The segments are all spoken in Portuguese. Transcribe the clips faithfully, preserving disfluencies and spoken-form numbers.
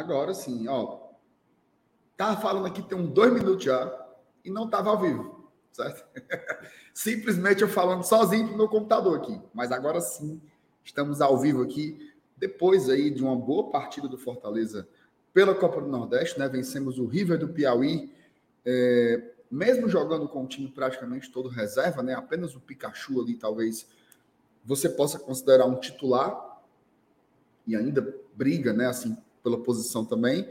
Agora sim, ó. Tava falando aqui tem uns dois minutos já e não tava ao vivo, certo? Simplesmente eu falando sozinho pro meu computador aqui. Mas agora sim, estamos ao vivo aqui, depois aí de uma boa partida do Fortaleza pela Copa do Nordeste, né? Vencemos o River do Piauí, é, mesmo jogando com o time praticamente todo reserva, né? Apenas o Pikachu ali, talvez você possa considerar um titular e ainda briga, né? Assim, pela posição também.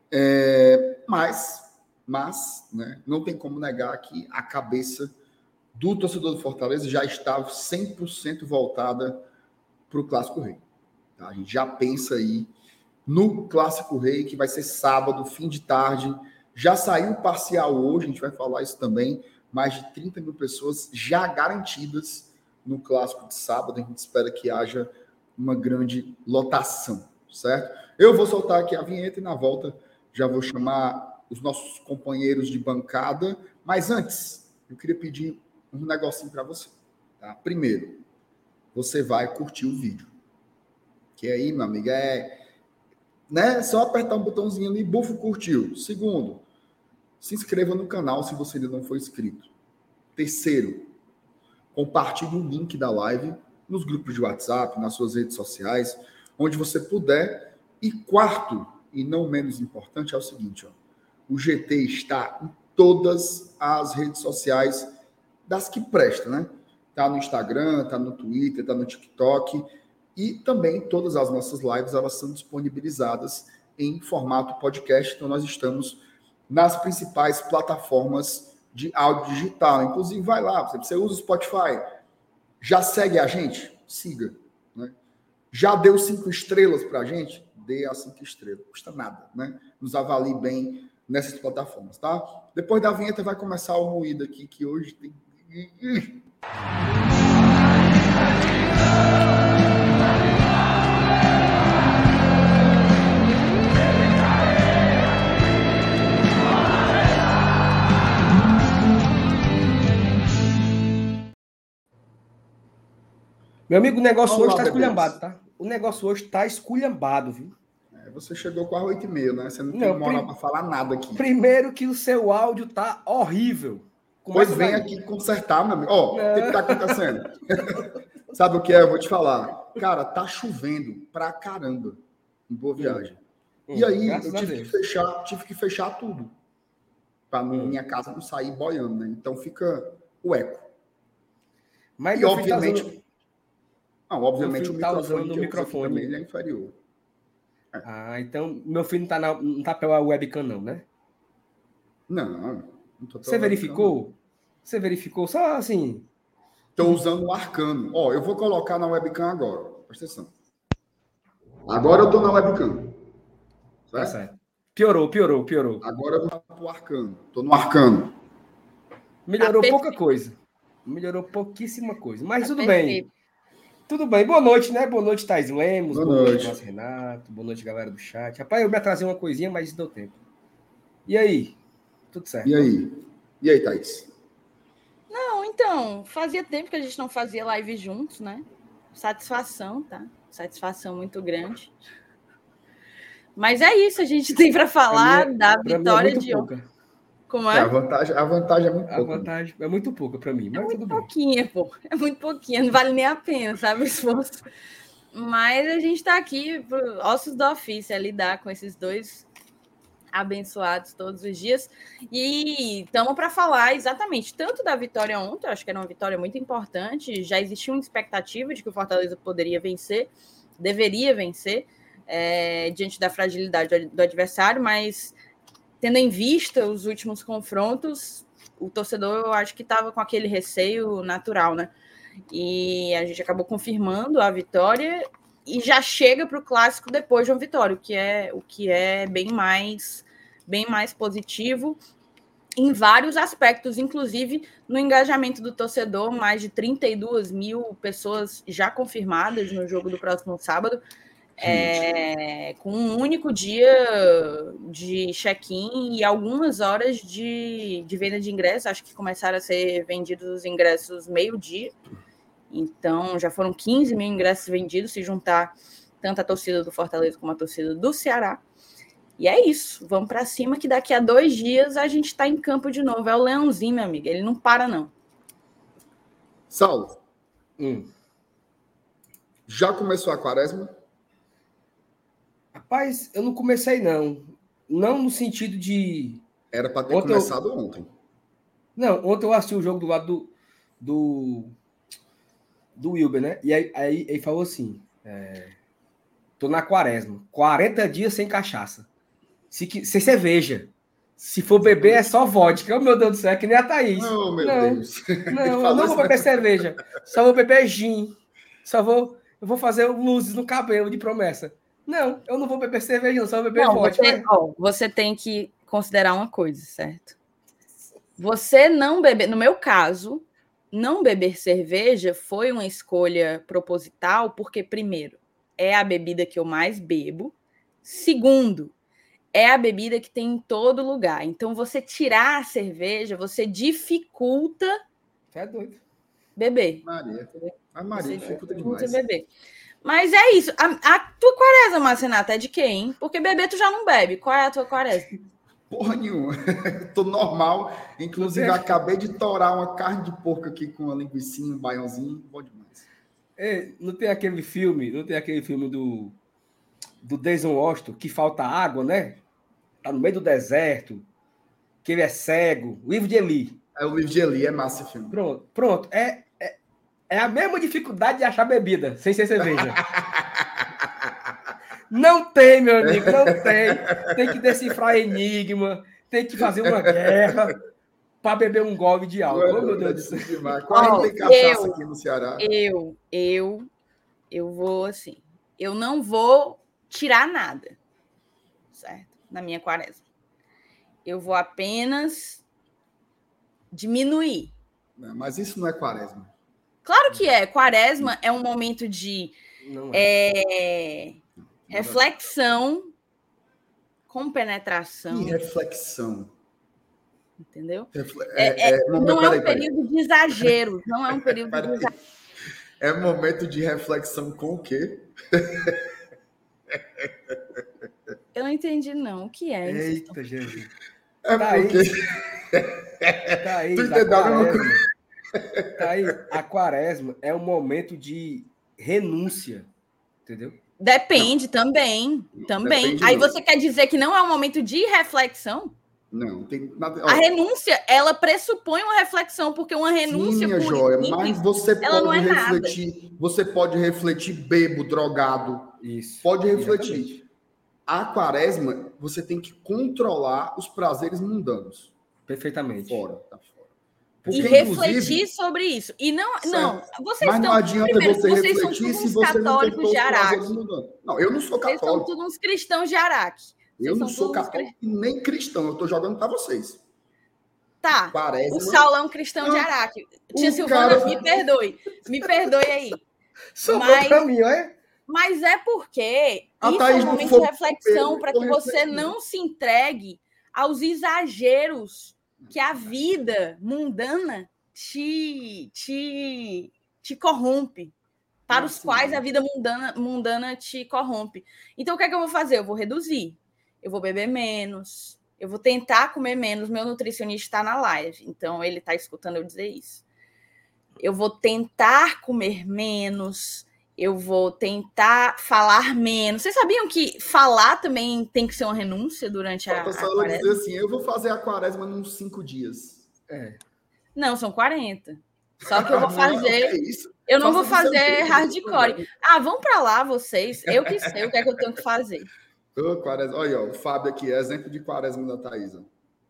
É, mas, mas né, não tem como negar que a cabeça do torcedor do Fortaleza já está cem por cento voltada para o Clássico Rei. Tá? A gente já pensa aí no Clássico Rei, que vai ser sábado, fim de tarde. Já saiu o parcial hoje, a gente vai falar isso também. Mais de trinta mil pessoas já garantidas no Clássico de sábado. A gente espera que haja uma grande lotação, certo? Eu vou soltar aqui a vinheta e na volta já vou chamar os nossos companheiros de bancada. Mas antes, eu queria pedir um negocinho para você. Tá? Primeiro, você vai curtir o vídeo. Que aí, meu amigo, é... né? Só apertar um botãozinho ali, bufo, curtiu. Segundo, se inscreva no canal se você ainda não for inscrito. Terceiro, compartilhe o link da live nos grupos de WhatsApp, nas suas redes sociais, onde você puder. E quarto, e não menos importante, é o seguinte, ó, o G T está em todas as redes sociais das que prestam, né? Tá no Instagram, tá no Twitter, tá no TikTok, e também todas as nossas lives, elas são disponibilizadas em formato podcast, então nós estamos nas principais plataformas de áudio digital. Inclusive, vai lá, você usa o Spotify, já segue a gente? Siga. Né? Já deu cinco estrelas para a gente? Dê as cinco estrelas. Não custa nada, né? Nos avalie bem nessas plataformas, tá? Depois da vinheta vai começar o moído aqui, que hoje tem... Meu amigo, o negócio Olá, hoje tá esculhambado, tá? O negócio hoje tá esculhambado, viu? É, você chegou com a oito e meia, né? Você não, não tem moral prim... para falar nada aqui. Primeiro que o seu áudio tá horrível. Começa pois vem daí. Aqui consertar, meu amigo. Ó, o que, que tá acontecendo? Sabe o que é? Eu vou te falar. Cara, tá chovendo pra caramba em Boa Viagem. Hum. E aí, Graças eu tive que, fechar, tive que fechar tudo. Pra hum. minha casa não sair boiando, né? Então fica o eco. Mas e, obviamente... Tá usando... Não, obviamente o tá microfone usando que o microfone também ele é inferior. É. Ah, então meu filho não tá, na, não tá pela webcam, não, né? Não, não tô Você verificou? Webcam, Você verificou? Só assim. Estou usando o Arcano. Ó, eu vou colocar na webcam agora. Presta atenção. Agora eu tô na webcam. Certo? Tá certo. Piorou, piorou, piorou. Agora eu vou pro Arcano. Tô no Arcano. Melhorou tá pouca coisa. Melhorou pouquíssima coisa. Mas tá tudo perfeito. bem. Tudo bem, boa noite, né? Boa noite, Thais Lemos. Boa, boa noite, Márcio Renato. Boa noite, galera do chat. Rapaz, eu me atrasei uma coisinha, mas deu tempo. E aí? Tudo certo? E aí? E aí, Thais? Não, então, fazia tempo que a gente não fazia live juntos, né? Satisfação, tá? Satisfação muito grande. Mas é isso, a gente tem para falar minha, da vitória é de ontem. Como é? é? A vantagem, a vantagem é muito a pouca. A vantagem é muito pouca para mim, mas é muito tudo pouquinha, bem. pô. É muito pouquinha, não vale nem a pena, sabe, o esforço. Mas a gente está aqui, ossos do ofício, é lidar com esses dois abençoados todos os dias. E estamos para falar exatamente tanto da vitória ontem, eu acho que era uma vitória muito importante, já existia uma expectativa de que o Fortaleza poderia vencer, deveria vencer, é, diante da fragilidade do adversário, mas tendo em vista os últimos confrontos, o torcedor, eu acho que estava com aquele receio natural, né? E a gente acabou confirmando a vitória e já chega para o clássico depois de uma vitória, o que é, o que é bem mais, bem mais positivo em vários aspectos, inclusive no engajamento do torcedor, mais de trinta e duas mil pessoas já confirmadas no jogo do próximo sábado, é, com um único dia de check-in e algumas horas de, de venda de ingressos. Acho que começaram a ser vendidos os ingressos meio-dia. Então, já foram quinze mil ingressos vendidos, se juntar tanto a torcida do Fortaleza como a torcida do Ceará. E é isso, vamos para cima que daqui a dois dias a gente está em campo de novo. É o Leãozinho, meu amigo, ele não para não. Saulo, hum. já começou a quaresma? Rapaz, eu não comecei não. Não no sentido de... Era para ter ontem começado eu... ontem. Não, ontem eu assisti o jogo do lado do... do... do Wilber, né? E aí, aí ele falou assim, é, tô na quaresma, quarenta dias sem cachaça, Se, sem cerveja, se for beber é só vodka, oh meu Deus do céu, é que nem a Thaís. Oh, meu não, Deus. Não, eu não vou beber cerveja, só vou beber gin, só vou, eu vou fazer luzes no cabelo de promessa. Não, eu não vou beber cerveja, não, só vou beber não, vodka. Você, ó, você tem que considerar uma coisa, certo? Você não beber, no meu caso, não beber cerveja foi uma escolha proposital, porque, primeiro, é a bebida que eu mais bebo. Segundo, é a bebida que tem em todo lugar. Então, você tirar a cerveja, você dificulta é doido. beber. Maria. A Maria você dificulta dificulta demais. beber. Mas é isso. A, a tua quaresma, Marcenata, é de quem? Porque beber tu já não bebe. Qual é a tua quaresma? Porra nenhuma. Tô normal. Inclusive, Você... acabei de torar uma carne de porco aqui com uma linguicinha, um baiãozinho. Bom demais. É, não tem aquele filme, não tem aquele filme do, do Denzel Washington, que falta água, né? Tá no meio do deserto, que ele é cego. O livro de Eli. É o livro de Eli, é massa esse filme. Pronto, pronto. É, é, é a mesma dificuldade de achar bebida, sem ser cerveja. Não tem, meu amigo, não tem. Tem que decifrar enigma, tem que fazer uma guerra para beber um gole de álcool. Oh, meu Deus do céu. Quase tem cachaça eu, aqui no Ceará. Eu, eu, eu vou assim. Eu não vou tirar nada, certo? Na minha quaresma. Eu vou apenas diminuir. Não, mas isso não é quaresma. Claro que é. Quaresma é um momento de é. É, reflexão com penetração. Que reflexão. Entendeu? Refle é, é, é, não, não é um peraí, período peraí. de exagero. Não é um período de exagero. É momento de reflexão com o quê? Eu não entendi, não. O que é isso? Eita, Jesus. É tá porque... Aí. Tá aí, tu entendeu alguma coisa? Tá aí, a quaresma é um momento de renúncia, entendeu? Depende não. também, também. Depende aí não. Você quer dizer que não é um momento de reflexão? Não, tem nada. A renúncia, ela pressupõe uma reflexão, porque uma renúncia Sim, minha por joia, simples, mas você ela pode não é refletir, nada. Você pode refletir bebo, drogado. Isso. Pode refletir. Exatamente. A quaresma, você tem que controlar os prazeres mundanos. Perfeitamente. Fora, tá fora. Porque, e refletir sobre isso. E não, certo. não, vocês Mas estão, não adianta primeiro, você vocês refletir se você não controla os prazeres mundanos. Não, eu não sou católico. Vocês são todos uns cristãos de Araque. Eu não sou católico e nem cristão. Eu tô jogando para vocês. Tá. Quaresma. O Saulo é um cristão não. de Araque. Tia Silvana, cara... me perdoe. Me perdoe aí. Sobrou mas... pra mim, olha. Mas é porque a isso é um momento de reflexão para que você não se entregue aos exageros que a vida mundana te, te, te corrompe, para Nossa, os quais a vida mundana, mundana te corrompe. Então, o que é que eu vou fazer? Eu vou reduzir. Eu vou beber menos. Eu vou tentar comer menos. Meu nutricionista está na live, então ele está escutando eu dizer isso. Eu vou tentar comer menos. Eu vou tentar falar menos. Vocês sabiam que falar também tem que ser uma renúncia durante a, a quaresma? Dizer assim, eu vou fazer a quaresma nos cinco dias. É. Não, são quarenta. Só que eu vou fazer... Não, é isso. Eu não Faça vou fazer hardcore. Ah, vão para lá vocês. Eu que sei o que é que eu tenho que fazer. Ô, quaresma. Olha, ó, o Fábio aqui, exemplo de quaresma da Thaisa.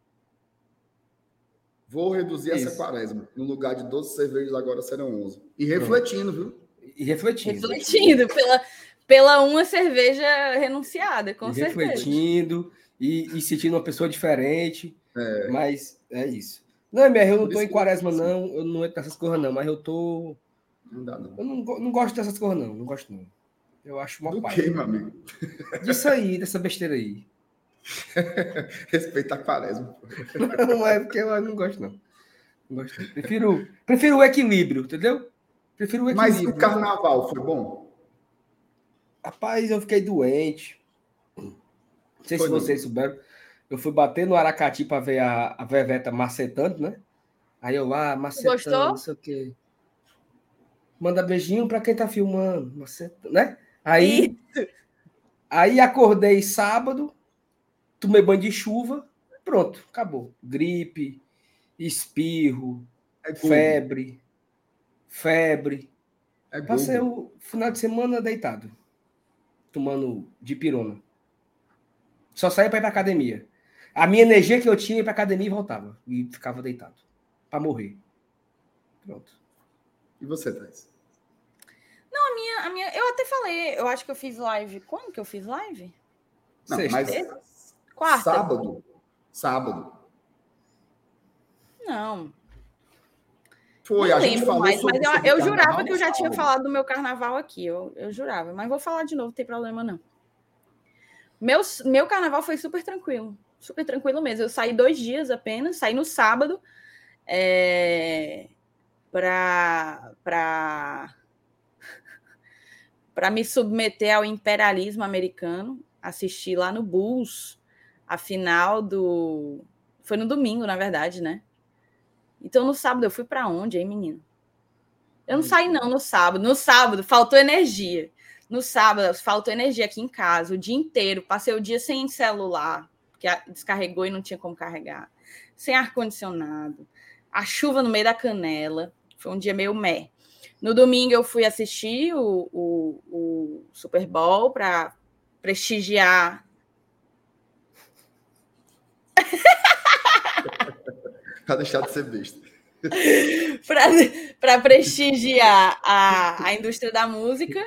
Vou reduzir isso. essa quaresma. No lugar de doze cervejas, agora serão onze. E refletindo, viu? E refletindo. Refletindo pela, pela uma cerveja renunciada, com e certeza. Refletindo e, e sentindo uma pessoa diferente. É. Mas é isso. Não, M R, eu não tô em quaresma, não. Eu não entro nessas coisas, não. Mas eu tô... Não dá, não. Eu não, não gosto dessas coisas, não. Não gosto, não. Eu acho uma Do pai. quê, meu amigo? Disso aí, dessa besteira aí. Respeita a quaresma. Não é porque eu não gosto, não. Não gosto, não. Prefiro, prefiro o equilíbrio, entendeu? Prefiro o equilíbrio. Mas o carnaval foi bom? Rapaz, eu fiquei doente. Não sei Foi se vocês não. souberam. Eu fui bater no Aracati para ver a, a Veveta macetando, né? Aí eu lá, macetando, Gostou? Não sei o quê. Manda beijinho para quem tá filmando, macetando, né? Aí, aí acordei sábado, tomei banho de chuva, pronto, acabou. Gripe, espirro, é febre, febre. É Passei o final de semana deitado, tomando dipirona. Só saía para ir para academia. A minha energia que eu tinha ia para academia e voltava. E ficava deitado. Para morrer. Pronto. E você, Thais? Não, a minha, a minha... Eu até falei, eu acho que eu fiz live. Quando que eu fiz live? Não, Sexta. Mas... Quarta. Sábado. Sábado. Não. Foi, não a gente falou mais, sobre, mas eu, sobre eu jurava que eu já sábado. tinha falado do meu carnaval aqui. Eu, eu jurava. Mas vou falar de novo, não tem problema não. Meu, meu carnaval foi super tranquilo. Super tranquilo mesmo. Eu saí dois dias apenas. Saí no sábado. É, para... para... para me submeter ao imperialismo americano, assisti lá no Bulls a final do... Foi no domingo, na verdade, né? Então, no sábado, eu fui para onde, hein, menino? Eu não saí, não, no sábado. No sábado, faltou energia. No sábado, faltou energia aqui em casa, o dia inteiro. Passei o dia sem celular, que descarregou e não tinha como carregar. Sem ar-condicionado. A chuva no meio da canela. Foi um dia meio meh. No domingo eu fui assistir o, o, o Super Bowl para prestigiar. Para deixar de ser besta. Para prestigiar a, a indústria da música.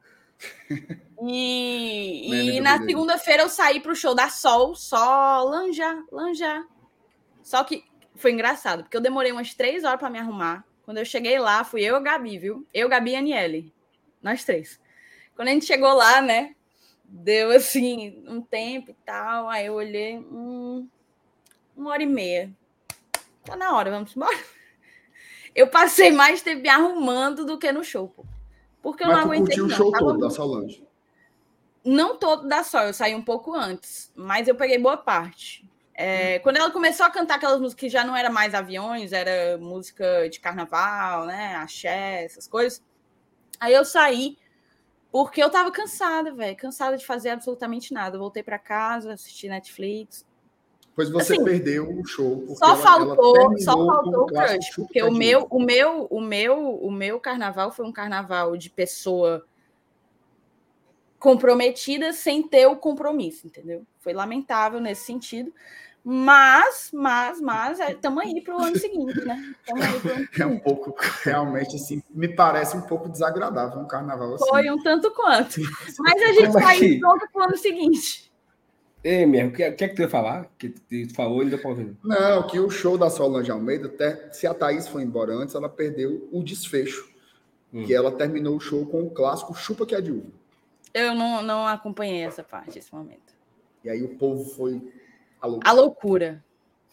E, e na segunda-feira eu saí para o show da Sol, só lanjar, lanjar. Só que foi engraçado, porque eu demorei umas três horas para me arrumar. Quando eu cheguei lá, fui eu e a Gabi, viu? Eu, Gabi e a Aniele. Nós três. Quando a gente chegou lá, né? Deu, assim, um tempo e tal. Aí eu olhei, hum, uma hora e meia. Tá na hora, vamos embora. Eu passei mais tempo me arrumando do que no show, pô. Porque eu Mas não aguentei. Mas tu curtiu o show todo da Solange? Não todo da Sol, eu saí um pouco antes. Mas eu peguei boa parte. É, quando ela começou a cantar aquelas músicas que já não era mais aviões, era música de carnaval, né? Axé, essas coisas. Aí eu saí porque eu tava cansada, velho. Cansada de fazer absolutamente nada. Eu voltei para casa, assisti Netflix. Pois você assim, perdeu o show. Só ela, faltou, ela só faltou o crush. Porque o meu, o, meu, o, meu, o meu carnaval foi um carnaval de pessoa comprometida sem ter o compromisso, entendeu? Foi lamentável nesse sentido. Mas, mas, mas, estamos aí para o ano seguinte, né? Tamo aí pro ano seguinte. É um pouco, realmente, assim, me parece um pouco desagradável um carnaval assim. Foi um tanto quanto. Mas a gente vai pronto para o ano seguinte. Ei, mesmo, o que, que é que tu ia falar? Que tu falou ainda para ouvir. Não, que o show da Solange Almeida, até, se a Thaís foi embora antes, ela perdeu o desfecho. Hum. Que ela terminou o show com o clássico Chupa que é de uva. Eu não, não acompanhei essa parte, esse momento. E aí o povo foi... A loucura. A loucura.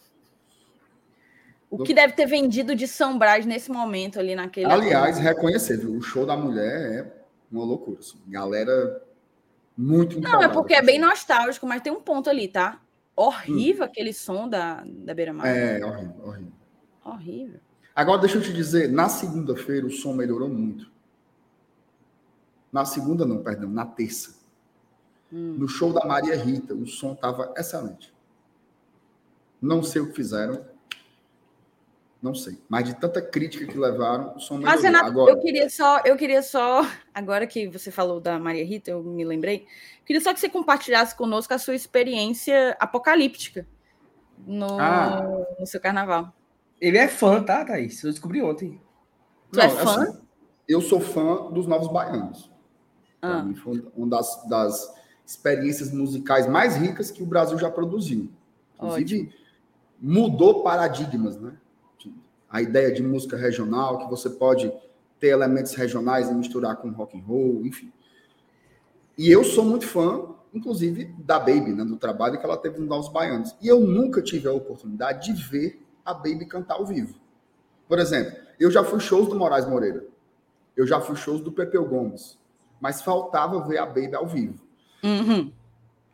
O que deve ter vendido de São Brás nesse momento ali naquele... Aliás, reconhecer, viu? O show da mulher é uma loucura. Assim. Galera muito Não, é porque é bem nostálgico, mas tem um ponto ali, tá? Horrível hum. aquele som da, da Beira-Mar. É, horrível, horrível. Horrível. Agora, deixa eu te dizer, na segunda-feira o som melhorou muito. Na segunda não, perdão, na terça. Hum. No show da Maria Rita, o som estava excelente. Não sei o que fizeram. Não sei. Mas de tanta crítica que levaram, o som melhorou. Mas, Renato, agora... eu queria só, eu queria só, agora que você falou da Maria Rita, eu me lembrei, queria só que você compartilhasse conosco a sua experiência apocalíptica no, ah. no seu carnaval. Ele é fã, tá, Thaís? Eu descobri ontem. Tu Não, é fã? Assim, eu sou fã dos Novos Baianos. Ah. Para mim foi uma das, das experiências musicais mais ricas que o Brasil já produziu. Inclusive, Ótimo. mudou paradigmas, né? A ideia de música regional, que você pode ter elementos regionais e misturar com rock and roll, enfim. E eu sou muito fã, inclusive, da Baby, né? Do trabalho que ela teve nos Novos Baianos. E eu nunca tive a oportunidade de ver a Baby cantar ao vivo. Por exemplo, eu já fui shows do Moraes Moreira. Eu já fui shows do Pepeu Gomes. Mas faltava ver a Baby ao vivo. Uhum.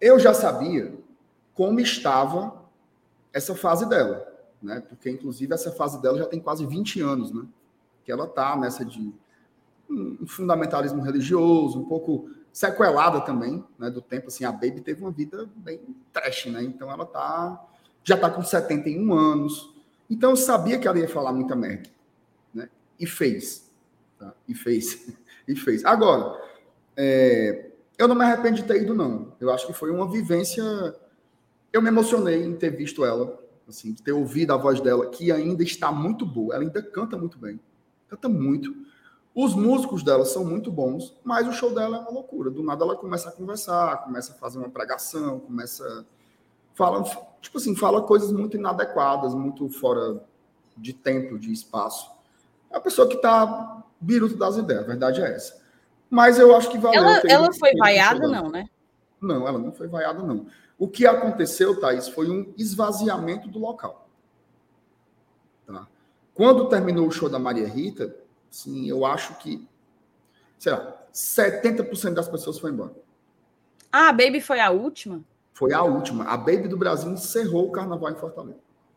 eu já sabia como estava essa fase dela, né? Porque, inclusive, essa fase dela já tem quase vinte anos, né? Que ela está nessa de um fundamentalismo religioso, um pouco sequelada também, né? Do tempo, assim, a Baby teve uma vida bem trash, né? Então, ela tá, já está com setenta e um anos. Então, eu sabia que ela ia falar muita merda, né? E fez. Tá? E fez. E fez. Agora, é, eu não me arrependo de ter ido, não. Eu acho que foi uma vivência... Eu me emocionei em ter visto ela, assim, de ter ouvido a voz dela, que ainda está muito boa. Ela ainda canta muito bem. Canta muito. Os músicos dela são muito bons, mas o show dela é uma loucura. Do nada ela começa a conversar, começa a fazer uma pregação, começa... Fala, tipo assim, fala coisas muito inadequadas, muito fora de tempo, de espaço. É uma pessoa que está biruta das ideias, a verdade é essa. Mas eu acho que valeu. Ela, ela foi vaiada, não, né? Não, ela não foi vaiada, não. O que aconteceu, Thaís, foi um esvaziamento do local. Tá? Quando terminou o show da Maria Rita, sim, eu acho que, sei lá, setenta por cento das pessoas foram embora. Ah, a Baby foi a última? Foi a última. A Baby do Brasil encerrou o carnaval em Fortaleza.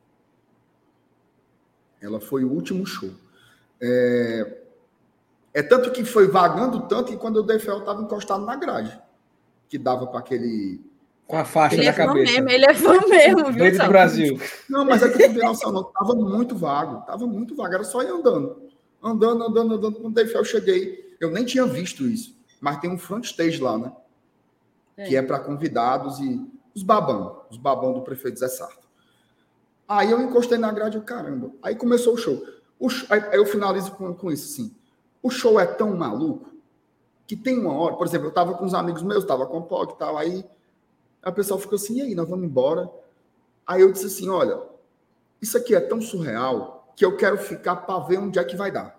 Ela foi o último show. É, é tanto que foi vagando tanto que quando eu dei fé, eu estava encostado na grade. Que dava para aquele... Com a faixa ele na é cabeça. Mesmo, ele é fã mesmo, viu? Baby do Brasil. Não, mas é que eu não tenho noção, não. Tava muito vago. Tava muito vago. Era só ir andando. Andando, andando, andando. Quando dei fé, eu cheguei. Eu nem tinha visto isso. Mas tem um front stage lá, né? É. Que é para convidados e os babão. Os babão do prefeito Zé Sarto. Aí eu encostei na grade e caramba. Aí começou o show. O show aí eu finalizo com, com isso, assim. O show é tão maluco que tem uma hora... Por exemplo, eu tava com uns amigos meus, tava com o Pog e tal. Aí a pessoa ficou assim, e aí, nós vamos embora? Aí eu disse assim, olha, isso aqui é tão surreal que eu quero ficar para ver onde é que vai dar.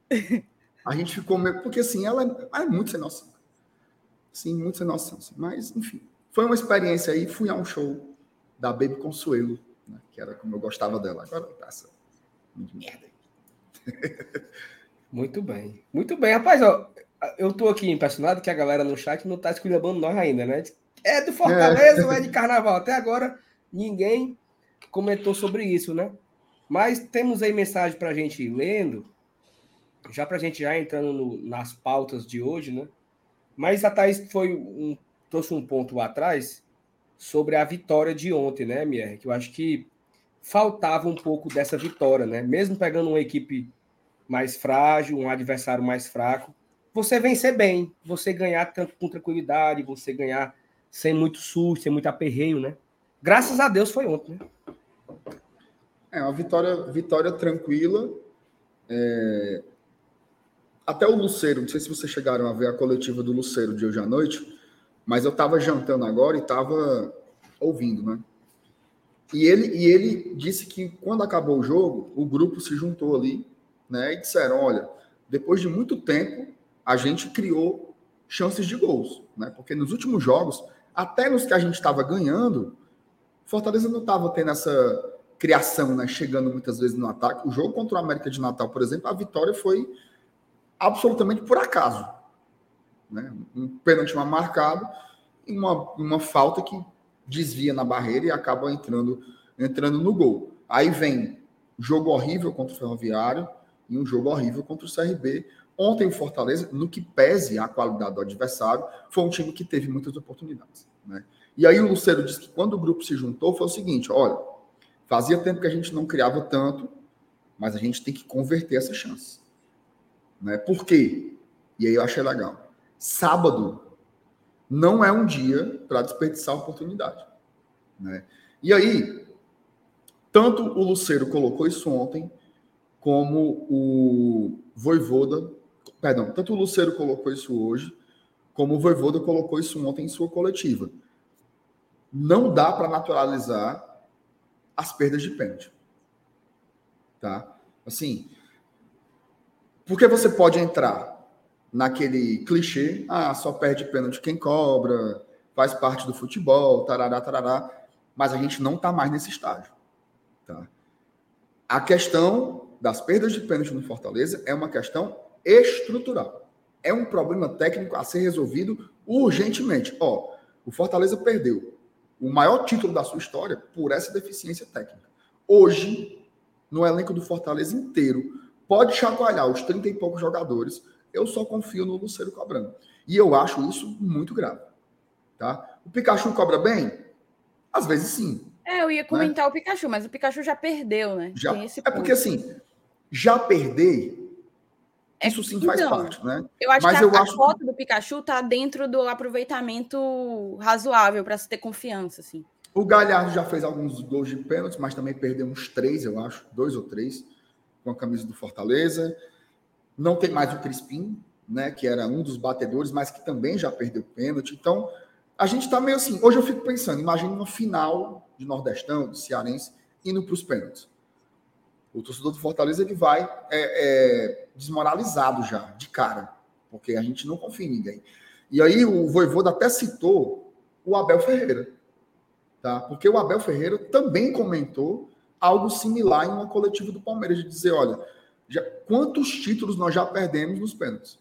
A gente ficou meio... Porque, assim, ela é, é muito sem noção. Sim, muito sem noção. Assim. Mas, enfim, foi uma experiência aí. Fui a um show da Baby Consuelo, né, que era como eu gostava dela. Agora tá essa merda aí. Muito bem. Muito bem. Rapaz, ó, eu tô aqui impressionado que a galera no chat não tá esculhambando nós ainda, né? É do Fortaleza ou é. é de Carnaval? Até agora, ninguém comentou sobre isso, né? Mas temos aí mensagem para a gente ir lendo, já para a gente já entrando no, nas pautas de hoje, né? Mas a Thaís foi um, trouxe um ponto lá atrás sobre a vitória de ontem, né, Mier? Que eu acho que faltava um pouco dessa vitória, né? Mesmo pegando uma equipe mais frágil, um adversário mais fraco, você vencer bem, você ganhar com tranquilidade, você ganhar sem muito susto, sem muito aperreio, né? Graças a Deus foi ontem, né? É uma vitória, vitória tranquila. É... Até o Luceiro, não sei se vocês chegaram a ver a coletiva do Luceiro de hoje à noite, mas eu estava jantando agora e estava ouvindo, né? E ele, e ele disse que quando acabou o jogo, o grupo se juntou ali, né? E disseram, olha, depois de muito tempo, a gente criou chances de gols, né? Porque nos últimos jogos, até nos que a gente estava ganhando, Fortaleza não estava tendo essa criação, né? Chegando muitas vezes no ataque. O jogo contra o América de Natal, por exemplo, a vitória foi absolutamente por acaso, né? Um pênalti mal marcado e uma, uma falta que desvia na barreira e acaba entrando, entrando no gol. Aí vem jogo horrível contra o Ferroviário e um jogo horrível contra o C R B. Ontem o Fortaleza, no que pese a qualidade do adversário, foi um time que teve muitas oportunidades, né? E aí o Luceiro disse que quando o grupo se juntou, foi o seguinte, olha, fazia tempo que a gente não criava tanto, mas a gente tem que converter essa chance. Né? Por quê? E aí eu achei legal. Sábado não é um dia para desperdiçar a oportunidade. Né? E aí, tanto o Luceiro colocou isso ontem, como o Voivoda, perdão, tanto o Luceiro colocou isso hoje, como o Voivoda colocou isso ontem em sua coletiva. Não dá para naturalizar as perdas de pênalti. Tá? Assim, porque você pode entrar naquele clichê, ah, só perde pênalti quem cobra, faz parte do futebol, tarará, tarará, mas a gente não está mais nesse estágio. Tá? A questão das perdas de pênalti no Fortaleza é uma questão estrutural. É um problema técnico a ser resolvido urgentemente. Ó, O Fortaleza perdeu o maior título da sua história por essa deficiência técnica. Hoje, no elenco do Fortaleza inteiro, pode chacoalhar os trinta e poucos jogadores, eu só confio no Lucero cobrando. E eu acho isso muito grave. Tá? O Pikachu cobra bem? Às vezes sim. É, eu ia comentar, né, o Pikachu, mas o Pikachu já perdeu, né? Já. Tem esse é porque assim, já perder, é, isso sim faz então, parte, né? Eu acho mas que a, eu a acho cota que... do Pikachu está dentro do aproveitamento razoável para se ter confiança, assim. O Galhardo já fez alguns gols de pênalti, mas também perdeu uns três, eu acho, dois ou três, com a camisa do Fortaleza. Não tem mais o Crispim, né, que era um dos batedores, mas que também já perdeu pênalti. Então, a gente está meio assim. Hoje eu fico pensando, imagina uma final de Nordestão, de Cearense, indo para os pênaltis. O torcedor do Fortaleza ele vai é, é, desmoralizado já, de cara, porque a gente não confia em ninguém. E aí o Vojvoda até citou o Abel Ferreira, tá? Porque o Abel Ferreira também comentou algo similar em uma coletiva do Palmeiras, de dizer, olha, já, quantos títulos nós já perdemos nos pênaltis?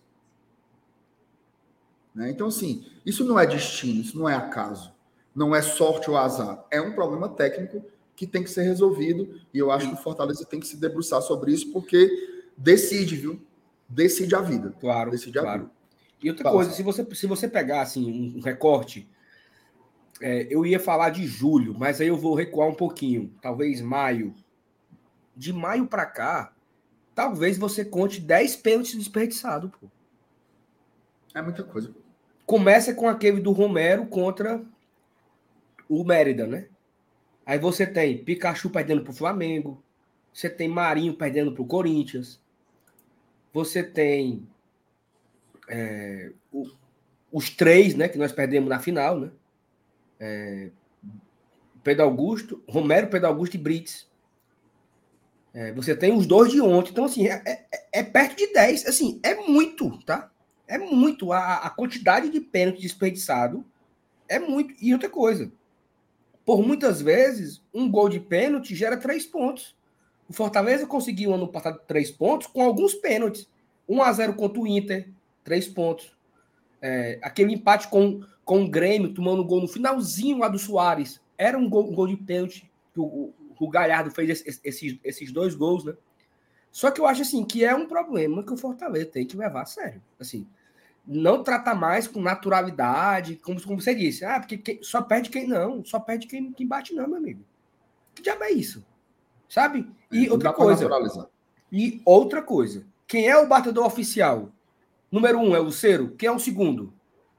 Né? Então, assim, isso não é destino, isso não é acaso, não é sorte ou azar, é um problema técnico que tem que ser resolvido, e eu acho que o Fortaleza tem que se debruçar sobre isso, porque decide, viu? Decide a vida. Claro, decide a claro. vida. E outra Fala, coisa, se você, se você pegar assim, um recorte, é, eu ia falar de julho, mas aí eu vou recuar um pouquinho, talvez maio. De maio para cá, talvez você conte dez pênaltis desperdiçados, pô. É muita coisa. Começa com aquele do Romero contra o Mérida, né? Aí você tem Pikachu perdendo pro Flamengo. Você tem Marinho perdendo pro Corinthians. Você tem é, o, os três, né? Que nós perdemos na final, né? É, Pedro Augusto, Romero, Pedro Augusto e Brits. É, você tem os dois de ontem. Então, assim, é, é, é perto de dez. Assim, é muito, tá? É muito. A, a quantidade de pênalti desperdiçado é muito. E outra coisa, por muitas vezes, um gol de pênalti gera três pontos. O Fortaleza conseguiu ano passado três pontos com alguns pênaltis. um a zero contra o Inter, três pontos. É, aquele empate com, com o Grêmio, tomando um gol no finalzinho lá do Soares. Era um gol, um gol de pênalti. O, o, o Galhardo fez esse, esses, esses dois gols, né? Só que eu acho assim que é um problema que o Fortaleza tem que levar a sério. Assim, não trata mais com naturalidade, como, como você disse. Ah, porque quem, só perde quem não. Só perde quem, quem bate não, meu amigo. Que diabo é isso? Sabe? E é, outra coisa. E outra coisa. Quem é o batedor oficial? Número um é o Lucero. Quem é o segundo?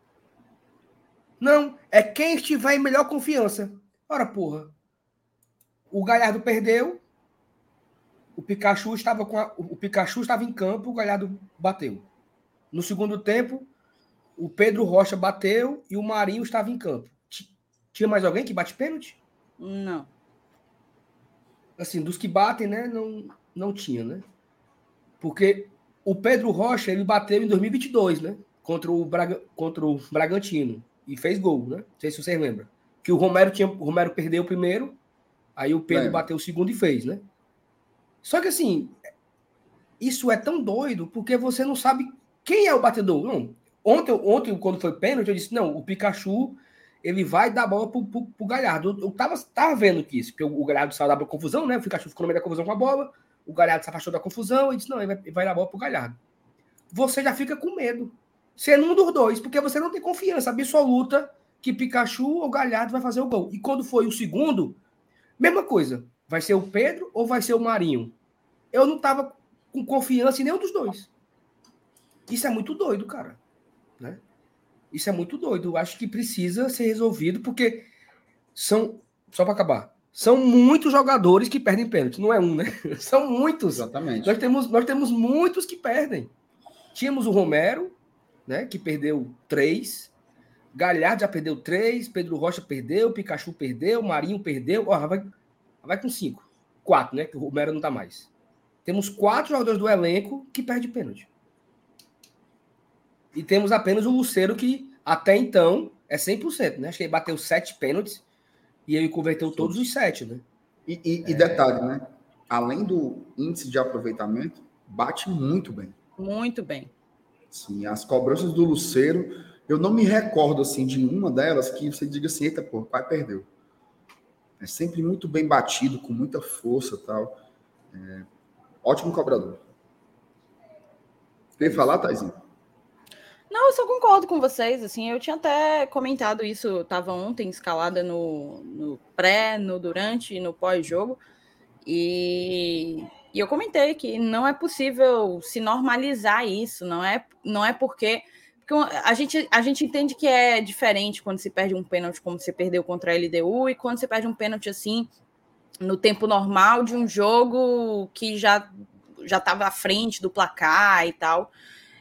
Não. É quem estiver em melhor confiança. Ora, porra. O Galhardo perdeu. O Pikachu estava com a, o Pikachu estava em campo. O Galhardo bateu. No segundo tempo, o Pedro Rocha bateu e o Marinho estava em campo. Tinha mais alguém que bate pênalti? Não. Assim, dos que batem, né? Não, não tinha, né? Porque o Pedro Rocha, ele bateu em dois mil e vinte e dois, né? Contra o, Braga, contra o Bragantino. E fez gol, né? Não sei se vocês lembram. Que o Romero, tinha, o Romero perdeu o primeiro, aí o Pedro Lembra. bateu o segundo e fez, né? Só que assim, isso é tão doido porque você não sabe quem é o batedor. Não. Ontem, ontem, quando foi pênalti, eu disse, não, o Pikachu, ele vai dar a bola pro, pro, pro Galhardo. Eu, eu tava, tava vendo que isso, porque o, o Galhardo saiu da confusão, né? O Pikachu ficou no meio da confusão com a bola, o Galhardo se afastou da confusão e disse, não, ele vai, ele vai dar a bola pro Galhardo. Você já fica com medo. Sendo um dos dois, porque você não tem confiança absoluta que Pikachu ou Galhardo vai fazer o gol. E quando foi o segundo, mesma coisa. Vai ser o Pedro ou vai ser o Marinho? Eu não tava com confiança em nenhum dos dois. Isso é muito doido, cara. Né? Isso é muito doido. Eu acho que precisa ser resolvido, porque são, só para acabar, são muitos jogadores que perdem pênalti. Não é um, né? São muitos. Exatamente. Nós temos, nós temos muitos que perdem. Tínhamos o Romero, né, que perdeu três. Galhardo já perdeu três. Pedro Rocha perdeu. Pikachu perdeu. Marinho perdeu. Ó, vai, vai com cinco. Quatro, né? Que o Romero não tá mais. Temos quatro jogadores do elenco que perdem pênalti. E temos apenas o Lucero, que até então é cem por cento, né? Acho que ele bateu sete pênaltis e ele converteu Sim. todos os sete, né? E, e, é... e detalhe, né? Além do índice de aproveitamento, bate muito bem. Muito bem. Sim, as cobranças do Lucero, Eu não me recordo, assim, de uma delas que você diga assim, eita, pô, o pai perdeu. É sempre muito bem batido, com muita força e tal. É, ótimo cobrador. Quer falar, Taizinho? Não, eu só concordo com vocês, assim, eu tinha até comentado isso, estava ontem escalada no, no pré, no durante e no pós-jogo, e, e eu comentei que não é possível se normalizar isso, não é, não é porque, porque a, gente, a gente entende que é diferente quando se perde um pênalti como você perdeu contra a L D U e quando você perde um pênalti assim no tempo normal de um jogo que já já estava à frente do placar e tal.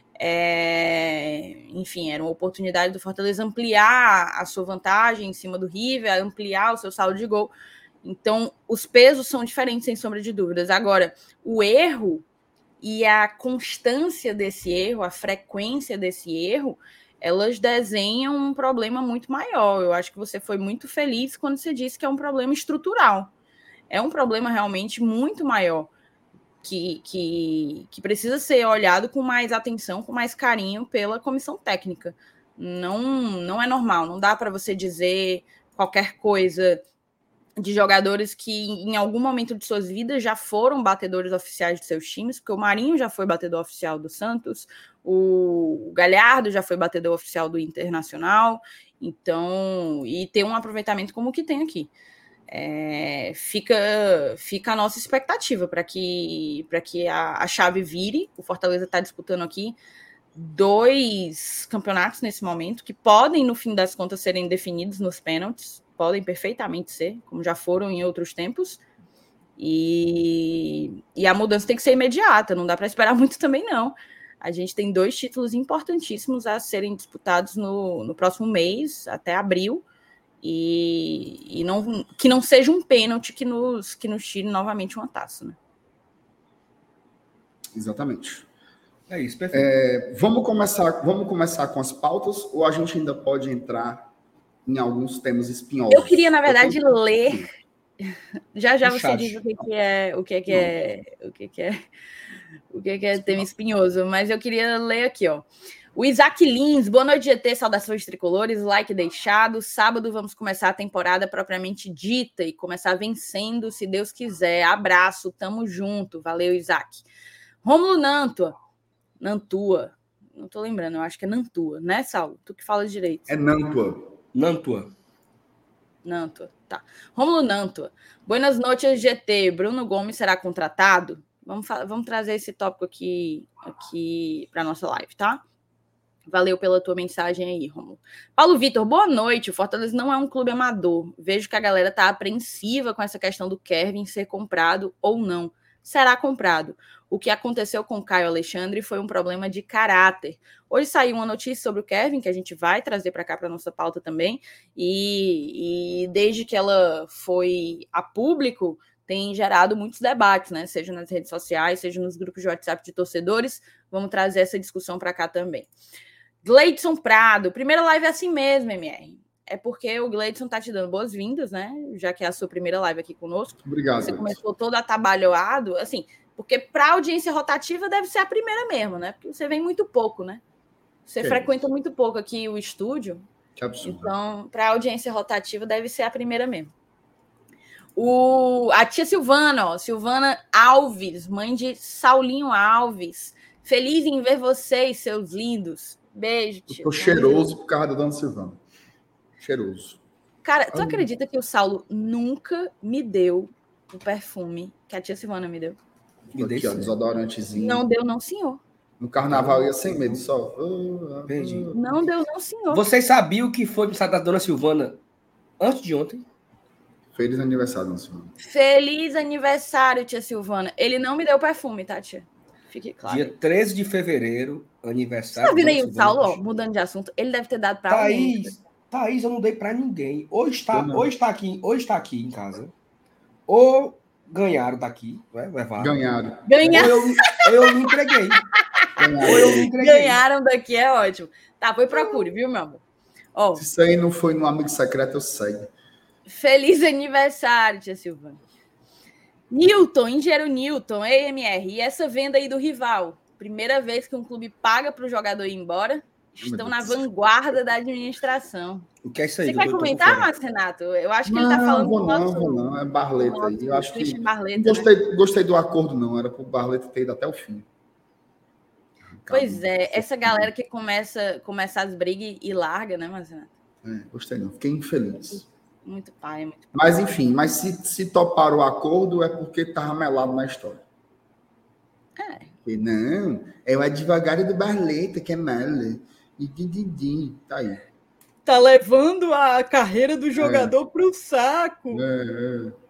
É, enfim, era uma oportunidade do Fortaleza ampliar a sua vantagem em cima do River, ampliar o seu saldo de gol. Então, os pesos são diferentes, sem sombra de dúvidas. Agora, o erro e a constância desse erro, a frequência desse erro, elas desenham um problema muito maior. Eu acho que você foi muito feliz quando você disse que é um problema estrutural. É um problema realmente muito maior. Que, que, que precisa ser olhado com mais atenção, com mais carinho pela comissão técnica. Não, não é normal, não dá para você dizer qualquer coisa de jogadores que em algum momento de suas vidas já foram batedores oficiais de seus times, porque o Marinho já foi batedor oficial do Santos, o Galhardo já foi batedor oficial do Internacional, então, e tem um aproveitamento como o que tem aqui. É, fica, fica a nossa expectativa para que, para que a, a chave vire. O Fortaleza está disputando aqui dois campeonatos nesse momento, que podem, no fim das contas, serem definidos nos pênaltis, podem perfeitamente ser, como já foram em outros tempos, e, e a mudança tem que ser imediata, não dá para esperar muito também, não. A gente tem dois títulos importantíssimos a serem disputados no, no próximo mês, até abril, E, e não, que não seja um pênalti que nos, que nos tire novamente uma taça, né? Exatamente. É isso, perfeito. É, vamos, começar, vamos começar com as pautas ou a gente ainda pode entrar em alguns temas espinhosos? Eu queria, na verdade, tenho... ler. Já já o você chat. diz o que, que é o que, que é o que, que é o que, que é tema espinhoso, mas eu queria ler aqui, ó. O Isaac Lins, boa noite, G T, saudações tricolores, like deixado. Sábado vamos começar a temporada propriamente dita e começar vencendo, se Deus quiser. Abraço, tamo junto. Valeu, Isaac. Rômulo Nantua. Nantua. Não tô lembrando, eu acho que é Nantua, né, Saulo? Tu que fala direito. É Nantua. Nantua. Nantua, tá. Rômulo Nantua. Buenas noites, G T. Bruno Gomes será contratado? Vamos, vamos trazer esse tópico aqui, aqui para nossa live, tá? Valeu pela tua mensagem aí, Romulo. Paulo Vitor, boa noite. O Fortaleza não é um clube amador. Vejo que a galera tá apreensiva com essa questão do Kevin ser comprado ou não. Será comprado. O que aconteceu com o Caio Alexandre foi um problema de caráter. Hoje saiu uma notícia sobre o Kevin, que a gente vai trazer para cá para nossa pauta também. E, e desde que ela foi a público, tem gerado muitos debates, né? Seja nas redes sociais, seja nos grupos de WhatsApp de torcedores. Vamos trazer essa discussão para cá também. Gleidson Prado, primeira live é assim mesmo, M R. É porque o Gleidson tá te dando boas-vindas, né? Já que é a sua primeira live aqui conosco. Obrigado. Você começou todo atabalhoado, assim, porque para audiência rotativa deve ser a primeira mesmo, né? Porque você vem muito pouco, né? Você que frequenta isso? muito pouco aqui o estúdio. Que absurdo. Então, para audiência rotativa deve ser a primeira mesmo. O, a tia Silvana, ó, Silvana Alves, mãe de Saulinho Alves. Feliz em ver vocês, seus lindos. Beijo, tio. Eu tô cheiroso por causa da dona Silvana. Cheiroso. Cara, tu Ai. acredita que o Saulo nunca me deu o perfume que a tia Silvana me deu? Me aqui, ó, desodorantezinho. Não deu, não, senhor. No carnaval ia sem medo, só. Oh, Perdi. Oh. Não deu, não, senhor. Vocês sabiam o que foi o da dona Silvana antes de ontem? Feliz aniversário, dona Silvana. Feliz aniversário, tia Silvana. Ele não me deu perfume, tá, tia? Fique claro. Dia treze de fevereiro, aniversário. Tá vendo aí o Saulo, ó, mudando de assunto? Ele deve ter dado para Thaís, alguém. Thaís, eu não dei para ninguém. Hoje está, hoje está aqui, hoje está aqui em casa. Ou ganharam daqui, né? Levaram. Ganharam. Ganharam. Ou eu, eu me entreguei. Ganharam. Ou eu me entreguei. Ganharam daqui, é ótimo. Tá, foi procure, viu, meu amor? Ó. Se isso aí não foi no amigo secreto, eu sei. Feliz aniversário, tia Silvana. Newton, engenheiro Newton, E M R, e essa venda aí do rival? Primeira vez que um clube paga para o jogador ir embora? Estão na vanguarda da administração. O que é isso aí? Você quer comentar, Márcio Renato? Eu acho que não, ele está falando vou do não, nosso... Vou não, é Barleta aí. Eu acho que Barleta, gostei, né? gostei do acordo, não. Era para o Barleta ter ido até o fim. Pois é, essa galera que começa, começa as brigas e larga, né, Márcio Renato? É, gostei não. Fiquei infeliz. Muito pai, muito pai. Mas, enfim, mas se, se toparam o acordo é porque estava melado na história. É. E não, é o advogado do Barleta que é mala. E din, din, din, tá aí. Tá levando a carreira do jogador é. pro saco. É, é.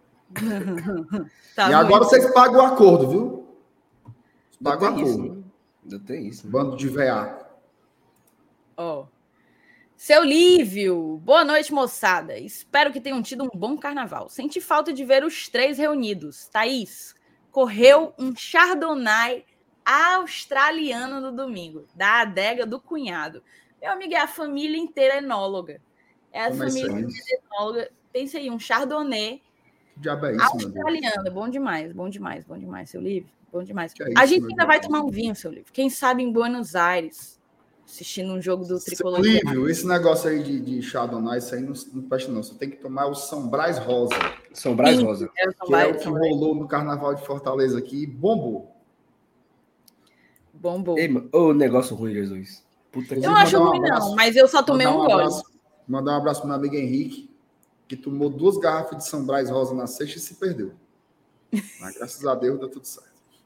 Tá e agora vocês pagam o acordo, viu? Pagam o acordo. Ainda tem isso. Né? Bando de veaco. Ó. Oh. Seu Lívio, boa noite, moçada. Espero que tenham tido um bom carnaval. Senti falta de ver os três reunidos. Thaís, correu um chardonnay australiano no domingo, da adega do cunhado. Meu amigo, é a família inteira enóloga. É a Como família é inteira enóloga. Pensa aí, um chardonnay que diabo é isso, australiano. Bom demais, bom demais, bom demais, seu Lívio. Bom demais. É a gente ainda vai Deus. tomar um vinho, seu Lívio. Quem sabe em Buenos Aires, assistindo um jogo do Tricolor. Lívio, esse negócio aí de, de chardonnay, isso aí não, não presta não. Você tem que tomar o São Brás Rosa. São Brás Sim, Rosa. É o que é o que rolou no Carnaval de Fortaleza aqui. Bombou. Bombou. Ô, oh, negócio ruim, Jesus. Puta que eu não acho ruim, um não, mas eu só tomei um, um gole. Mandar um abraço pro meu amigo Henrique, que tomou duas garrafas de São Brás Rosa na sexta e se perdeu. Mas graças a Deus deu tudo certo.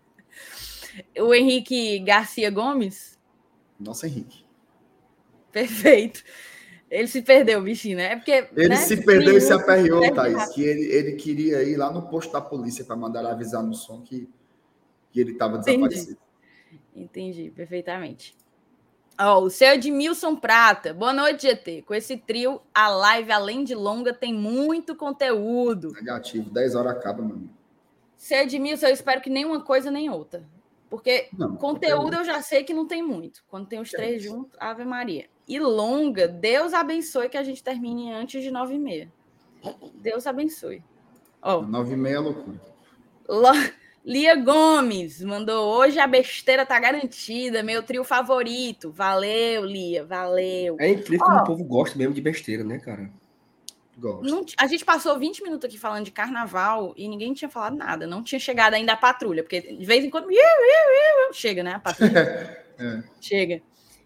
O Henrique Garcia Gomes? Nossa, Henrique. Perfeito. Ele se perdeu, bichinho, né? É porque, ele né? se perdeu e se aperreou, Thaís, que ele, ele queria ir lá no posto da polícia para mandar avisar no som que, que ele estava desaparecido. Entendi. Entendi, perfeitamente. Ó, oh, o seu Edmilson Prata. Boa noite, G T. Com esse trio, a live, além de longa, tem muito conteúdo. Negativo, dez horas acaba, meu amigo. Seu Edmilson, eu espero que nem uma coisa nem outra. Porque não, conteúdo eu já sei que não tem muito. Quando tem os que três é juntos, Ave Maria. E longa, Deus abençoe que a gente termine antes de nove e meia. Deus abençoe. Ó, nove e meia é loucura. Lo... Lia Gomes mandou, hoje a besteira tá garantida, meu trio favorito. Valeu, Lia, valeu. É incrível como o povo gosta mesmo de besteira, né, cara? Gosto. Não, a gente passou vinte minutos aqui falando de carnaval e ninguém tinha falado nada. Não tinha chegado ainda a patrulha, porque de vez em quando chega, né? A patrulha. é. Chega.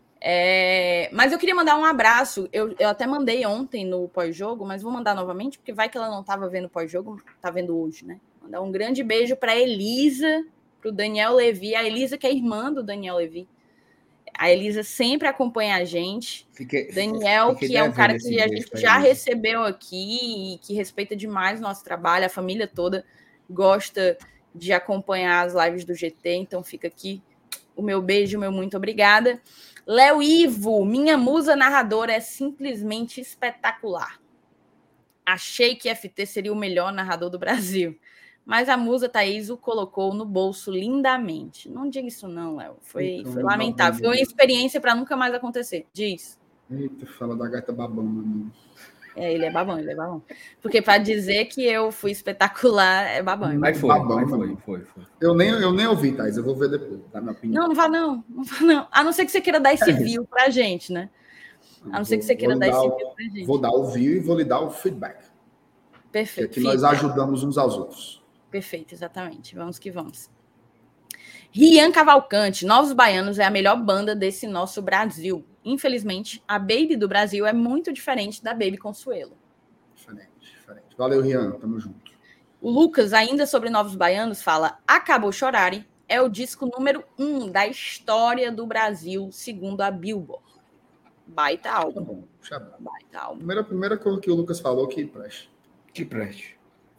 É, mas eu queria mandar um abraço. Eu, eu até mandei ontem no pós-jogo, mas vou mandar novamente, porque vai que ela não estava vendo pós-jogo, tá vendo hoje, né? Mandar um grande beijo para Elisa, para o Daniel Levi. A Elisa, que é irmã do Daniel Levi. A Elisa sempre acompanha a gente. Fique, Daniel, fique que é um cara que a gente já Elisa. recebeu aqui e que respeita demais o nosso trabalho. A família toda gosta de acompanhar as lives do G T. Então fica aqui o meu beijo, meu muito obrigada. Léo Ivo, minha musa narradora é simplesmente espetacular. Achei que F T seria o melhor narrador do Brasil. Mas a musa Thaís o colocou no bolso lindamente. Não diga isso não, Léo. Foi, então, foi lamentável. Foi uma experiência para nunca mais acontecer. Diz. Eita, fala da gata babão, mano. É, ele é babão, ele é babão. Porque para dizer que eu fui espetacular, é babão. É mas foi, babão, mas foi, foi, foi. Eu nem, eu nem ouvi, Thaís. Eu vou ver depois, dá minha opinião. Não, não vá não. Não vá não. A não ser que você queira dar esse é view pra gente, né? A não vou, ser que você queira dar esse o, view pra gente. Vou dar o view e vou lhe dar o feedback. Perfeito. Que nós ajudamos uns aos outros. Perfeito, exatamente. Vamos que vamos. Rian Cavalcante, Novos Baianos é a melhor banda desse nosso Brasil. Infelizmente, a Baby do Brasil é muito diferente da Baby Consuelo. Diferente, diferente. Valeu, Rian. Tamo junto. O Lucas, ainda sobre Novos Baianos, fala: Acabou Chorare é o disco número um da história do Brasil, segundo a Billboard. Baita álbum. Tá bom, puxa bom. Baita álbum. Primeira, primeira coisa que o Lucas falou que preste. Que preste.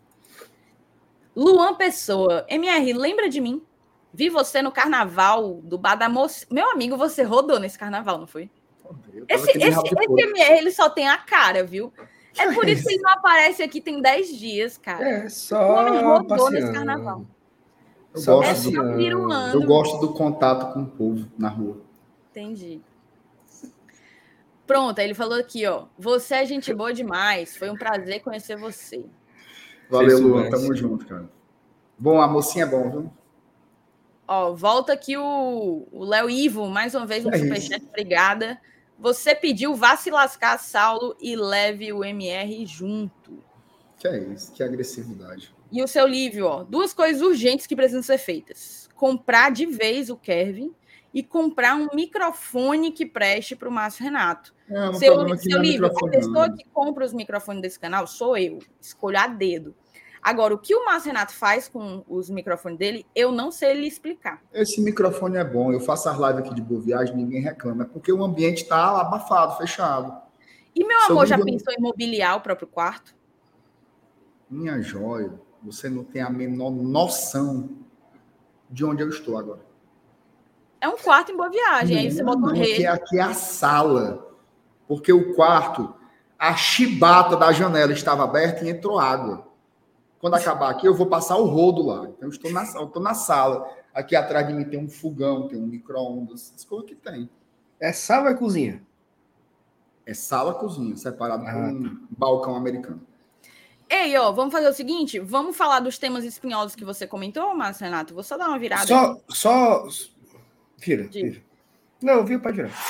Luan Pessoa, M R, lembra de mim? Vi você no carnaval do Bar da Moça. Meu amigo, você rodou nesse carnaval, não foi? Esse, esse, esse M R, ele só tem a cara, viu? É que por é isso que ele não aparece aqui tem dez dias, cara. É, só o homem rodou passeando. Nesse carnaval. Eu, só gosto do, eu gosto do contato com o povo na rua. Entendi. Pronto, aí ele falou aqui, ó. Você é gente boa demais. Foi um prazer conhecer você. Valeu, Luan. Tamo junto, cara. Bom, a mocinha é bom, viu? Ó, volta aqui o Léo Ivo, mais uma vez, um é superchat. Obrigada. Você pediu, vá se lascar, Saulo, e leve o M R junto. Que é isso? Que agressividade. E o seu Lívio, ó, duas coisas urgentes que precisam ser feitas. Comprar de vez o Kevin e comprar um microfone que preste para o Márcio Renato. É, seu seu é Lívio, a pessoa não. que compra os microfones desse canal sou eu. Escolho a dedo. Agora, o que o Márcio Renato faz com os microfones dele, eu não sei lhe explicar. Esse microfone é bom. Eu faço as lives aqui de Boa Viagem, ninguém reclama. É porque o ambiente está abafado, fechado. E, meu amor, já pensou em mobiliar o próprio quarto? Minha joia, você não tem a menor noção de onde eu estou agora. É um quarto em Boa Viagem, não, aí você bota uma rede. Aqui, aqui é a sala, porque o quarto, a chibata da janela estava aberta e entrou água. Quando acabar aqui, eu vou passar o rodo lá. Então, eu estou na, eu estou na sala. Aqui atrás de mim tem um fogão, tem um micro-ondas, as coisas que tem. É sala ou é cozinha? É sala-cozinha, separado ah. por um balcão americano. Ei, ó, vamos fazer o seguinte? Vamos falar dos temas espinhosos que você comentou, Márcio Renato? Vou só dar uma virada. Só, aí. só... Vira, vira. Não, viu, pode virar.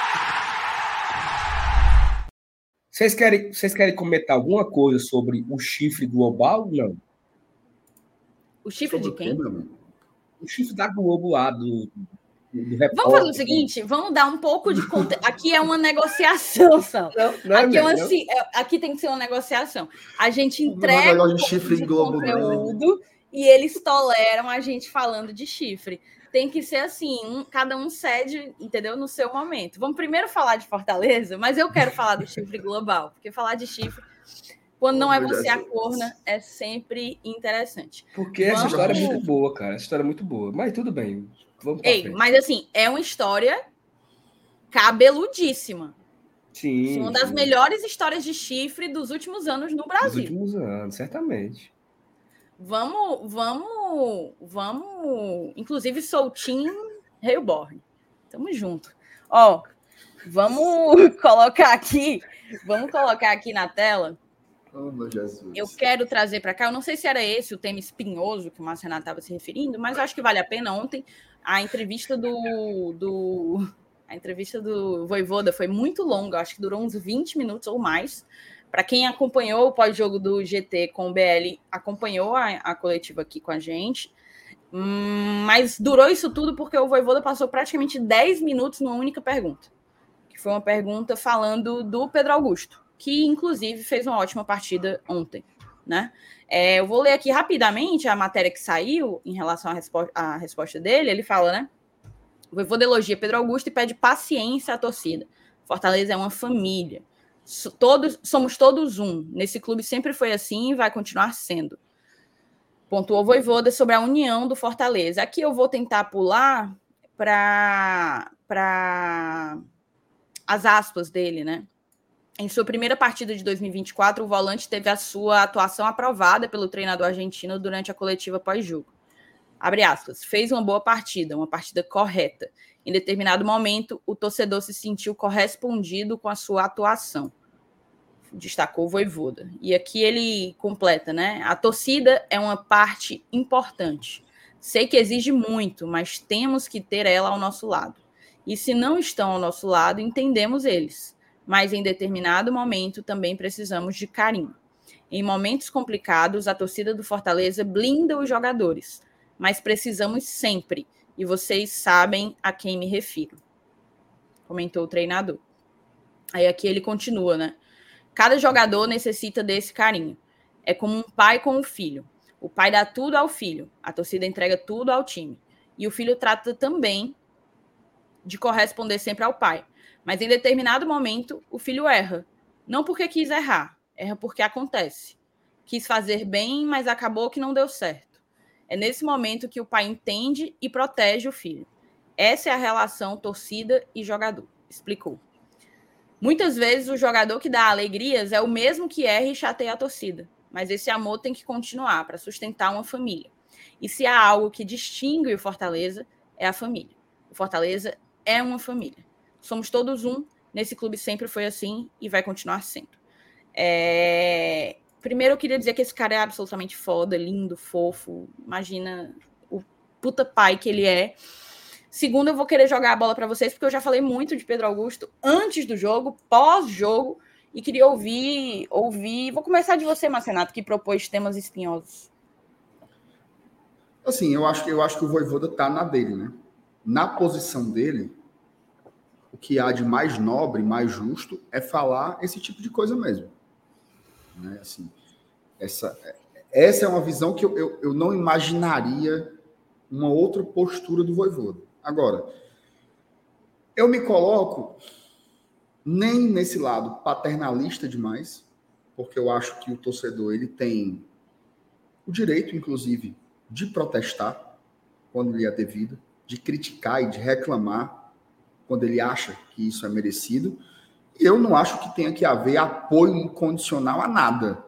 Vocês querem, vocês querem comentar alguma coisa sobre o chifre global? Não. O chifre sobre de quem? O, o chifre da Globo lá, do, do repórter. Vamos fazer o seguinte, vamos dar um pouco de conteúdo. Aqui é uma negociação, Sal. Não, não é aqui, mesmo, é uma, não. Assim, aqui tem que ser uma negociação. A gente entrega um chifre de Globo conteúdo não. E eles toleram a gente falando de chifre. Tem que ser assim, um, cada um cede, entendeu? No seu momento. Vamos primeiro falar de Fortaleza, mas eu quero falar do chifre global, porque falar de chifre, quando não é você a corna, é sempre interessante. Porque Vamos... essa história é muito boa, cara. Essa história é muito boa. Mas tudo bem. Vamos pra Ei, frente. Mas assim, é uma história cabeludíssima. Sim. Uma das sim. melhores histórias de chifre dos últimos anos no Brasil. Dos últimos anos, certamente. Vamos, vamos, vamos. Inclusive, Soltinho Reborn. Tamo junto. Ó, vamos colocar aqui, vamos colocar aqui na tela. Oh, meu Jesus. Eu quero trazer para cá, eu não sei se era esse o tema espinhoso que o Márcio Renato estava se referindo, mas eu acho que vale a pena. Ontem, a entrevista do, do, a entrevista do Vojvoda foi muito longa, acho que durou uns vinte minutos ou mais. Para quem acompanhou o pós-jogo do G T com o B L, acompanhou a, a coletiva aqui com a gente, hum, mas durou isso tudo porque o Vojvoda passou praticamente dez minutos numa única pergunta, que foi uma pergunta falando do Pedro Augusto, que inclusive fez uma ótima partida ontem, né? É, eu vou ler aqui rapidamente a matéria que saiu em relação à resposta, à resposta dele. Ele fala, né? O Vojvoda elogia Pedro Augusto e pede paciência à torcida. Fortaleza é uma família. Todos, somos todos um. Nesse clube sempre foi assim e vai continuar sendo. Pontuou o Vojvoda sobre a união do Fortaleza. Aqui eu vou tentar pular para para as aspas dele, né? Em sua primeira partida de dois mil e vinte e quatro, o volante teve a sua atuação aprovada pelo treinador argentino durante a coletiva pós-jogo. Abre aspas. Fez uma boa partida, uma partida correta. Em determinado momento, o torcedor se sentiu correspondido com a sua atuação. Destacou o Vojvoda. E aqui ele completa, né? A torcida é uma parte importante. Sei que exige muito, mas temos que ter ela ao nosso lado. E se não estão ao nosso lado, entendemos eles. Mas em determinado momento também precisamos de carinho. Em momentos complicados, a torcida do Fortaleza blinda os jogadores. Mas precisamos sempre. E vocês sabem a quem me refiro. Comentou o treinador. Aí aqui ele continua, né? Cada jogador necessita desse carinho. É como um pai com um filho. O pai dá tudo ao filho. A torcida entrega tudo ao time. E o filho trata também de corresponder sempre ao pai. Mas em determinado momento, o filho erra. Não porque quis errar. Erra porque acontece. Quis fazer bem, mas acabou que não deu certo. É nesse momento que o pai entende e protege o filho. Essa é a relação torcida e jogador, explicou. Muitas vezes o jogador que dá alegrias é o mesmo que erra e chateia a torcida, mas esse amor tem que continuar para sustentar uma família. E se há algo que distingue o Fortaleza, é a família. O Fortaleza é uma família. Somos todos um, nesse clube sempre foi assim e vai continuar sendo. É... Primeiro eu queria dizer que esse cara é absolutamente foda, lindo, fofo. Imagina o puta pai que ele é. Segundo, eu vou querer jogar a bola para vocês, porque eu já falei muito de Pedro Augusto antes do jogo, pós-jogo, e queria ouvir, ouvir... Vou começar de você, Marcenato, que propôs temas espinhosos. Assim, eu acho, eu acho que o Vojvoda tá na dele, né? Na posição dele, o que há de mais nobre, mais justo, é falar esse tipo de coisa mesmo. Né? Assim, essa, essa é uma visão que eu, eu, eu não imaginaria uma outra postura do Vojvoda. Agora, eu me coloco nem nesse lado paternalista demais, porque eu acho que o torcedor ele tem o direito, inclusive, de protestar quando lhe é devido, de criticar e de reclamar quando ele acha que isso é merecido. E eu não acho que tenha que haver apoio incondicional a nada.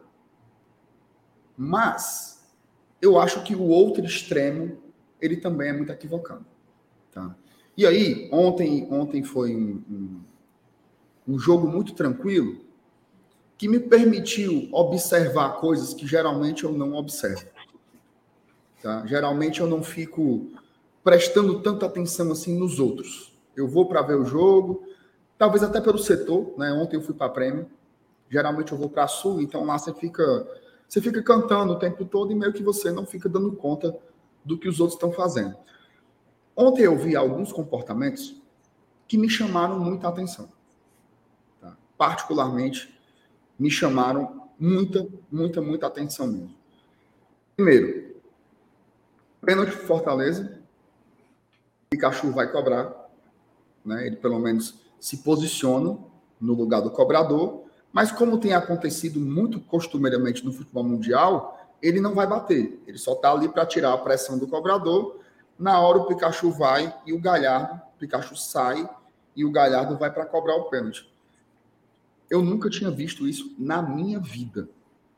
Mas eu acho que o outro extremo ele também é muito equivocado. Tá? E aí, ontem, ontem foi um, um, um jogo muito tranquilo que me permitiu observar coisas que geralmente eu não observo. Tá? Geralmente eu não fico prestando tanta atenção assim nos outros. Eu vou para ver o jogo, talvez até pelo setor, né? Ontem eu fui para a Prêmio, geralmente eu vou para a Sul, então lá você fica, você fica cantando o tempo todo e meio que você não fica dando conta do que os outros estão fazendo. Ontem eu vi alguns comportamentos que me chamaram muita atenção. Tá? Particularmente, me chamaram muita, muita, muita atenção mesmo. Primeiro, pênalti para Fortaleza. Pikachu vai cobrar. Né? Ele, pelo menos, se posiciona no lugar do cobrador. Mas, como tem acontecido muito costumeiramente no futebol mundial, ele não vai bater. Ele só está ali para tirar a pressão do cobrador. Na hora o Pikachu vai e o Galhardo, o Pikachu sai e o Galhardo vai para cobrar o pênalti. Eu nunca tinha visto isso na minha vida.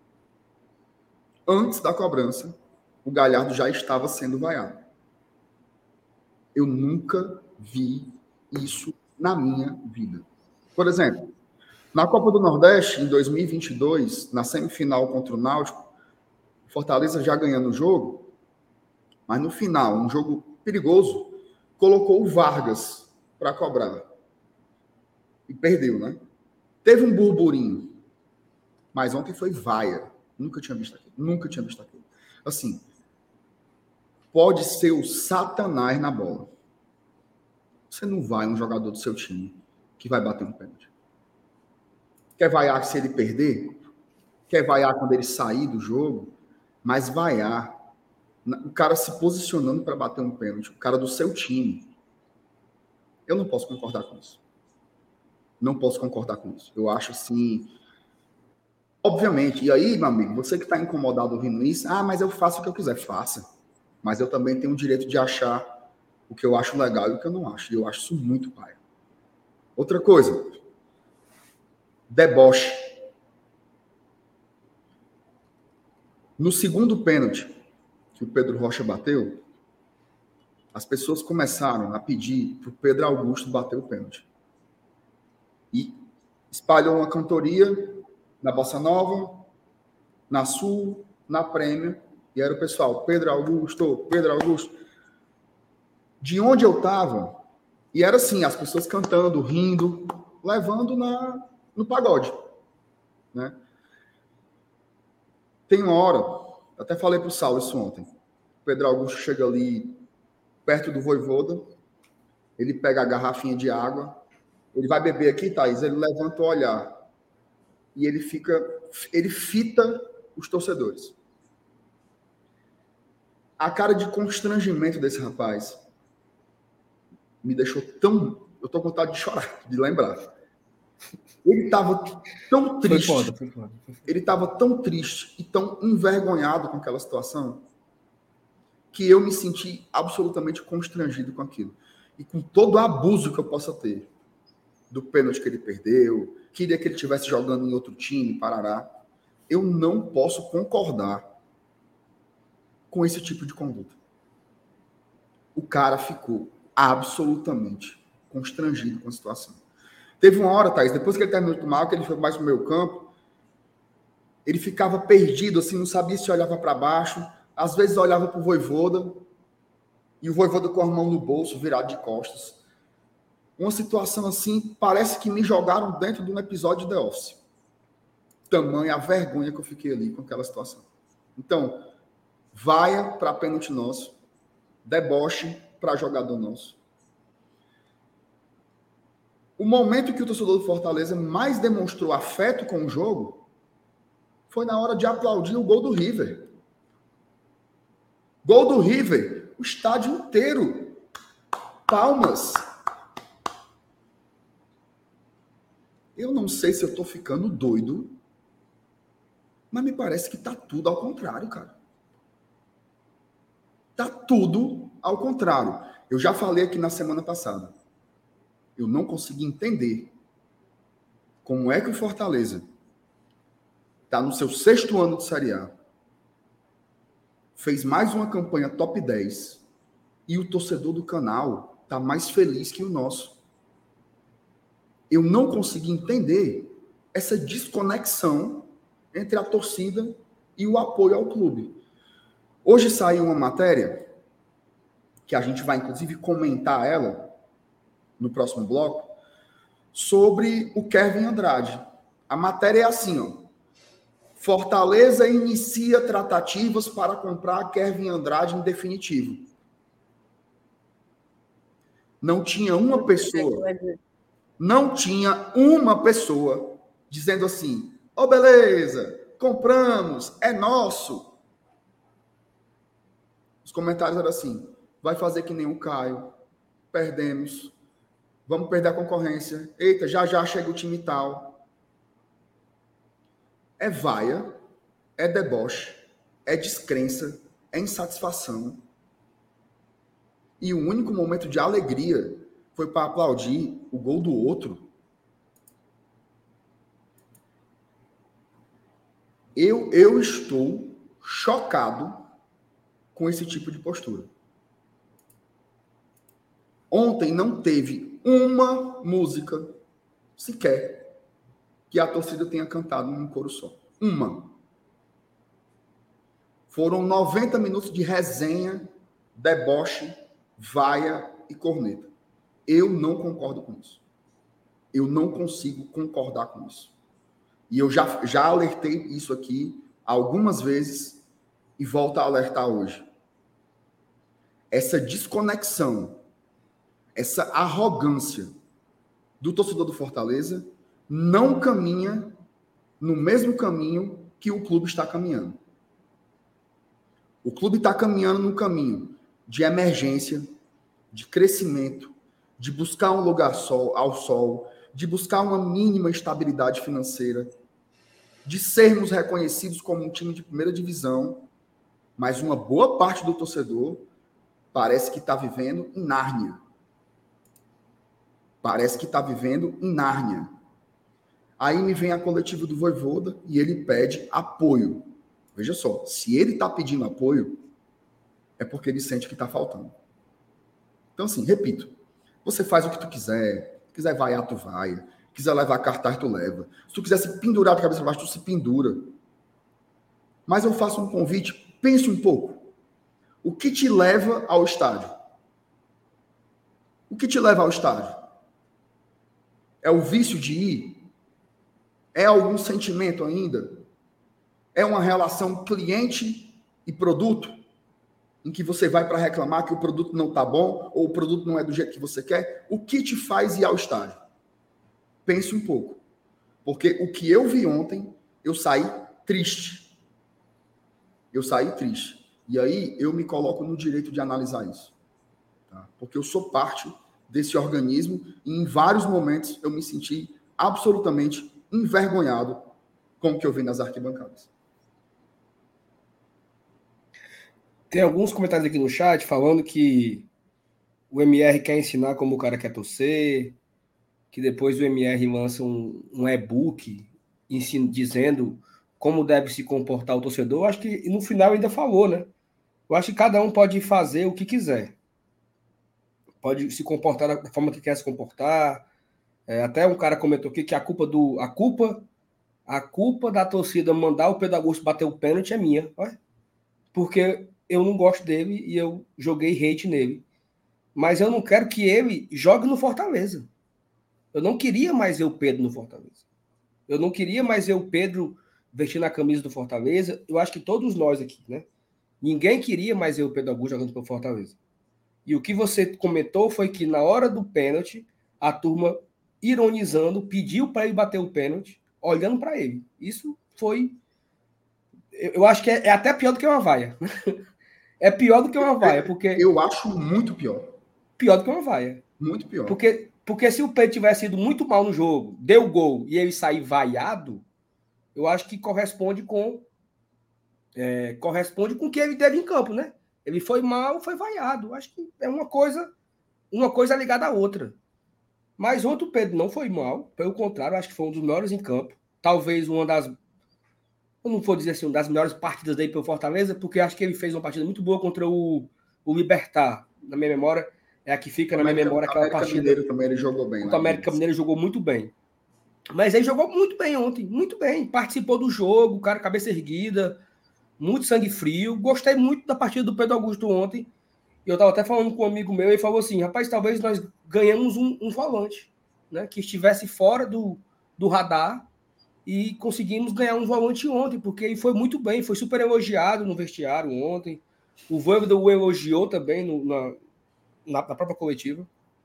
Antes da cobrança, o Galhardo já estava sendo vaiado. Eu nunca vi isso na minha vida. Por exemplo, na Copa do Nordeste, em dois mil e vinte e dois, na semifinal contra o Náutico, Fortaleza já ganhando o jogo, mas no final, um jogo perigoso, colocou o Vargas para cobrar. E perdeu, né? Teve um burburinho. Mas ontem foi vaia. Nunca tinha visto aquilo. Nunca tinha visto aquilo. Assim, pode ser o Satanás na bola. Você não vai um jogador do seu time que vai bater um pênalti. Quer vaiar se ele perder? Quer vaiar quando ele sair do jogo? Mas vaiar o cara se posicionando para bater um pênalti, o cara do seu time. Eu não posso concordar com isso. Não posso concordar com isso. Eu acho assim... Obviamente, e aí, meu amigo, você que está incomodado ouvindo isso, ah, mas eu faço o que eu quiser, faça. Mas eu também tenho o direito de achar o que eu acho legal e o que eu não acho. E eu acho isso muito paia. Outra coisa. Deboche. No segundo pênalti, que o Pedro Rocha bateu, as pessoas começaram a pedir para o Pedro Augusto bater o pênalti. E espalhou uma cantoria na Bossa Nova, na Sul, na Prêmio, e era o pessoal, Pedro Augusto, Pedro Augusto. De onde eu estava, e era assim, as pessoas cantando, rindo, levando na, no pagode. Né? Tem uma hora... Até falei para o Saulo isso ontem. O Pedro Augusto chega ali perto do Vojvoda, ele pega a garrafinha de água, ele vai beber aqui, Thaís, ele levanta o olhar e ele fica, ele fita os torcedores. A cara de constrangimento desse rapaz me deixou tão... Eu estou com vontade de chorar, de lembrar. Ele estava tão triste, foi foda, foi foda, foi foda. Ele estava tão triste e tão envergonhado com aquela situação que eu me senti absolutamente constrangido com aquilo. E com todo o abuso que eu possa ter do pênalti que ele perdeu, queria que ele estivesse jogando em outro time, parará, eu não posso concordar com esse tipo de conduta. O cara ficou absolutamente constrangido com a situação. Teve uma hora, Thaís, depois que ele terminou de tomar, que ele foi mais pro meio campo, ele ficava perdido, assim, não sabia se olhava para baixo, às vezes olhava para o Vojvoda, e o Vojvoda com a mão no bolso, virado de costas. Uma situação assim, parece que me jogaram dentro de um episódio de The Office. Tamanha a vergonha que eu fiquei ali com aquela situação. Então, vaia para pênalti nosso, deboche para jogador nosso. O momento que o torcedor do Fortaleza mais demonstrou afeto com o jogo foi na hora de aplaudir o gol do River. Gol do River, o estádio inteiro. Palmas. Eu não sei se eu tô ficando doido, mas me parece que tá tudo ao contrário, cara. Tá tudo ao contrário. Eu já falei aqui na semana passada. Eu não consegui entender como é que o Fortaleza tá no seu sexto ano de Série A, fez mais uma campanha top dez e o torcedor do canal tá mais feliz que o nosso. Eu não consegui entender essa desconexão entre a torcida e o apoio ao clube. Hoje saiu uma matéria, que a gente vai inclusive comentar ela no próximo bloco, sobre o Kevin Andrade. A matéria é assim, ó. Fortaleza inicia tratativas para comprar Kevin Andrade em definitivo. Não tinha uma pessoa, não tinha uma pessoa dizendo assim, ó, oh, beleza, compramos, é nosso. Os comentários eram assim, vai fazer que nem o Caio, perdemos, vamos perder a concorrência, eita, já já chega o time tal. É vaia, é deboche, é descrença, é insatisfação. E o único momento de alegria foi para aplaudir o gol do outro. Eu, eu estou chocado com esse tipo de postura. Ontem não teve uma música sequer que a torcida tenha cantado num coro só. Uma. Foram noventa minutos de resenha, deboche, vaia e corneta. Eu não concordo com isso. Eu não consigo concordar com isso. E eu já, já alertei isso aqui algumas vezes e volto a alertar hoje. Essa desconexão, essa arrogância do torcedor do Fortaleza não caminha no mesmo caminho que o clube está caminhando. O clube está caminhando num caminho de emergência, de crescimento, de buscar um lugar sol, ao sol, de buscar uma mínima estabilidade financeira, de sermos reconhecidos como um time de primeira divisão, mas uma boa parte do torcedor parece que está vivendo em Nárnia. Parece que está vivendo em Nárnia. Aí me vem a coletiva do Vojvoda e ele pede apoio. Veja só, se ele está pedindo apoio, é porque ele sente que está faltando. Então, assim, repito, você faz o que tu quiser, se quiser vaiar, tu vai, quiser levar cartaz, tu leva. Se tu quiser se pendurar de cabeça para baixo, tu se pendura. Mas eu faço um convite, pense um pouco. O que te leva ao estádio? O que te leva ao estádio? É o vício de ir? É algum sentimento ainda? É uma relação cliente e produto? Em que você vai para reclamar que o produto não está bom ou o produto não é do jeito que você quer? O que te faz ir ao estádio? Pense um pouco. Porque o que eu vi ontem, eu saí triste. Eu saí triste. E aí eu me coloco no direito de analisar isso. Tá? Porque eu sou parte desse organismo e em vários momentos eu me senti absolutamente envergonhado com o que eu vi nas arquibancadas. Tem alguns comentários aqui no chat falando que o M R quer ensinar como o cara quer torcer, que depois o M R lança um, um e-book ensino, dizendo como deve se comportar o torcedor. Acho que no final ainda falou, né? Eu acho que cada um pode fazer o que quiser. Pode se comportar da forma que quer se comportar. É, até um cara comentou aqui que a culpa do... A culpa, a culpa da torcida mandar o Pedro Augusto bater o pênalti é minha. Olha. Porque eu não gosto dele e eu joguei hate nele. Mas eu não quero que ele jogue no Fortaleza. Eu não queria mais ver o Pedro no Fortaleza. Eu não queria mais ver o Pedro vestindo a camisa do Fortaleza. Eu acho que todos nós aqui, né? Ninguém queria mais ver o Pedro Augusto jogando pelo Fortaleza. E o que você comentou foi que na hora do pênalti, a turma, ironizando, pediu para ele bater o pênalti, olhando para ele. Isso foi... Eu acho que é, é até pior do que uma vaia. É pior do que uma vaia, porque... Eu acho muito pior. Pior do que uma vaia. Muito pior. Porque, porque se o Pedro tivesse ido muito mal no jogo, deu gol e ele sair vaiado, eu acho que corresponde com... É, corresponde com o que ele teve em campo, né? Ele foi mal, foi vaiado. Acho que é uma coisa, uma coisa ligada à outra. Mas ontem o Pedro não foi mal, pelo contrário, acho que foi um dos melhores em campo. Talvez uma das, eu não vou dizer assim, uma das melhores partidas dele pelo Fortaleza, porque acho que ele fez uma partida muito boa contra o, o Libertad. Na minha memória, é a que fica na minha memória aquela América partida. Mineiro também ele jogou bem. O América Mineiro jogou muito bem. Mas ele jogou muito bem ontem, muito bem. Participou do jogo, o cara cabeça erguida, muito sangue frio. Gostei muito da partida do Pedro Augusto ontem. E eu estava até falando com um amigo meu, e ele falou assim, rapaz, talvez nós ganhamos um, um volante, né, que estivesse fora do, do radar, e conseguimos ganhar um volante ontem, porque ele foi muito bem, foi super elogiado no vestiário ontem. O Voivoda o elogiou também no, na, na, na própria coletiva.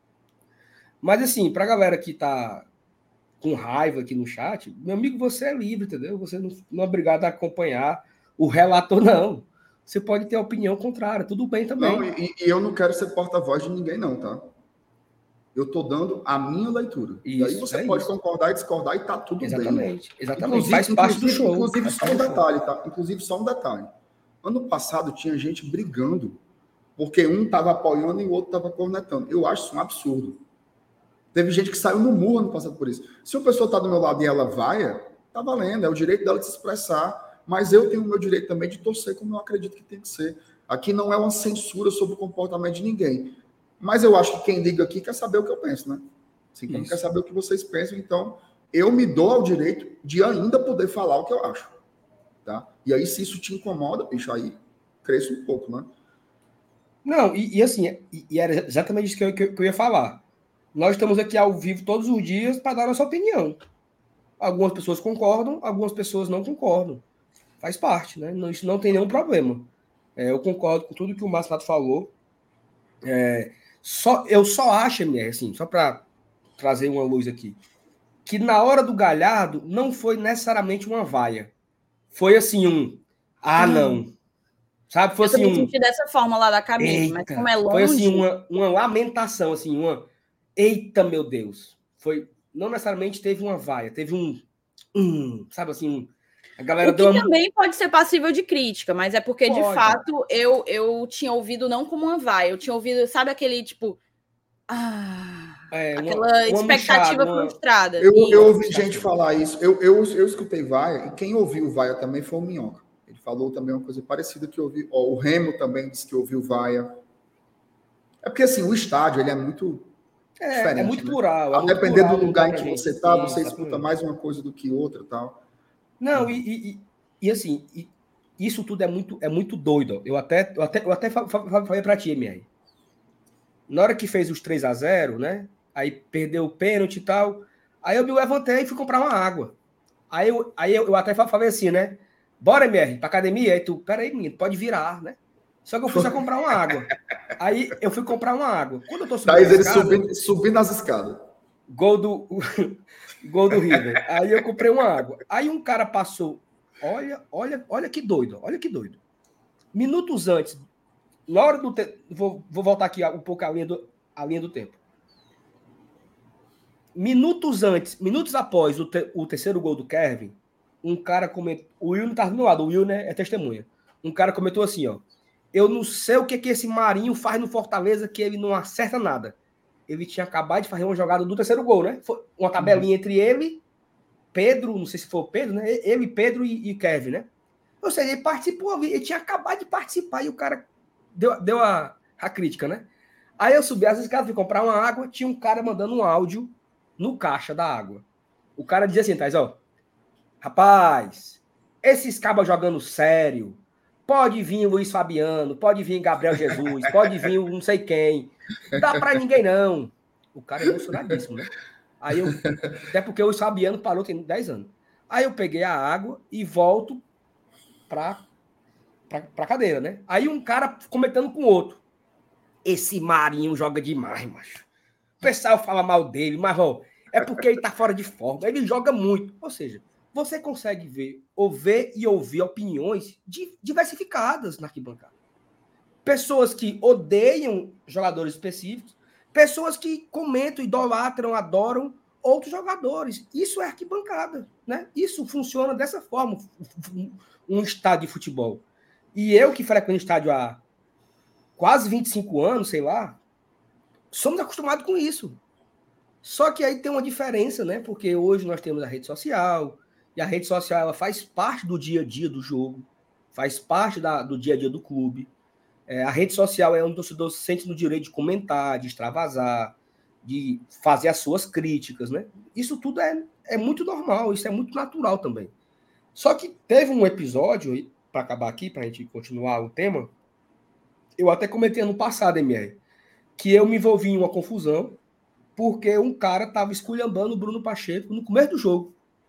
Mas assim, para a galera que está com raiva aqui no chat, meu amigo, você é livre, entendeu? Você não, não é obrigado a acompanhar o relator, não. Você pode ter opinião contrária, tudo bem também. Não, e, e eu não quero ser porta-voz de ninguém, não, tá? Eu estou dando a minha leitura. Isso, e aí você é pode isso. concordar e discordar e tá tudo exatamente, bem. Exatamente, inclusive, faz parte do show. Inclusive, só um detalhe, tá? Inclusive, só um detalhe. Ano passado tinha gente brigando, porque um estava apoiando e o outro estava cornetando. Eu acho isso um absurdo. Teve gente que saiu no murro ano passado por isso. Se uma pessoa está do meu lado e ela vaia, tá valendo, é o direito dela de se expressar, mas eu tenho o meu direito também de torcer como eu acredito que tem que ser. Aqui não é uma censura sobre o comportamento de ninguém. Mas eu acho que quem liga aqui quer saber o que eu penso, né? Assim como quer saber o que vocês pensam, então eu me dou ao direito de ainda poder falar o que eu acho. Tá? E aí, se isso te incomoda, bicho, aí cresce um pouco, né? Não, e, e assim, e, e era exatamente isso que eu, que eu ia falar. Nós estamos aqui ao vivo todos os dias para dar nossa opinião. Algumas pessoas concordam, algumas pessoas não concordam. Faz parte, né? Não, isso não tem nenhum problema. É, eu concordo com tudo que o Márcio falou. É, só, eu só acho, M R, assim, só para trazer uma luz aqui, que na hora do Galhardo não foi necessariamente uma vaia. Foi assim um, ah, não. Sabe? Foi eu assim também um... senti dessa forma lá da cabine, mas como é longe... Foi assim uma, uma lamentação, assim, uma... Eita, meu Deus. Foi... Não necessariamente teve uma vaia, teve um... um sabe assim, um... A galera o que deu uma... também pode ser passível de crítica, mas é porque, pode. de fato, eu, eu tinha ouvido não como uma vaia, eu tinha ouvido, sabe aquele, tipo... Ah, é, aquela uma, uma expectativa murchada, frustrada. Eu, eu ouvi gente falar isso. Eu, eu, eu escutei vaia, e quem ouviu vaia também foi o Minhoca. Ele falou também uma coisa parecida que eu ouvi. Ó, o Remo também disse que ouviu vaia. É porque, assim, o estádio, ele é muito é, diferente. É muito né? plural. A é depender plural, do lugar em que gente. você está, Isso, você exatamente. escuta mais uma coisa do que outra e tal. Não, e, e, e assim, e, isso tudo é muito, é muito doido. Eu até, eu até, eu até falei para ti, M R. Na hora que fez os três a zero, né? Aí perdeu o pênalti e tal. Aí eu me levantei e fui comprar uma água. Aí eu, aí eu, eu até falei assim, né? Bora, M R, pra academia? Aí tu, peraí, menino, pode virar, né? Só que eu fui só comprar uma água. Aí eu fui comprar uma água. Quando eu tô subindo Thaís, ele subindo, subindo as escadas. Gol do, gol do River. Aí eu comprei uma água. Aí um cara passou. Olha, olha, olha que doido, olha que doido. Minutos antes, na hora do te... vou, vou voltar aqui um pouco a linha do, a linha do tempo. Minutos antes, minutos após o, te, o terceiro gol do Kevin, um cara comentou. O Will não estava do meu lado, o Will, né, é testemunha. Um cara comentou assim, ó. Eu não sei o que, que esse Marinho faz no Fortaleza, que ele não acerta nada. Ele tinha acabado de fazer uma jogada do terceiro gol, né? Foi uma tabelinha uhum. entre ele, Pedro, não sei se foi o Pedro, né? Ele, Pedro e, e Kevin, né? Ou seja, ele participou, ele tinha acabado de participar e o cara deu, deu a, a crítica, né? Aí eu subi, às vezes, cara, fui comprar uma água, tinha um cara mandando um áudio no caixa da água. O cara dizia assim, Thais, ó, rapaz, esses cabas jogando sério, Pode vir o Luiz Fabiano, pode vir Gabriel Jesus, pode vir o não sei quem. Não dá para ninguém, não. O cara é emocionadíssimo, né? Aí eu, até porque o Luiz Fabiano parou tem dez anos. Aí eu peguei a água e volto para a cadeira, né? Aí um cara comentando com o outro. Esse Marinho joga demais, macho. O pessoal fala mal dele, mas ó, é porque ele tá fora de forma. Ele joga muito. Ou seja, você consegue ver, ou ver e ouvir opiniões diversificadas na arquibancada. Pessoas que odeiam jogadores específicos, pessoas que comentam, idolatram, adoram outros jogadores. Isso é arquibancada, né? Isso funciona dessa forma, um estádio de futebol. E eu que frequento estádio há quase vinte e cinco anos, sei lá, somos acostumados com isso. Só que aí tem uma diferença, né? Porque hoje nós temos a rede social, e a rede social ela faz parte do dia a dia do jogo, faz parte da, do dia a dia do clube. É, a rede social é onde o torcedor se sente no direito de comentar, de extravasar, de fazer as suas críticas, né? Isso tudo é, é muito normal, isso é muito natural também. Só que teve um episódio, para acabar aqui, para a gente continuar o tema, eu até comentei ano passado, M R, que eu me envolvi em uma confusão porque um cara estava esculhambando o Bruno Pacheco no começo do jogo.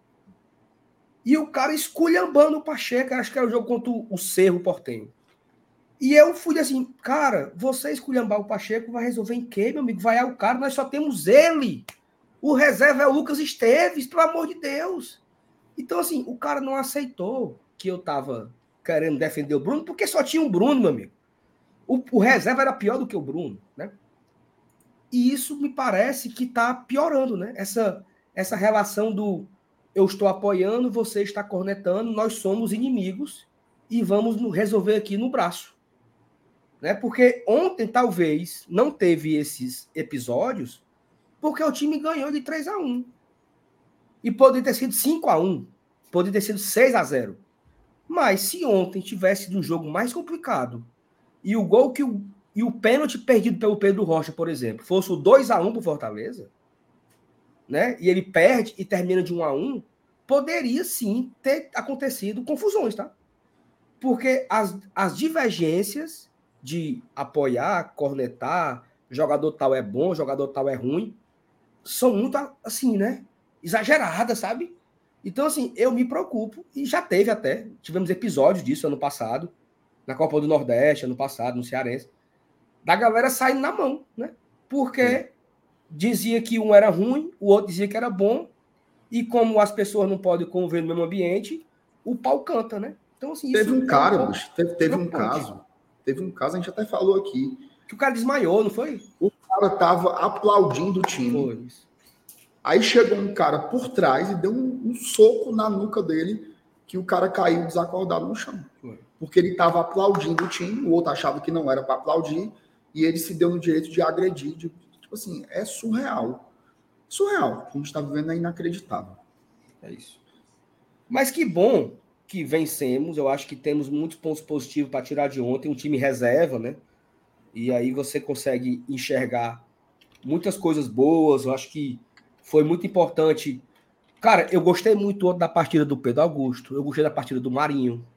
E o cara esculhambando o Pacheco, acho que era o jogo contra o Cerro Porteño. E eu fui assim, cara, você esculhambar o Pacheco vai resolver em quê, meu amigo? Vai ao cara, nós só temos ele. O reserva é o Lucas Esteves, pelo amor de Deus. Então, assim, o cara não aceitou que eu tava querendo defender o Bruno, porque só tinha um Bruno, meu amigo. O, o reserva era pior do que o Bruno, né? E isso me parece que está piorando, né? Essa, essa relação do eu estou apoiando, você está cornetando, nós somos inimigos e vamos resolver aqui no braço. Né? Porque ontem, talvez, não teve esses episódios porque o time ganhou de três a um. E poderia ter sido cinco a um, poderia ter sido seis a zero. Mas se ontem tivesse sido um jogo mais complicado e o gol que o e o pênalti perdido pelo Pedro Rocha, por exemplo, fosse o dois a um para o Fortaleza, né? E ele perde e termina de um a um, poderia sim ter acontecido confusões, tá? Porque as, as divergências de apoiar, cornetar, jogador tal é bom, jogador tal é ruim, são muito, assim, né? Exageradas, sabe? Então, assim, eu me preocupo, e já teve até, tivemos episódios disso ano passado, na Copa do Nordeste, ano passado, no Cearense, da galera saindo na mão, né? Porque Sim. dizia que um era ruim, o outro dizia que era bom, e como as pessoas não podem conviver no mesmo ambiente, o pau canta, né? Então, assim, teve um cara, um bicho, teve, teve um caso, teve um caso, a gente até falou aqui. Que o cara desmaiou, não foi? O cara tava aplaudindo o time. Foi isso. Aí chegou um cara por trás e deu um, um soco na nuca dele, que o cara caiu desacordado no chão. Foi. Porque ele tava aplaudindo o time, o outro achava que não era para aplaudir, e ele se deu no direito de agredir. De, tipo assim, é surreal. Surreal. O que a gente está vivendo é inacreditável. É isso. Mas que bom que vencemos. Eu acho que temos muitos pontos positivos para tirar de ontem. Um time reserva, né? E aí você consegue enxergar muitas coisas boas. Eu acho que foi muito importante. Cara, eu gostei muito da partida do Pedro Augusto. Eu gostei da partida do Marinho.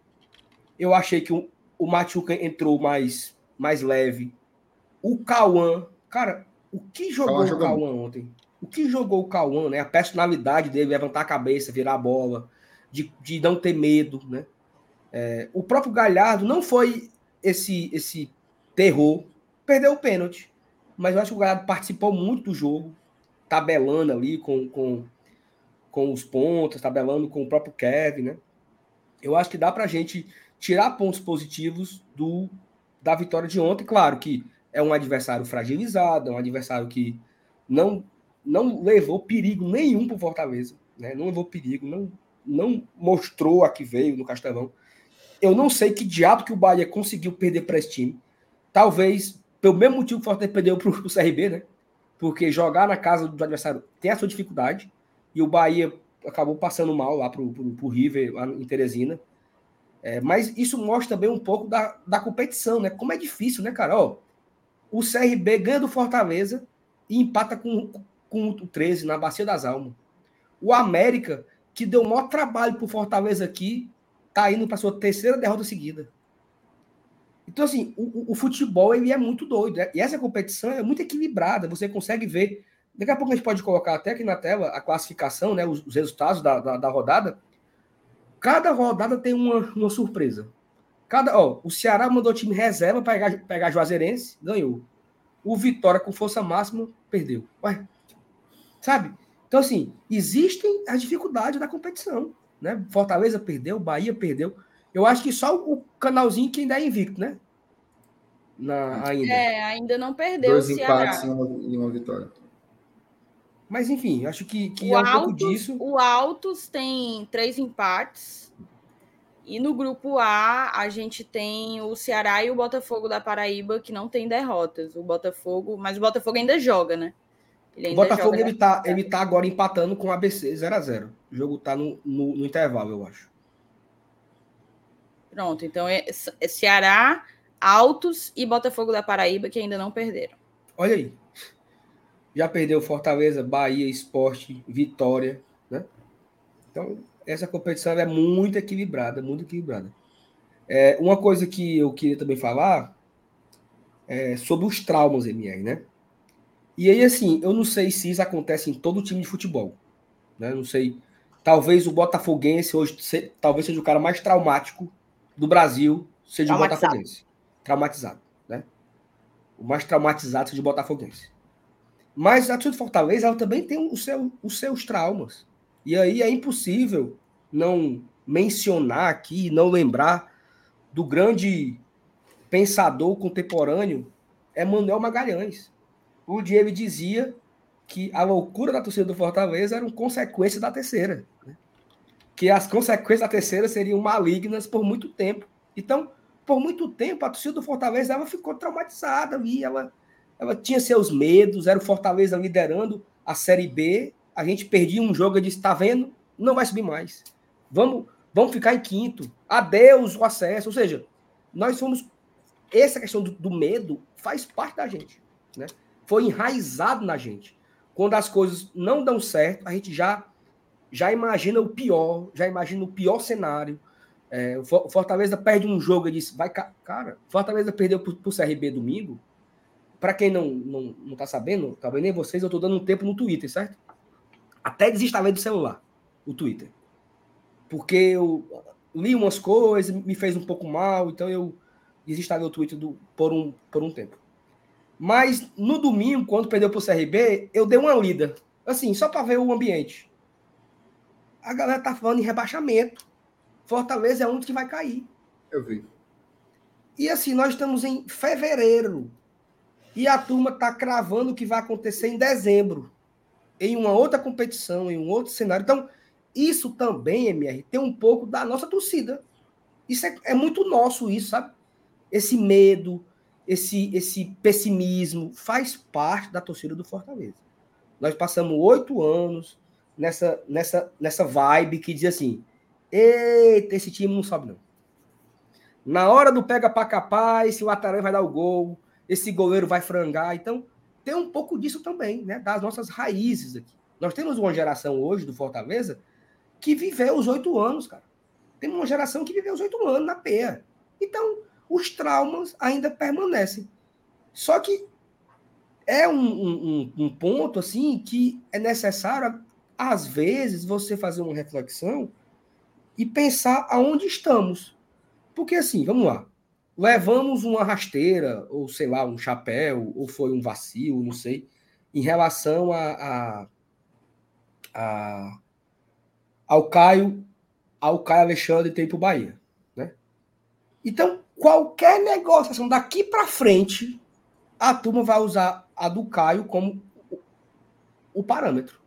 Eu achei que o, o Machuca entrou mais, mais leve. O Cauã, cara, o que jogou Cauã o Cauã ontem? O que jogou o Cauã, né? A personalidade dele, levantar a cabeça, virar a bola, de, de não ter medo, né? É, o próprio Galhardo não foi esse, esse terror, perdeu o pênalti. Mas eu acho que o Galhardo participou muito do jogo, tabelando ali com, com, com os pontos, tabelando com o próprio Kevin, né? Eu acho que dá pra gente tirar pontos positivos do, da vitória de ontem. Claro que é um adversário fragilizado, é um adversário que não, não levou perigo nenhum para o Fortaleza, né? Não levou perigo, não, não mostrou a que veio no Castelão. Eu não sei que diabo que o Bahia conseguiu perder para esse time. Talvez pelo mesmo motivo que o Fortaleza perdeu para o C R B, né? Porque jogar na casa do adversário tem a sua dificuldade, e o Bahia acabou passando mal lá para o River, lá em Teresina. É, mas isso mostra também um pouco da, da competição, né? Como é difícil, né, cara? Ó, o C R B ganha do Fortaleza e empata com, com o treze na Bacia das Almas. O América, que deu o maior trabalho pro Fortaleza aqui, tá indo para sua terceira derrota seguida. Então, assim, o, o futebol ele é muito doido. Né? E essa competição é muito equilibrada. Você consegue ver. Daqui a pouco a gente pode colocar até aqui na tela a classificação, né? Os, os resultados da, da, da rodada. Cada rodada tem uma, uma surpresa. Cada, ó, o Ceará mandou time reserva para pegar, pegar Juazeirense, ganhou. O Vitória, com força máxima, perdeu. Ué, sabe? Então, assim, existem as dificuldades da competição. Né? Fortaleza perdeu, Bahia perdeu. Eu acho que só o canalzinho que ainda é invicto, né? Na, ainda. É, ainda não perdeu Dois o Ceará. empates e uma, e uma vitória. Mas, enfim, acho que, que o é um Altos, pouco disso. O Altos tem três empates. E no grupo A, a gente tem o Ceará e o Botafogo da Paraíba, que não tem derrotas. O Botafogo, mas o Botafogo ainda joga, né? Ele o Botafogo ele tá, ele tá agora empatando com o A B C zero a zero. O jogo tá no, no, no intervalo, eu acho. Pronto, então é, é Ceará, Altos e Botafogo da Paraíba, que ainda não perderam. Olha aí. Já perdeu Fortaleza, Bahia, Sport, Vitória, né? Então, essa competição é muito equilibrada, muito equilibrada. É, uma coisa que eu queria também falar é sobre os traumas, M R, né? E aí, assim, eu não sei se isso acontece em todo time de futebol, né? Não sei. Talvez o botafoguense hoje, se, talvez seja o cara mais traumático do Brasil, seja o botafoguense. Traumatizado, né? O mais traumatizado seja o botafoguense. Mas a torcida de Fortaleza, ela também tem o seu, os seus traumas. E aí é impossível não mencionar aqui, não lembrar do grande pensador contemporâneo Emanuel Magalhães. O Diego dizia que a loucura da torcida do Fortaleza era uma consequência da terceira. Né? Que as consequências da terceira seriam malignas por muito tempo. Então, por muito tempo, a torcida do Fortaleza ela ficou traumatizada ali, ela, ela tinha seus medos, era o Fortaleza liderando a Série B, a gente perdia um jogo e disse, tá vendo? Não vai subir mais. Vamos, vamos ficar em quinto. Adeus o acesso. Ou seja, nós fomos... Essa questão do, do medo faz parte da gente, né? Foi enraizado na gente. Quando as coisas não dão certo, a gente já, já imagina o pior, já imagina o pior cenário. É, o Fortaleza perde um jogo e diz, vai, cara, Fortaleza perdeu para o C R B domingo. Para quem não, não, não tá sabendo, talvez nem vocês, eu tô dando um tempo no Twitter, certo? Até desinstalei do celular o Twitter. Porque eu li umas coisas, me fez um pouco mal, então eu desinstalei o Twitter do, por, um, por um tempo. Mas no domingo, quando perdeu pro C R B, eu dei uma lida. Assim, só para ver o ambiente. A galera tá falando em rebaixamento. Fortaleza é um que vai cair. Eu vi. E assim, nós estamos em fevereiro. E a turma tá cravando o que vai acontecer em dezembro. Em uma outra competição, em um outro cenário. Então, isso também, M R, tem um pouco da nossa torcida. Isso é, é muito nosso, isso, sabe? Esse medo, esse, esse pessimismo faz parte da torcida do Fortaleza. Nós passamos oito anos nessa, nessa, nessa vibe que diz assim, eita, esse time não sobe não. Na hora do pega pra capaz, esse lateral vai dar o gol, esse goleiro vai frangar. Então, tem um pouco disso também, né? Das nossas raízes aqui. Nós temos uma geração hoje do Fortaleza que viveu os oito anos, cara. Temos uma geração que viveu os oito anos na P E A. Então, os traumas ainda permanecem. Só que é um, um, um ponto assim que é necessário, às vezes, você fazer uma reflexão e pensar aonde estamos. Porque assim, vamos lá. Levamos uma rasteira, ou sei lá, um chapéu, ou foi um vacilo, não sei, em relação a, a, a, ao Caio, ao Caio Alexandre ter ido para o Bahia. Né? Então, qualquer negociação daqui para frente, a turma vai usar a do Caio como o parâmetro.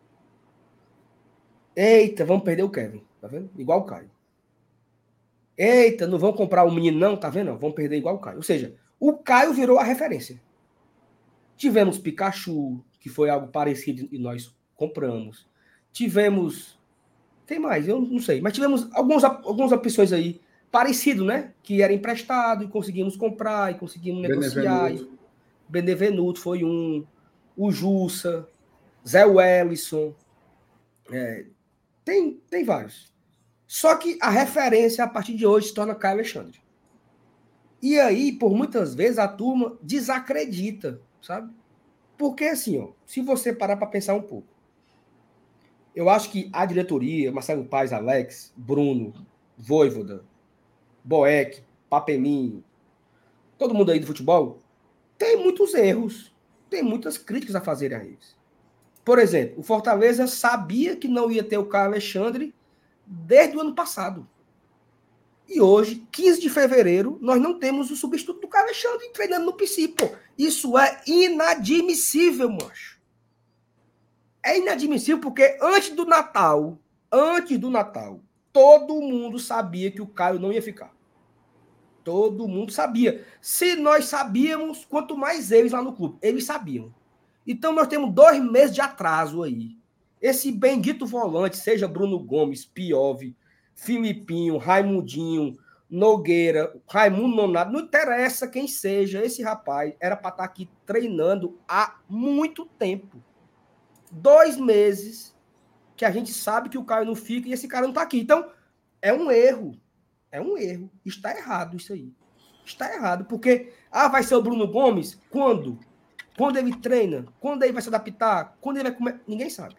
Eita, vamos perder o Kevin, tá vendo? Igual o Caio. Eita, não vão comprar o menino não, tá vendo? Vão perder igual o Caio. Ou seja, o Caio virou a referência. Tivemos Pikachu, que foi algo parecido e nós compramos. Tivemos... Tem mais, eu não sei. Mas tivemos alguns, algumas opções aí parecido, né? Que era emprestado e conseguimos comprar e conseguimos negociar. Benevenuto. Benevenuto foi um. O Jussa, Zé Wellison. É, tem, tem vários. Só que a referência a partir de hoje se torna Caio Alexandre. E aí, por muitas vezes, a turma desacredita, sabe? Porque, assim, ó, se você parar para pensar um pouco, eu acho que a diretoria, Marcelo Paes, Alex, Bruno, Vojvoda, Boeck, Papelinho, todo mundo aí do futebol, tem muitos erros, tem muitas críticas a fazer a eles. Por exemplo, o Fortaleza sabia que não ia ter o Caio Alexandre desde o ano passado. E hoje, quinze de fevereiro, nós não temos o substituto do Caio Alexandre treinando no P C, pô. Isso é inadmissível, macho. É inadmissível porque antes do Natal, antes do Natal, todo mundo sabia que o Caio não ia ficar. Todo mundo sabia. Se nós sabíamos, quanto mais eles lá no clube. Eles sabiam. Então nós temos dois meses de atraso aí. Esse bendito volante, seja Bruno Gomes, Piove, Filipinho, Raimundinho, Nogueira, Raimundo Nonato, não interessa quem seja, esse rapaz era para estar aqui treinando há muito tempo. Dois meses que a gente sabe que o Caio não fica e esse cara não está aqui. Então, é um erro. É um erro. Está errado isso aí. Está errado, porque ah, vai ser o Bruno Gomes? Quando? Quando ele treina? Quando ele vai se adaptar? Quando ele vai comer? Ninguém sabe.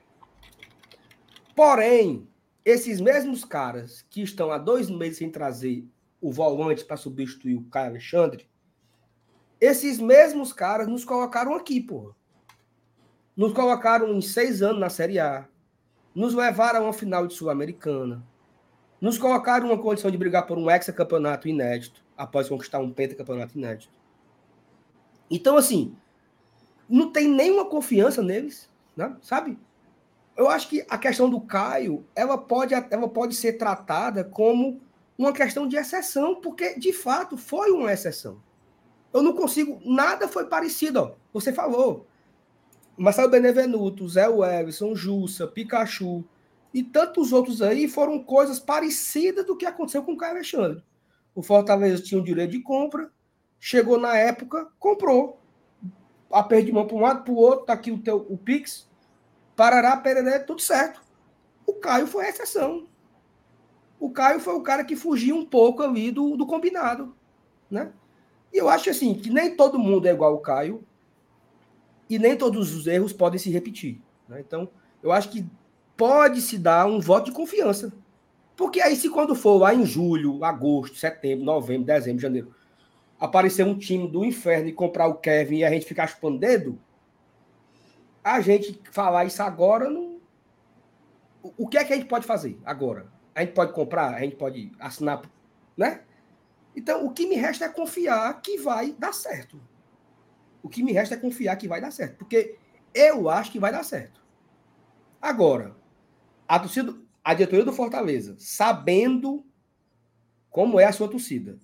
Porém, esses mesmos caras que estão há dois meses sem trazer o volante para substituir o Caio Alexandre, esses mesmos caras nos colocaram aqui, porra. Nos colocaram em seis anos na Série A. Nos levaram a uma final de Sul-Americana. Nos colocaram uma condição de brigar por um hexacampeonato inédito, após conquistar um pentacampeonato inédito. Então, assim, não tem nenhuma confiança neles, né? Sabe? Eu acho que a questão do Caio, ela pode, ela pode ser tratada como uma questão de exceção, porque, de fato, foi uma exceção. Eu não consigo... Nada foi parecido, ó. Você falou. Marcelo Benevenuto, Zé Wellison, Jussa, Pikachu e tantos outros aí foram coisas parecidas do que aconteceu com o Caio Alexandre. O Fortaleza tinha o direito de compra, chegou na época, comprou. Aperto de mão para um lado, para o outro, tá aqui o, teu, o Pix, parará, pereré, tudo certo. O Caio foi a exceção. O Caio foi o cara que fugiu um pouco ali do, do combinado, né? E eu acho assim, que nem todo mundo é igual ao Caio e nem todos os erros podem se repetir, né? Então, eu acho que pode se dar um voto de confiança. Porque aí, se quando for lá em julho, agosto, setembro, novembro, dezembro, janeiro, aparecer um time do inferno e comprar o Kevin e a gente ficar chupando dedo, a gente falar isso agora, não... o que é que a gente pode fazer agora? A gente pode comprar? A gente pode assinar, né? Então, o que me resta é confiar que vai dar certo. O que me resta é confiar que vai dar certo. Porque eu acho que vai dar certo. Agora, a torcida, a diretoria do Fortaleza, sabendo como é a sua torcida,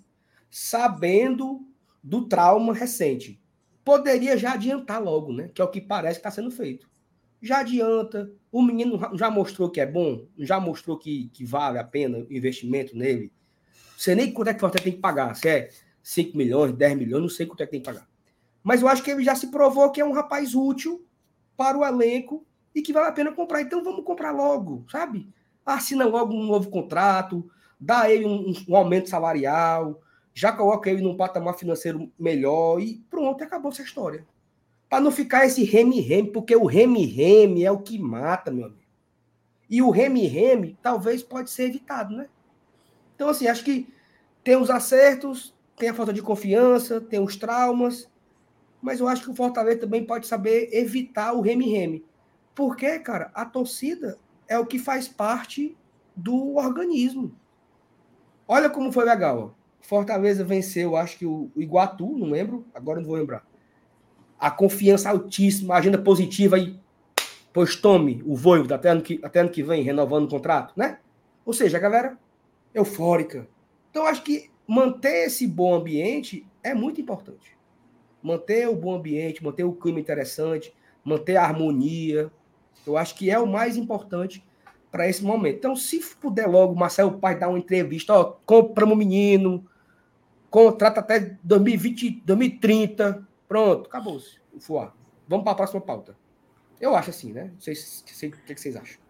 sabendo do trauma recente, poderia já adiantar logo, né? Que é o que parece que está sendo feito. Já adianta, o menino já mostrou que é bom, já mostrou que, que vale a pena o investimento nele. Não sei nem quanto é que o Fortaleza tem que pagar, se é cinco milhões, dez milhões, não sei quanto é que tem que pagar. Mas eu acho que ele já se provou que é um rapaz útil para o elenco e que vale a pena comprar. Então vamos comprar logo, sabe? Assina logo um novo contrato, dá a ele um, um aumento salarial, já coloca ele num patamar financeiro melhor e pronto, acabou essa história. Para não ficar esse reme-reme, porque o reme-reme é o que mata, meu amigo. E o reme-reme talvez pode ser evitado, né? Então, assim, acho que tem os acertos, tem a falta de confiança, tem os traumas, mas eu acho que o Fortaleza também pode saber evitar o reme-reme. Porque, cara, a torcida é o que faz parte do organismo. Olha como foi legal, ó. Fortaleza venceu, acho que o Iguatu, não lembro, agora não vou lembrar. A confiança altíssima, a agenda positiva aí, pois tome o Vojvoda até ano que, até ano que vem, renovando o contrato, né? Ou seja, a galera eufórica. Então, acho que manter esse bom ambiente é muito importante. Manter o bom ambiente, manter o clima interessante, manter a harmonia, eu acho que é o mais importante para esse momento. Então, se puder logo, o Marcelo Paes dar uma entrevista, ó, compramos o menino, contrato até dois mil e vinte, dois mil e trinta, pronto, acabou-se. Vamos para a próxima pauta. Eu acho assim, né? Não sei, sei o que vocês acham.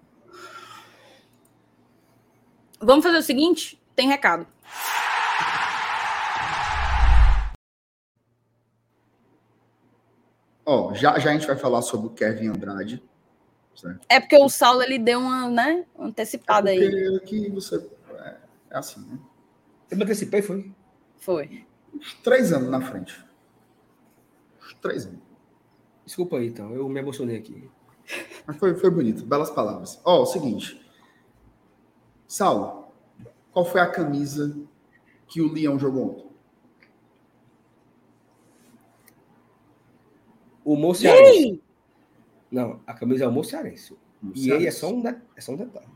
Vamos fazer o seguinte? Tem recado. Ó, já, já a gente vai falar sobre o Kevin Andrade. Certo? É porque o Saulo, ele deu uma, né, uma antecipada é porque aí. Aqui você... É, é assim, né? Eu me antecipei, foi? Foi. Uns três anos na frente. Uns três anos. Desculpa aí, então. Eu me emocionei aqui. Mas foi, foi bonito. Belas palavras. Ó, o seguinte. Saulo, qual foi a camisa que o Leão jogou ontem? O Mocearense. Não, a camisa é o Mocearense. E aí é só um, de... é só um detalhe.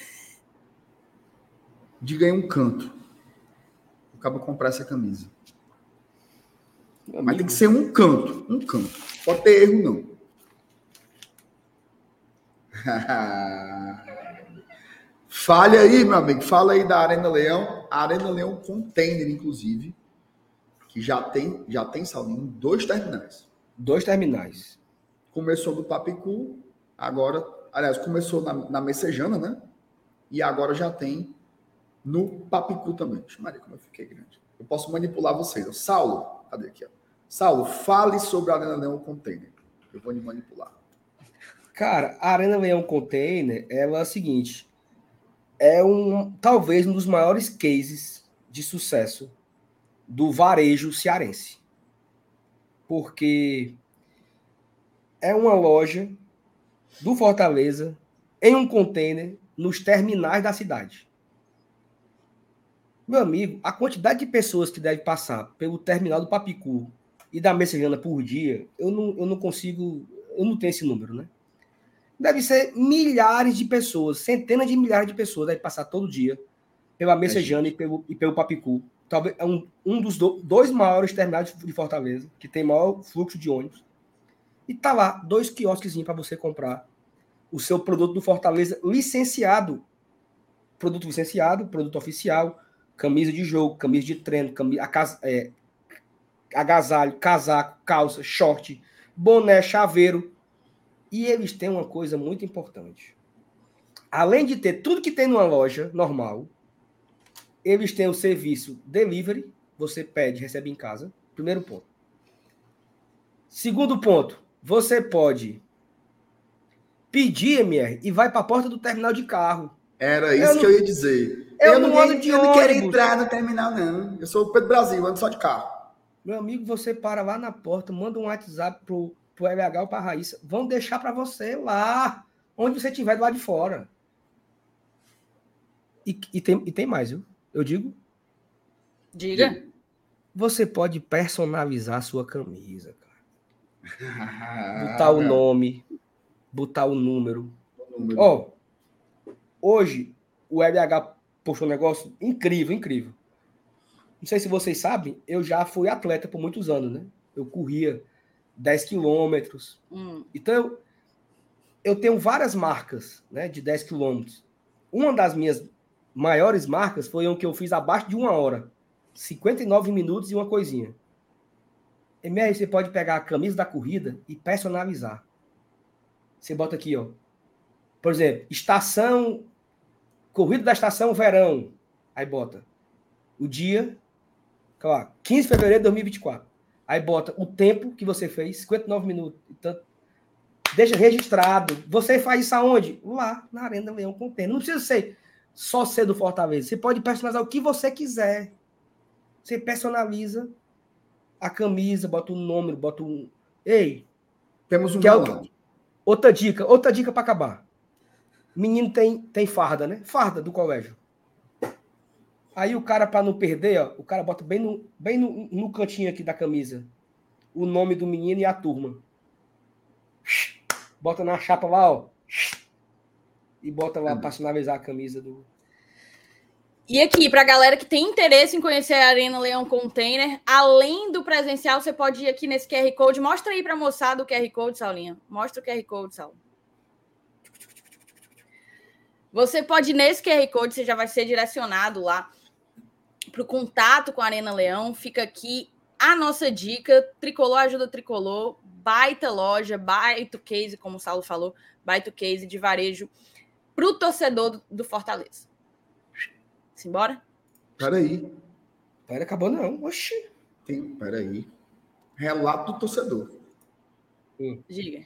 Diga aí um canto. Eu acabo de comprar essa camisa. Meu Mas amigo. Tem que ser um canto. Um canto. Pode ter erro, não. Fale aí, meu amigo. Fala aí da Arena Leão. A Arena Leão Container, inclusive, que já tem, já tem, Saulinho, dois terminais. Dois terminais. Começou do Papicu, agora... Aliás, começou na, na Messejana, né? E agora já tem no Papicu também. Maria, como eu fiquei grande. Eu posso manipular vocês. Saulo, cadê aqui? Ó? Saulo, fale sobre a Arena Leão Container. Eu vou me manipular. Cara, a Arena Leão Container, ela é a seguinte... É um, talvez um dos maiores cases de sucesso do varejo cearense. Porque é uma loja do Fortaleza em um container nos terminais da cidade. Meu amigo, a quantidade de pessoas que deve passar pelo terminal do Papicu e da Messejana por dia, eu não, eu não consigo, eu não tenho esse número, né? Deve ser milhares de pessoas, centenas de milhares de pessoas devem passar todo dia pela Messejana é, e, pelo, e pelo Papicu. Talvez é um, um dos do, dois maiores terminais de Fortaleza, que tem maior fluxo de ônibus. E tá lá, dois quiosquezinhos para você comprar o seu produto do Fortaleza licenciado. Produto licenciado, produto oficial, camisa de jogo, camisa de treino, camisa, é, agasalho, casaco, calça, short, boné, chaveiro. E eles têm uma coisa muito importante. Além de ter tudo que tem numa loja normal, eles têm o serviço delivery, você pede, recebe em casa. Primeiro ponto. Segundo ponto, você pode pedir, M R, e vai para a porta do terminal de carro. Era isso eu que não, eu ia dizer. Eu, eu não ando de eu ônibus. não quero entrar no terminal, não. Eu sou o Pedro Brasil, ando só de carro. Meu amigo, você para lá na porta, manda um WhatsApp pro, pro L H ou para a Raíssa. Vão deixar para você lá, onde você estiver do lado de fora. E, e, tem, e tem mais, viu? Eu digo. Diga. Você pode personalizar a sua camisa, cara. Botar o nome, botar o número. Ó, oh, hoje o L H postou um negócio incrível, incrível. Não sei se vocês sabem, eu já fui atleta por muitos anos, né? Eu corria dez quilômetros. Hum. Então, eu, eu tenho várias marcas, né, de dez quilômetros. Uma das minhas maiores marcas foi uma que eu fiz abaixo de uma hora. cinquenta e nove minutos e uma coisinha. M R, você pode pegar a camisa da corrida e personalizar. Você bota aqui, ó. Por exemplo, estação... Corrida da estação verão. Aí bota o dia... Claro, quinze de fevereiro de dois mil e vinte e quatro. Aí bota o tempo que você fez, cinquenta e nove minutos. Então, deixa registrado. Você faz isso aonde? Lá, na Arena Leão Container. Não precisa ser só ser do Fortaleza. Você pode personalizar o que você quiser. Você personaliza a camisa, bota um número, bota um... Ei! Temos um que é o... Outra dica, outra dica para acabar. Menino tem, tem farda, né? Farda do colégio. Aí o cara, para não perder, ó, o cara bota bem, no, bem no, no cantinho aqui da camisa o nome do menino e a turma. Bota na chapa lá, ó. E bota lá para sinalizar a camisa do... E aqui, para a galera que tem interesse em conhecer a Arena Leão Container, além do presencial, você pode ir aqui nesse Q R Code. Mostra aí para a moçada o Q R Code, Saulinha. Mostra o Q R Code, Saulo. Você pode ir nesse Q R Code, você já vai ser direcionado lá para o contato com a Arena Leão. Fica aqui a nossa dica. Tricolor ajuda Tricolor. Baita loja, baita case, como o Saulo falou. Baita case de varejo para o torcedor do, do Fortaleza. Simbora? Peraí. Peraí, acabou não. Oxi. Tem, peraí. Relato do torcedor. Hum. Diga.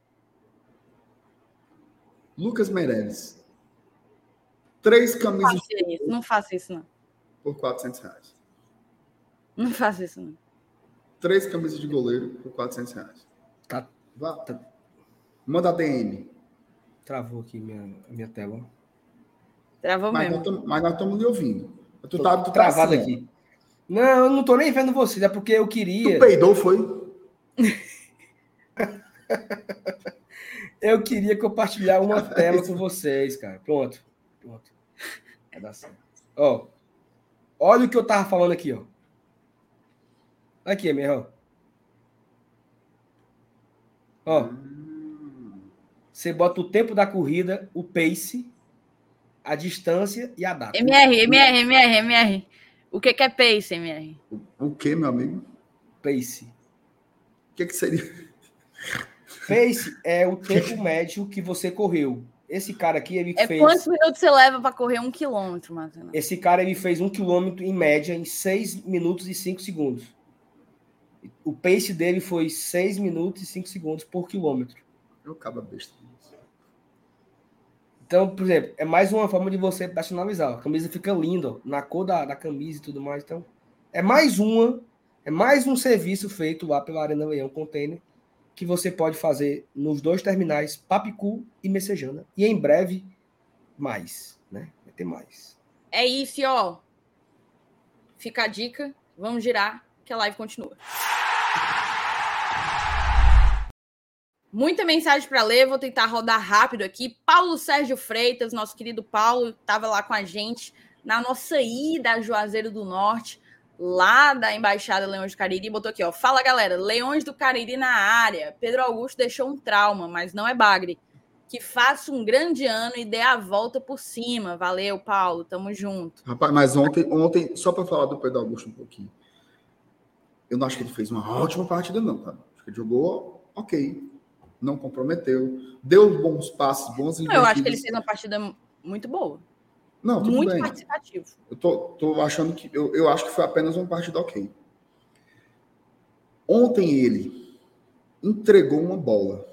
Lucas Meirelles. Três camisas. Não faça isso, não faça isso, não. Por quatrocentos reais. Não faça isso, não. Três camisas de goleiro por quatrocentos reais. Tá. Vá. Tá. Manda a D M. Travou aqui minha, minha tela. Travou mas mesmo. Nós, mas nós estamos lhe ouvindo. Tu tô tá, tu travado tá assim, aqui. Não, eu não tô nem vendo vocês, é porque eu queria... Tu peidou, foi? Eu queria compartilhar uma tela com vocês, cara. Pronto. Pronto. Vai dar certo. Ó, olha o que eu tava falando aqui, ó. Aqui, meu. Ó. Você bota o tempo da corrida, o pace, a distância e a data. M R, M R, M R, M R. O que que é pace, M R? O que, meu amigo? Pace. O que que seria? Pace é o tempo médio que você correu. Esse cara aqui, ele é fez... quantos minutos você leva para correr um quilômetro, Marcelo? Esse cara, ele fez um quilômetro, em média, em seis minutos e cinco segundos. O pace dele foi seis minutos e cinco segundos por quilômetro. Eu acabo besta. Então, por exemplo, é mais uma forma de você personalizar. A camisa fica linda, ó, na cor da, da camisa e tudo mais. Então, é mais uma, é mais um serviço feito lá pela Arena Leão Container, que você pode fazer nos dois terminais, Papicu e Messejana. E em breve, mais, né? Vai ter mais. É isso, ó. Fica a dica. Vamos girar, que a live continua. Muita mensagem para ler, vou tentar rodar rápido aqui. Paulo Sérgio Freitas, nosso querido Paulo, estava lá com a gente na nossa ida a Juazeiro do Norte, lá da Embaixada Leões do Cariri, botou aqui, ó. Fala, galera, Leões do Cariri na área. Pedro Augusto deixou um trauma, mas não é bagre. Que faça um grande ano e dê a volta por cima. Valeu, Paulo, tamo junto. Rapaz, mas ontem, ontem só para falar do Pedro Augusto um pouquinho, eu não acho que ele fez uma ótima partida, não, tá? Acho que ele jogou ok. Não comprometeu, deu bons passos, bons investidas. Eu acho que ele fez uma partida muito boa. Não, tudo muito bem. participativo. Eu tô, tô achando que eu, eu acho que foi apenas uma partida ok. Ontem ele entregou uma bola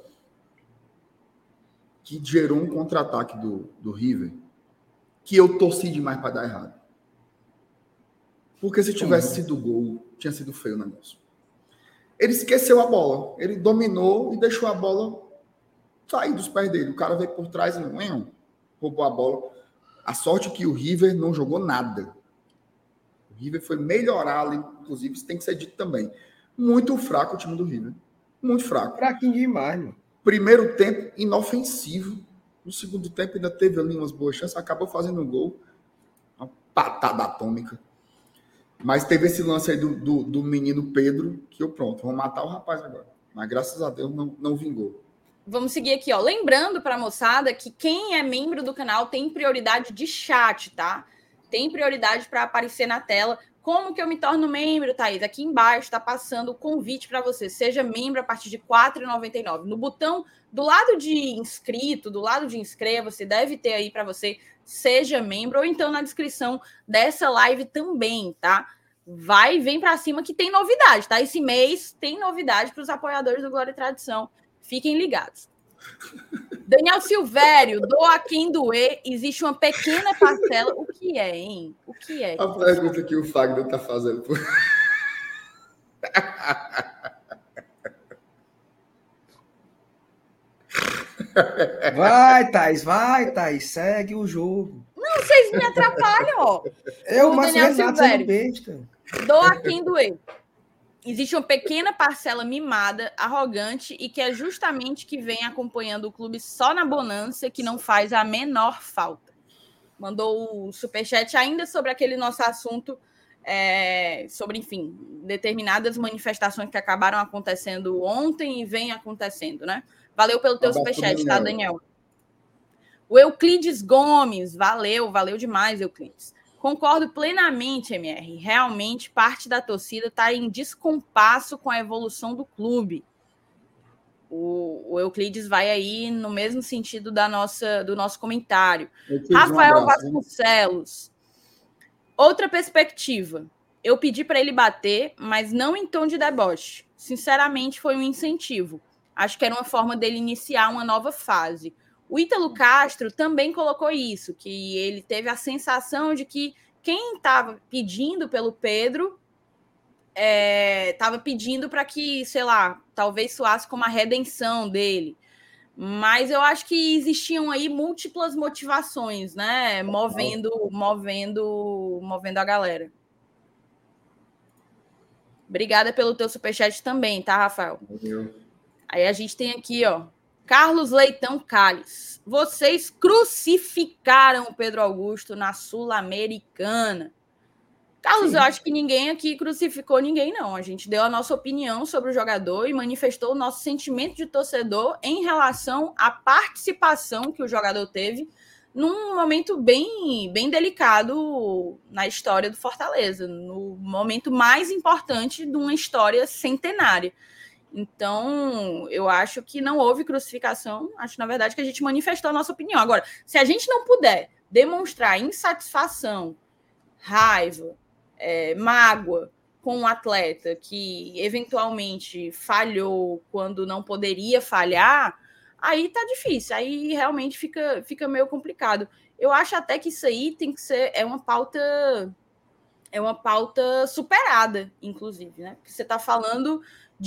que gerou um contra-ataque do, do River que eu torci demais para dar errado. Porque se tivesse uhum. sido gol, tinha sido feio o negócio. Ele esqueceu a bola. Ele dominou e deixou a bola sair dos pés dele. O cara veio por trás e não roubou a bola. A sorte é que o River não jogou nada. O River foi melhorar ali, inclusive, isso tem que ser dito também. Muito fraco o time do River. Muito fraco. Fraquinho demais, mano. Primeiro tempo, inofensivo. No segundo tempo, ainda teve ali umas boas chances. Acabou fazendo um gol. Uma patada atômica. Mas teve esse lance aí do, do, do menino Pedro, que eu pronto, vou matar o rapaz agora. Mas graças a Deus não, não vingou. Vamos seguir aqui, ó. Lembrando para a moçada que quem é membro do canal tem prioridade de chat, tá? Tem prioridade para aparecer na tela. Como que eu me torno membro, Thaís? Aqui embaixo está passando o convite para você. Seja membro a partir de quatro reais e noventa e nove centavos. No botão do lado de inscrito, do lado de inscreva-se, deve ter aí para você seja membro, ou então na descrição dessa live também, tá? Vai, vem para cima que tem novidade, tá? Esse mês tem novidade para os apoiadores do Glória e Tradição. Fiquem ligados. Daniel Silvério, doa quem doer, existe uma pequena parcela. O que é, hein? O que é? A pergunta que o Fagner tá fazendo. Por... Vai, Thaís, vai, Thaís, segue o jogo. Não, vocês me atrapalham, ó. É o Márcio Renato sendo besta. Doa quem doer. Existe uma pequena parcela mimada, arrogante e que é justamente que vem acompanhando o clube só na bonança, que não faz a menor falta. Mandou o superchat ainda sobre aquele nosso assunto, é, sobre, enfim, determinadas manifestações que acabaram acontecendo ontem e vem acontecendo, né? Valeu pelo teu superchat, tá, Daniel? O Euclides Gomes, valeu, valeu demais, Euclides. Concordo plenamente, M R. Realmente, parte da torcida está em descompasso com a evolução do clube. O, o Euclides vai aí no mesmo sentido da nossa, do nosso comentário. Rafael um abraço, Vasconcelos. Hein? Outra perspectiva. Eu pedi para ele bater, mas não em tom de deboche. Sinceramente, foi um incentivo. Acho que era uma forma dele iniciar uma nova fase. O Ítalo Castro também colocou isso, que ele teve a sensação de que quem estava pedindo pelo Pedro estava é, pedindo para que, sei lá, talvez soasse como a redenção dele. Mas eu acho que existiam aí múltiplas motivações, né? Movendo, movendo, movendo a galera. Obrigada pelo teu superchat também, tá, Rafael? Valeu. Aí a gente tem aqui, ó, Carlos Leitão Calles. Vocês crucificaram o Pedro Augusto na Sul-Americana. Carlos, Sim. eu acho que ninguém aqui crucificou ninguém, não. A gente deu a nossa opinião sobre o jogador e manifestou o nosso sentimento de torcedor em relação à participação que o jogador teve num momento bem, bem delicado na história do Fortaleza, no momento mais importante de uma história centenária. Então, eu acho que não houve crucificação. Acho, na verdade, que a gente manifestou a nossa opinião. Agora, se a gente não puder demonstrar insatisfação, raiva, é, mágoa com um atleta que eventualmente falhou quando não poderia falhar, aí tá difícil. Aí realmente fica, fica meio complicado. Eu acho até que isso aí tem que ser... É uma pauta... É uma pauta superada, inclusive, né? Porque você está falando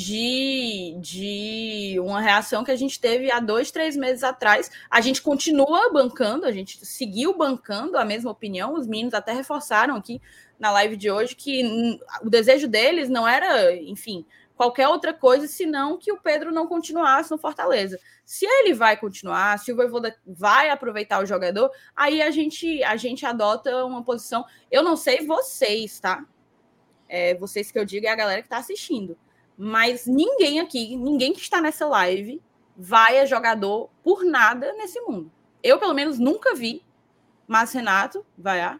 de, de uma reação que a gente teve há dois, três meses atrás. A gente continua bancando, a gente seguiu bancando a mesma opinião. Os meninos até reforçaram aqui na live de hoje que o desejo deles não era, enfim, qualquer outra coisa, senão que o Pedro não continuasse no Fortaleza. Se ele vai continuar, se o Vojvoda vai aproveitar o jogador, aí a gente, a gente adota uma posição... Eu não sei vocês, tá? É, vocês que eu digo é a galera que está assistindo. Mas ninguém aqui, ninguém que está nessa live vai a jogador por nada nesse mundo. Eu, pelo menos, nunca vi mas Renato vai a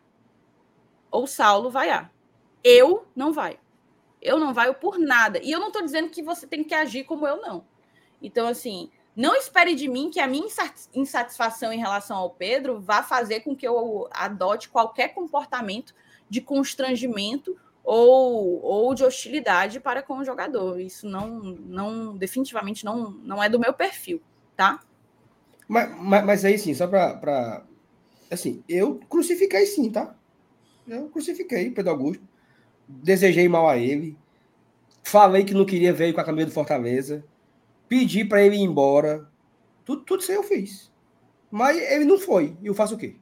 ou Saulo vai a. Eu não vai. Eu não vai por nada. E eu não estou dizendo que você tem que agir como eu, não. Então, assim, não espere de mim que a minha insatisfação em relação ao Pedro vá fazer com que eu adote qualquer comportamento de constrangimento ou, ou de hostilidade para com o jogador. Isso não, não definitivamente não, não é do meu perfil, tá? Mas, mas, mas aí, sim, só para... Pra... Assim, eu crucifiquei sim, tá? Eu crucifiquei o Pedro Augusto. Desejei mal a ele. Falei que não queria ver com a camisa do Fortaleza. Pedi para ele ir embora. Tudo, tudo isso aí eu fiz. Mas ele não foi. E eu faço o quê?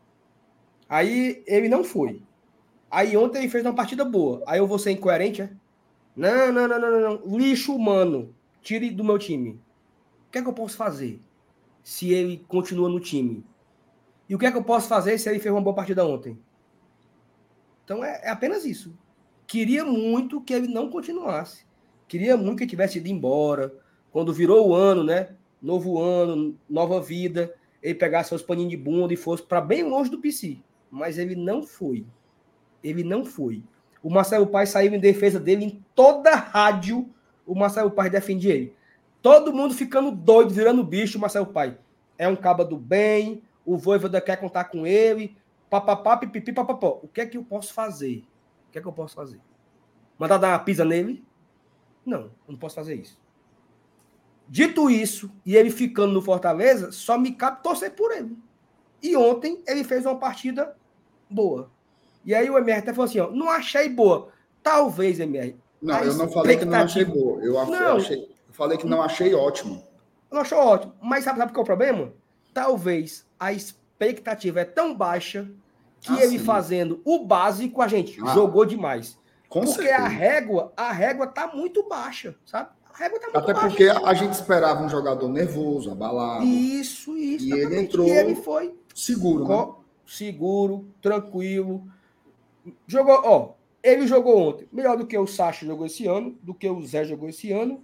Aí ele não foi. Aí ontem ele fez uma partida boa. Aí eu vou ser incoerente, é? Não, não, não, não, não, não. Lixo humano. Tire do meu time. O que é que eu posso fazer se ele continua no time? E o que é que eu posso fazer se ele fez uma boa partida ontem? Então é, é apenas isso. Queria muito que ele não continuasse. Queria muito que ele tivesse ido embora. Quando virou o ano, né? Novo ano, nova vida. Ele pegasse seus paninhos de bunda e fosse para bem longe do P C. Mas ele não foi. Ele não foi. O Marcelo Paes saiu em defesa dele em toda a rádio. O Marcelo Paes defende ele. Todo mundo ficando doido, virando bicho. O Marcelo Paes é um caba do bem. O Vojvoda quer contar com ele. Papapá, pipipi, papapó. O que é que eu posso fazer? O que é que eu posso fazer? Mandar dar uma pisa nele? Não, eu não posso fazer isso. Dito isso, e ele ficando no Fortaleza, só me cabe torcer por ele. E ontem ele fez uma partida boa. E aí o M R até falou assim, ó, não achei boa. Talvez, M R. Não, eu não falei que não achei boa. Eu, não, achei, eu falei que não achei ótimo. Eu não achei ótimo. Mas sabe, sabe qual é o problema? Talvez a expectativa é tão baixa que ah, ele sim. fazendo o básico, a gente ah, jogou demais. Com porque certeza. a régua, a régua tá muito baixa, sabe? A régua tá muito Até baixa. porque a gente esperava um jogador nervoso, abalado. Isso, isso. E ele entrou e ele foi seguro, né? Seguro, tranquilo. Jogou, ó, ele jogou ontem melhor do que o Sacha jogou esse ano, do que o Zé jogou esse ano.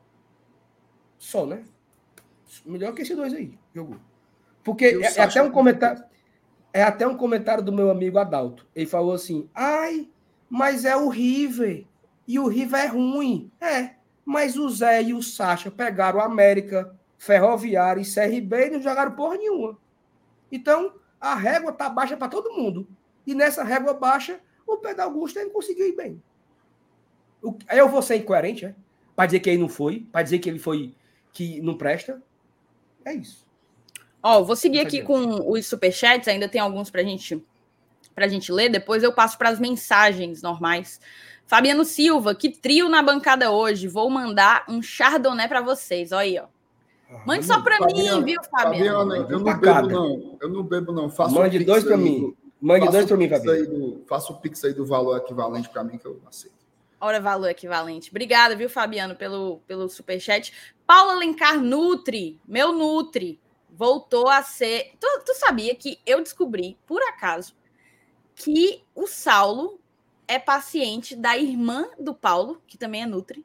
Só, né? Melhor que esses dois aí, jogou. Porque é, é até um comentário, é até um comentário do meu amigo Adalto. Ele falou assim: "Ai, mas é o River, e o River é ruim". É, mas o Zé e o Sacha pegaram o América, Ferroviária e C R B e não jogaram porra nenhuma. Então, a régua tá baixa para todo mundo. E nessa régua baixa, o Pedro Augusto ele conseguiu ir bem. O, aí eu vou ser incoerente, é? Para dizer que ele não foi, para dizer que ele foi que não presta. É isso. Ó, vou seguir aqui com os superchats, ainda tem alguns pra gente, pra gente ler, depois eu passo para as mensagens normais. Fabiano Silva, que trio na bancada hoje. Vou mandar um chardonnay para vocês. Olha aí, ó. Mande só para mim, viu, Fabiano? Fabiano, eu não bebo, não. Eu não bebo, não. Faço Mande um dois para mim. Mande dois para mim, Fabiano. Faça o pix aí do valor equivalente para mim, que eu aceito. Ora, valor equivalente. Obrigada, viu, Fabiano, pelo, pelo superchat. Paulo Alencar Nutri, meu Nutri, voltou a ser... Tu, tu sabia que eu descobri, por acaso, que o Saulo é paciente da irmã do Paulo, que também é Nutri.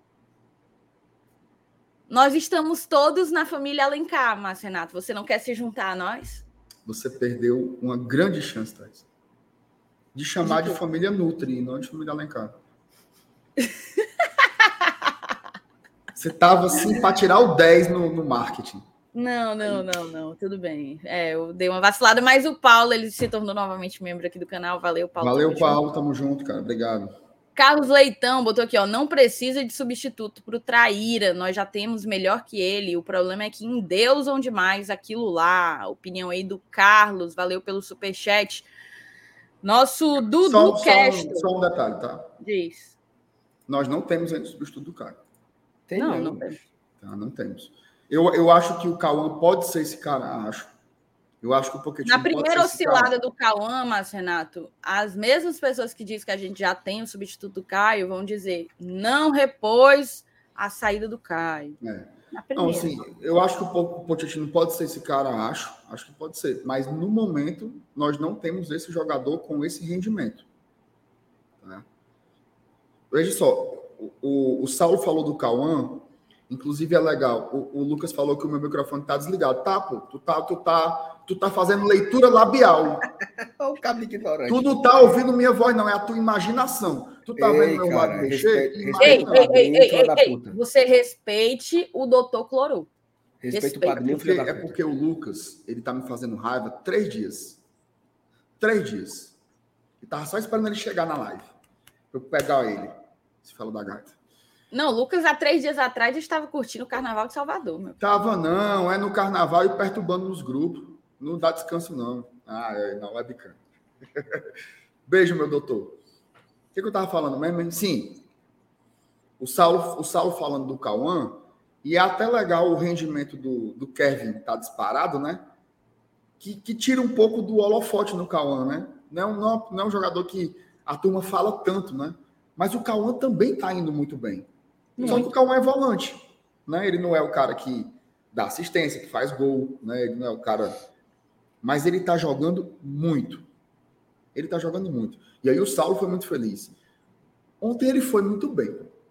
Nós estamos todos na família Alencar, Márcio Renato. Você não quer se juntar a nós? Você perdeu uma grande chance, Thais, de chamar de, de família Nutri, não de família Alencar. Você estava assim para tirar o dez no, no marketing. Não, não, não, não. Tudo bem. É, eu dei uma vacilada, mas o Paulo, ele se tornou novamente membro aqui do canal. Valeu, Paulo. Valeu, tamo Paulo. Junto. Tamo junto, cara. Obrigado. Carlos Leitão botou aqui, ó. Não precisa de substituto para o Traíra. Nós já temos melhor que ele. O problema é que endeusam demais aquilo lá. Opinião aí do Carlos. Valeu pelo superchat. Nosso Dudu só, Castro. Só, só um detalhe, tá? Diz. Nós não temos ainda o substituto do Caio. Tem não, não temos. Tá, não temos. Eu, eu acho que o Cauã pode ser esse cara, acho. Eu acho que o Pochettino Na primeira oscilada do Cauã, Márcio Renato, as mesmas pessoas que dizem que a gente já tem o substituto do Caio vão dizer não repôs a saída do Caio. É. Não, assim, eu acho que o Pochettino pode ser esse cara, acho. Acho que pode ser. Mas no momento, nós não temos esse jogador com esse rendimento. Tá? Veja só, o, o, o Saulo falou do Cauã. Inclusive é legal. O, o Lucas falou que o meu microfone tá desligado. Tá, pô. Tu tá, tu tá, tu tá fazendo leitura labial. O cabo ignorante. Tu não tá ouvindo minha voz, não. É a tua imaginação. Tu tá ei, vendo meu lado mexer? Ei, ei, ei, ei, ei. Você respeite o doutor Cloro. Respeite o padrinho. É, é porque o Lucas, ele tá me fazendo raiva três dias. Três dias. E tava só esperando ele chegar na live. Pra eu pegar ele. Se fala da gata. Não, Lucas, há três dias atrás, estava curtindo o Carnaval de Salvador, meu. Tava não, é no Carnaval e perturbando nos grupos. Não dá descanso, não. Ah, é na webcam. Beijo, meu doutor. O que, que eu tava falando mesmo? Sim, o Saulo, o Saulo falando do Cauã, e é até legal o rendimento do, do Kevin, tá disparado, né? Que, que tira um pouco do holofote no Cauã, né? Não, não, não é um jogador que a turma fala tanto, né? Mas o Cauã também tá indo muito bem. Muito. Só que o Cauã é volante, né? Ele não é o cara que dá assistência, que faz gol, né? Ele não é o cara... Mas ele tá jogando muito. Ele tá jogando muito. E aí o Saulo foi muito feliz. Ontem ele foi muito bem.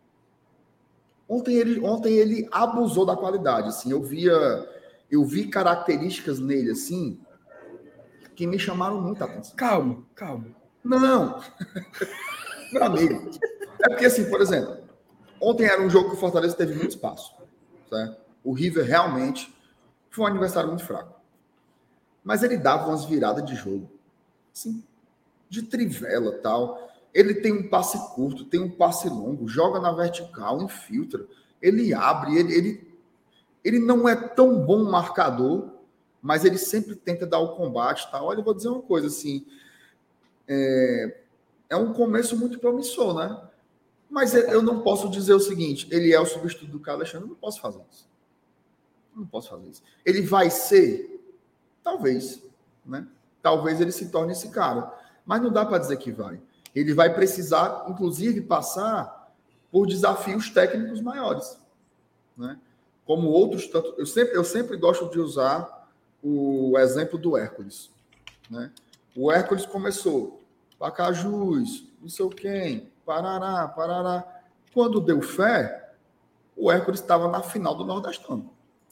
Ontem ele, ontem ele abusou da qualidade, assim. Eu via... Eu vi características nele, assim, que me chamaram muita atenção. Calma, calma. Não! Meu amigo. É porque, assim, por exemplo, ontem era um jogo que o Fortaleza teve muito espaço. Certo? O River realmente foi um adversário muito fraco. Mas ele dava umas viradas de jogo. Assim, de trivela e tal. Ele tem um passe curto, tem um passe longo, joga na vertical, infiltra. Ele abre, ele, ele, ele não é tão bom marcador, mas ele sempre tenta dar o combate e tal. Olha, eu vou dizer uma coisa, assim... É... É um começo muito promissor, né? Mas eu não posso dizer o seguinte, ele é o substituto do Caio Alexandre, eu não posso fazer isso. Não posso fazer isso. Ele vai ser? Talvez, né? Talvez ele se torne esse cara. Mas não dá para dizer que vai. Ele vai precisar, inclusive, passar por desafios técnicos maiores, né? Como outros tanto... Eu sempre, eu sempre gosto de usar o exemplo do Hércules, né? O Hércules começou... Pacajus, não sei quem, Parará, Parará. Quando deu fé, o Hércules estava na final do Nordestão.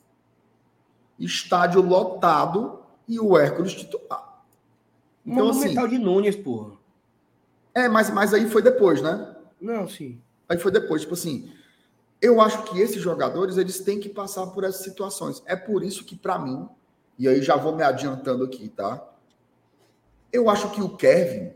Estádio lotado e o Hércules titular. Então, Monumental assim, de Nunes, porra. É, mas, mas aí foi depois, né? Não, sim. Aí foi depois. Tipo assim, eu acho que esses jogadores, eles têm que passar por essas situações. É por isso que, para mim, e aí já vou me adiantando aqui, tá? Eu acho que o Kevin...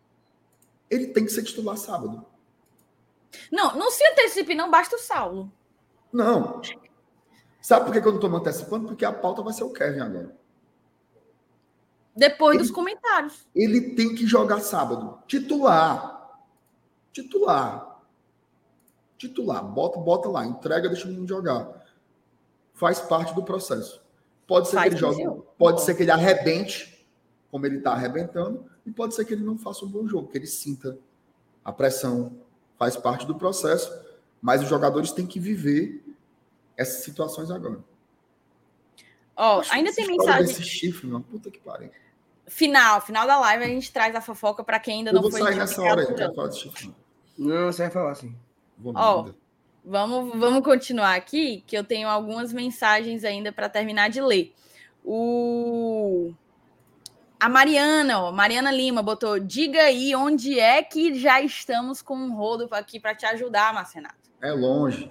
ele tem que ser titular sábado. Não, não se antecipe, não basta o Saulo. Não. Sabe por que eu não estou me antecipando? Porque a pauta vai ser o Kevin agora. Depois ele, dos comentários. Ele tem que jogar sábado. Titular. Titular. Titular. Bota, bota lá. Entrega, deixa o menino jogar. Faz parte do processo. Pode ser Faz que ele jogue. Pode, pode ser que ele arrebente, como ele está arrebentando, e pode ser que ele não faça um bom jogo, que ele sinta a pressão. Faz parte do processo, mas os jogadores têm que viver essas situações agora. Ó, oh, ainda tem mensagem. Desse chifre, não. Puta que pariu. Final, final da live a gente traz a fofoca para quem ainda eu não vou foi sair nessa hora aí, não quero falar de chifre. Não, você vai falar assim. Ó, oh, vamos, vamos continuar aqui, que eu tenho algumas mensagens ainda para terminar de ler. O... A Mariana, ó, Mariana Lima botou, diga aí onde é que já estamos com um rodo aqui para te ajudar, Marcenato. É longe.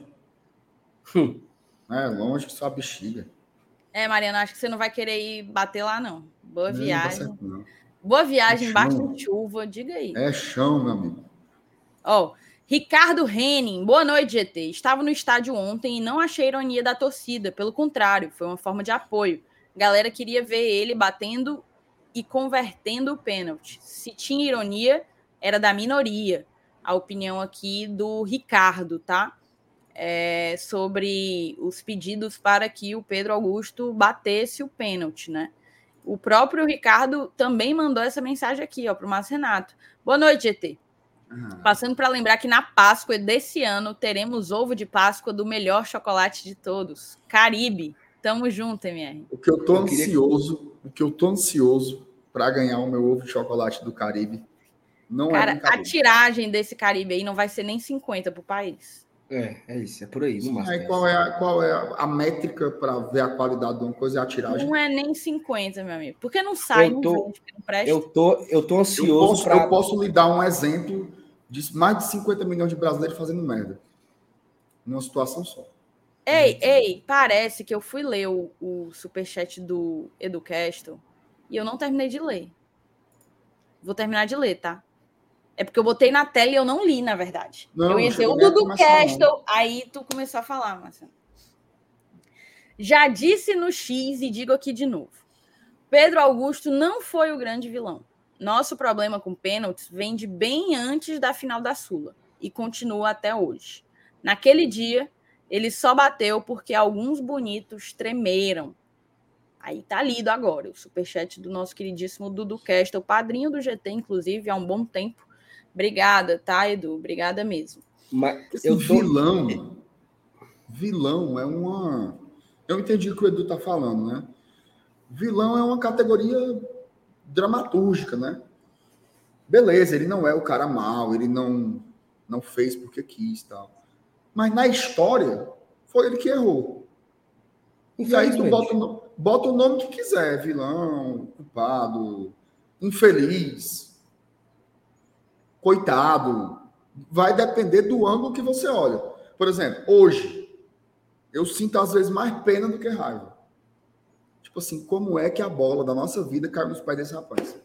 É longe que só a bexiga. É, Mariana, acho que você não vai querer ir bater lá, não. Boa não, viagem. Não não. Boa viagem, embaixo de chuva, diga aí. É chão, meu amigo. Ó, Ricardo Henning, boa noite, G T. Estava no estádio ontem e não achei ironia da torcida, pelo contrário, foi uma forma de apoio. A galera queria ver ele batendo e convertendo o pênalti. Se tinha ironia, era da minoria. A opinião aqui do Ricardo, tá? É, sobre os pedidos para que o Pedro Augusto batesse o pênalti, né? O próprio Ricardo também mandou essa mensagem aqui, ó, para o Márcio Renato. Boa noite, G T. Uhum. Passando para lembrar que na Páscoa desse ano teremos ovo de Páscoa do melhor chocolate de todos, Caribe. Tamo junto, M R. O que eu tô eu ansioso, queria... o que eu tô ansioso para ganhar o meu ovo de chocolate do Caribe não Cara, é a tiragem desse Caribe aí não vai ser nem cinquenta pro país. É, é isso, é por aí. Sim, aí qual é, a, qual é a métrica para ver a qualidade de uma coisa? É a tiragem? Não é nem cinquenta, meu amigo. Porque não sai, eu tô, não vende, não presta. Eu tô, eu tô ansioso eu posso, pra... eu posso lhe dar um exemplo de mais de cinquenta milhões de brasileiros fazendo merda. Numa situação só. Ei, ei, parece que eu fui ler o, o superchat do Educastle e eu não terminei de ler. Vou terminar de ler, tá? É porque eu botei na tela e eu não li, na verdade. Não, eu entrei o do Castle, aí tu começou a falar, Marcelo. Já disse no X e digo aqui de novo. Pedro Augusto não foi o grande vilão. Nosso problema com pênaltis vem de bem antes da final da Sula e continua até hoje. Naquele dia, ele só bateu porque alguns bonitos tremeram. Aí tá lido agora, o superchat do nosso queridíssimo Dudu Castle, padrinho do G T, inclusive, há um bom tempo. Obrigada, tá, Edu? Obrigada mesmo. Mas esse eu tô... vilão, vilão é uma... Eu entendi o que o Edu tá falando, né? Vilão é uma categoria dramatúrgica, né? Beleza, ele não é o cara mau, ele não, não fez porque quis e tal. Mas na história, foi ele que errou. E aí tu bota, bota o nome que quiser, vilão, culpado, infeliz, coitado. Vai depender do ângulo que você olha. Por exemplo, hoje, eu sinto às vezes mais pena do que raiva. Tipo assim, como é que a bola da nossa vida caiu nos pés desse rapaz?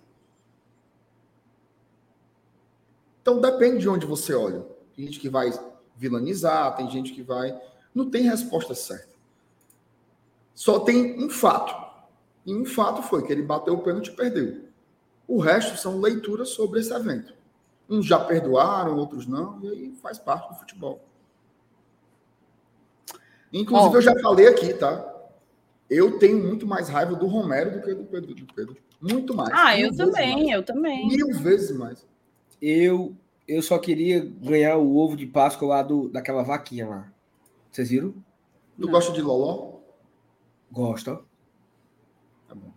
Então depende de onde você olha. Tem gente que vai vilanizar, tem gente que vai... Não tem resposta certa. Só tem um fato. E um fato foi que ele bateu o pênalti e perdeu. O resto são leituras sobre esse evento. Uns já perdoaram, outros não, e aí faz parte do futebol. Inclusive, oh. eu já falei aqui, tá? Eu tenho muito mais raiva do Romero do que do Pedro. Do Pedro. Muito mais. Ah, eu também, mais. eu também. Mil vezes mais. Eu, eu só queria ganhar o ovo de Páscoa lá do, daquela vaquinha lá. Vocês viram? Tu não. gosta de loló? Gosto. Tá bom.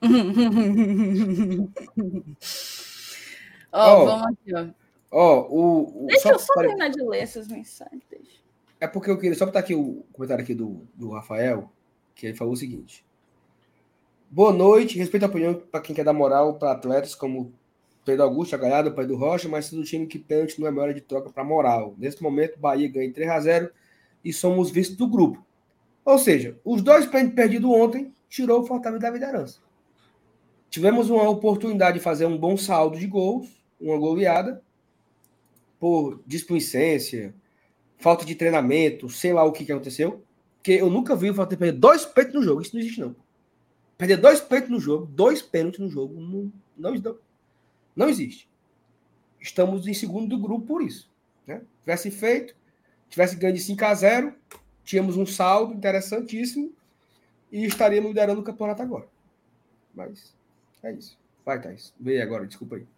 Ó, oh, oh, vamos aqui, ó. Ó, oh, o, o, Deixa só eu só para... terminar de ler essas mensagens. Deixa. É porque eu queria só botar aqui o comentário aqui do, do Rafael, que ele falou o seguinte. Boa noite, respeito a opinião para quem quer dar moral para atletas como Pedro Augusto, a Galhardo, o pai do Rocha, mas do time que pênalti não é maior de troca para moral. Nesse momento, Bahia ganha três a zero e somos vistos do grupo. Ou seja, os dois pênaltis perdidos ontem tirou o Fortaleza da liderança. Tivemos uma oportunidade de fazer um bom saldo de gols, uma goleada, por displicência, falta de treinamento, sei lá o que, que aconteceu. Porque eu nunca vi o Fortaleza perder dois pênaltis no jogo. Isso não existe, não. Perder dois pênaltis no jogo, dois pênaltis no jogo, não, não, não existe. Estamos em segundo do grupo por isso. Né? Tivesse feito, tivesse ganho de cinco a zero, tínhamos um saldo interessantíssimo e estaríamos liderando o campeonato agora. Mas é isso. Vai, Thaís. Vem agora, desculpa aí.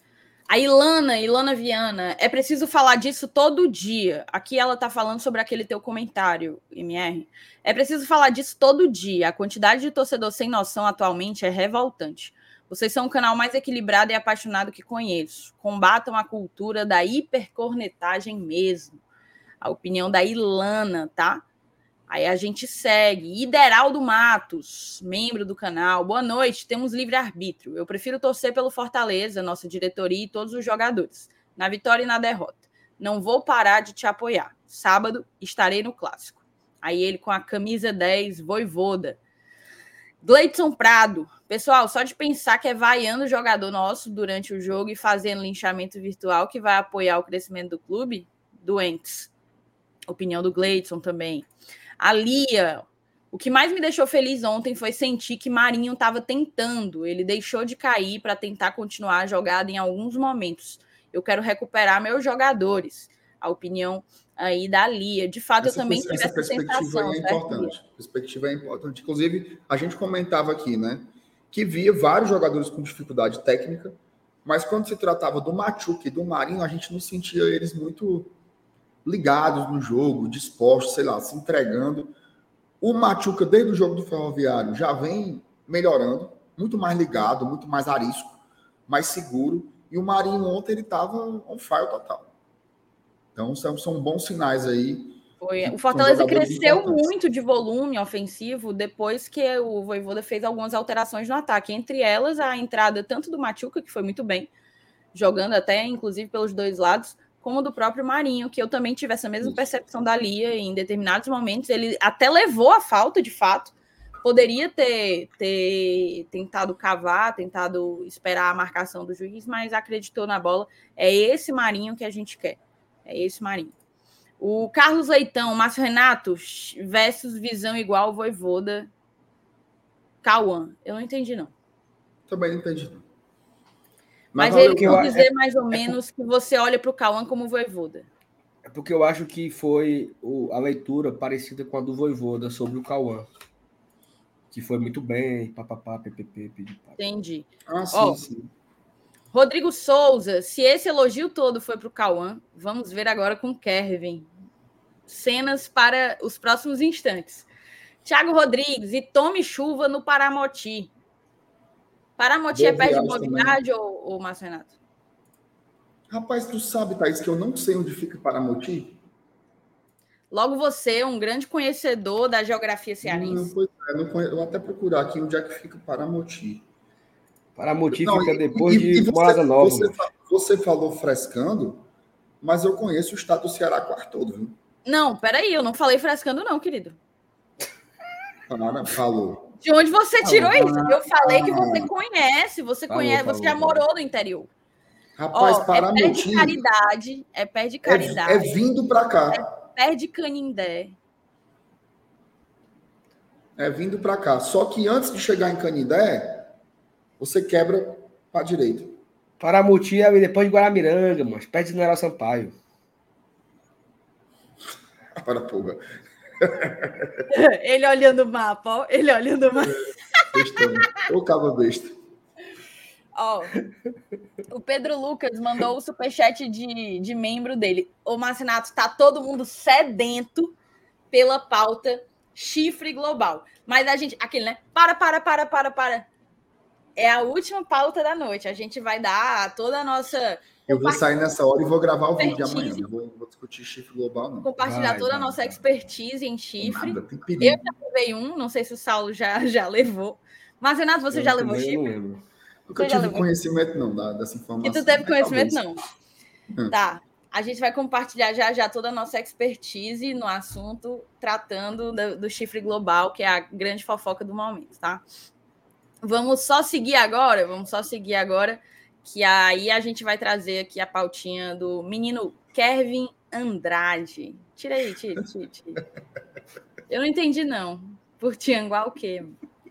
A Ilana, Ilana Viana, é preciso falar disso todo dia. Aqui ela está falando sobre aquele teu comentário, M R. É preciso falar disso todo dia. A quantidade de torcedor sem noção atualmente é revoltante. Vocês são o canal mais equilibrado e apaixonado que conheço. Combatam a cultura da hipercornetagem mesmo. A opinião da Ilana, tá? Aí a gente segue. Ideraldo Matos, membro do canal. Boa noite, temos livre-arbítrio. Eu prefiro torcer pelo Fortaleza, nossa diretoria e todos os jogadores. Na vitória e na derrota. Não vou parar de te apoiar. Sábado estarei no Clássico. Aí ele com a camisa dez, Voivoda. Gleidson Prado. Pessoal, só de pensar que é vaiando o jogador nosso durante o jogo e fazendo linchamento virtual que vai apoiar o crescimento do clube, doentes. Opinião do Gleidson também. A Lia, o que mais me deixou feliz ontem foi sentir que Marinho estava tentando. Ele deixou de cair para tentar continuar a jogada em alguns momentos. Eu quero recuperar meus jogadores. A opinião aí da Lia. De fato, essa, eu também tive essa, essa perspectiva sensação. É importante. A perspectiva é importante. Inclusive, a gente comentava aqui, né, que via vários jogadores com dificuldade técnica, mas quando se tratava do Machuca e do Marinho, a gente não sentia eles muito ligados no jogo, dispostos, sei lá, se entregando. O Machuca, desde o jogo do Ferroviário, já vem melhorando, muito mais ligado, muito mais arisco, mais seguro. E o Marinho ontem, ele estava on fire total. Então, são, são bons sinais aí. Foi. O Fortaleza cresceu muito de volume ofensivo depois que o Voivoda fez algumas alterações no ataque. Entre elas, a entrada tanto do Machuca, que foi muito bem, jogando até, inclusive, pelos dois lados, como do próprio Marinho, que eu também tive essa mesma percepção da Lia. Em determinados momentos, ele até levou a falta, de fato. Poderia ter, ter tentado cavar, tentado esperar a marcação do juiz, mas acreditou na bola. É esse Marinho que a gente quer. É esse Marinho. O Carlos Leitão, Márcio Renato versus visão igual Voivoda. Cauã. Eu não entendi, não. Também não entendi, não. Mas, Mas ele quer dizer é, mais ou é, menos é, que você olha para o Cauã como Voivoda. É porque eu acho que foi o, a leitura parecida com a do Voivoda sobre o Cauã. Que foi muito bem, papapá, ppp, pipipá. Entendi. Ah, sim, Ó, sim. Rodrigo Souza, se esse elogio todo foi para o Cauã, vamos ver agora com o Kevin. Cenas para os próximos instantes. Thiago Rodrigues, e tome chuva no Paramoti. Paramoti é perto de Bovidade ou, ou Márcio Renato? Rapaz, tu sabe, Thaís, que eu não sei onde fica Paramoti? Logo você, um grande conhecedor da geografia cearense. Não, pois é, não conheço, eu vou até procurar aqui onde é que fica Paramoti. Paramoti não, fica depois e, de Morada Nova. Você, você falou frescando, mas eu conheço o estado do Ceará quase todo, viu? Não, peraí, eu não falei frescando não, querido. Para, falou. De onde você tirou ah, isso? Eu falei ah, que você conhece, você falou, conhece, falou, você já morou falou. no interior. Rapaz, Ó, Paramoti... É perto de Caridade, é perto de Caridade. É, é vindo para cá. É perto de Canindé. É vindo para cá. Só que antes de chegar em Canindé, você quebra para a direita. Paramoti é depois de Guaramiranga, mas perto de General Sampaio. Para porra. Ele olhando o mapa, ó. Ele olhando o mapa. Ô, cabo besta. Ó, o Pedro Lucas mandou o superchat de, de membro dele. Ô, Marcinato, tá todo mundo sedento pela pauta chifre global. Mas a gente... Aquele, né? Para, para, para, para, para. É a última pauta da noite. A gente vai dar toda a nossa... Eu vou sair nessa hora e vou gravar o vídeo de amanhã. Eu vou, vou discutir chifre global, não. Compartilhar vai, toda vai, a nossa vai. expertise em chifre. Nada, tem eu já levei um, não sei se o Saulo já, já levou. Mas, Renato, você eu já levou chifre? Não lembro. Nunca você tive conhecimento, não, da, dessa informação. Que tu teve conhecimento, não. Hum. Tá. A gente vai compartilhar já já toda a nossa expertise no assunto, tratando do, do chifre global, que é a grande fofoca do momento, tá? Vamos só seguir agora, vamos só seguir agora, que aí a gente vai trazer aqui a pautinha do menino Kevin Andrade. Tira aí, tira, tira, tira. Eu não entendi, não. Por Tianguá o quê?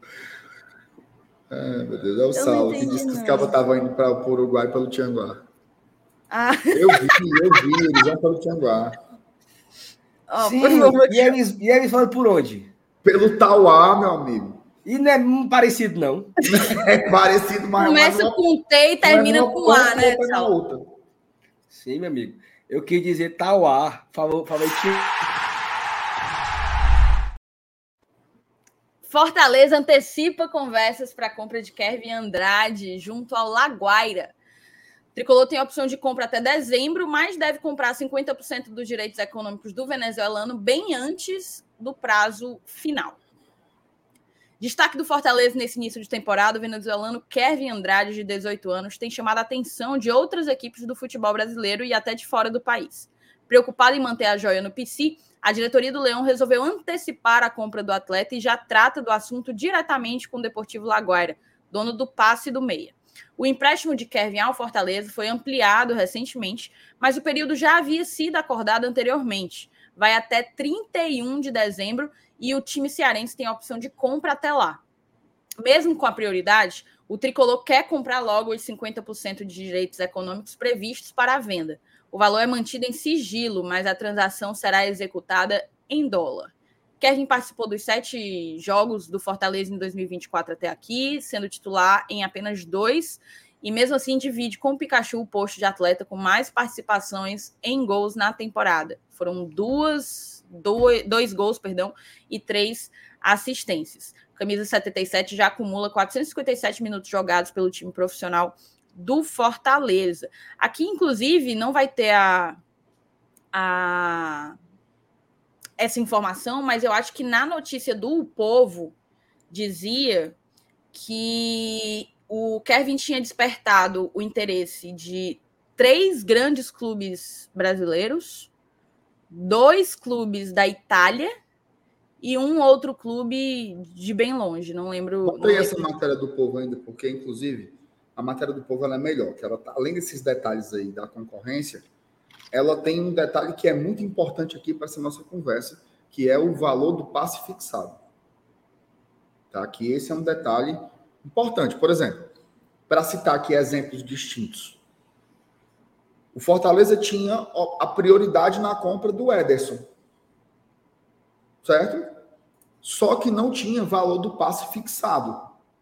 Ah, meu Deus, é o Saulo que disse que os cabos estavam indo para o Uruguai pelo Tianguá. Ah. Eu vi, eu vi, eles vão pelo Tianguá. Oh, Sim, e eles, e eles foram por onde? Pelo Tauá, meu amigo. E não é parecido, não. É parecido, mas... Começa uma, com T e termina com A, né, Saulo? Sim, meu amigo. Eu quis dizer Tauá. Falou, falei Fortaleza antecipa conversas para a compra de Kevin Andrade junto ao Laguaira. O Tricolor tem a opção de compra até dezembro, mas deve comprar cinquenta por cento dos direitos econômicos do venezuelano bem antes do prazo final. Destaque do Fortaleza nesse início de temporada, o venezuelano Kevin Andrade, de dezoito anos, tem chamado a atenção de outras equipes do futebol brasileiro e até de fora do país. Preocupado em manter a joia no P C, a diretoria do Leão resolveu antecipar a compra do atleta e já trata do assunto diretamente com o Deportivo Laguaira, dono do passe do meia. O empréstimo de Kevin ao Fortaleza foi ampliado recentemente, mas o período já havia sido acordado anteriormente. Vai até trinta e um de dezembro e o time cearense tem a opção de compra até lá. Mesmo com a prioridade, o Tricolor quer comprar logo os cinquenta por cento de direitos econômicos previstos para a venda. O valor é mantido em sigilo, mas a transação será executada em dólar. Kevin participou dos sete jogos do Fortaleza em dois mil e vinte e quatro até aqui, sendo titular em apenas dois, e mesmo assim divide com o Pikachu o posto de atleta com mais participações em gols na temporada. Foram duas, dois, dois gols perdão, e três assistências. Camisa setenta e sete já acumula quatrocentos e cinquenta e sete minutos jogados pelo time profissional do Fortaleza. Aqui, inclusive, não vai ter a, a, essa informação, mas eu acho que na notícia do Povo dizia que o Kevin tinha despertado o interesse de três grandes clubes brasileiros, dois clubes da Itália e um outro clube de bem longe, não lembro. Botei essa matéria do Povo ainda, porque, inclusive, a matéria do Povo ela é melhor, que ela, além desses detalhes aí da concorrência, ela tem um detalhe que é muito importante aqui para essa nossa conversa, que é o valor do passe fixado. Tá? Que esse é um detalhe importante. Por exemplo, para citar aqui exemplos distintos, o Fortaleza tinha a prioridade na compra do Ederson, certo? Só que não tinha valor do passe fixado.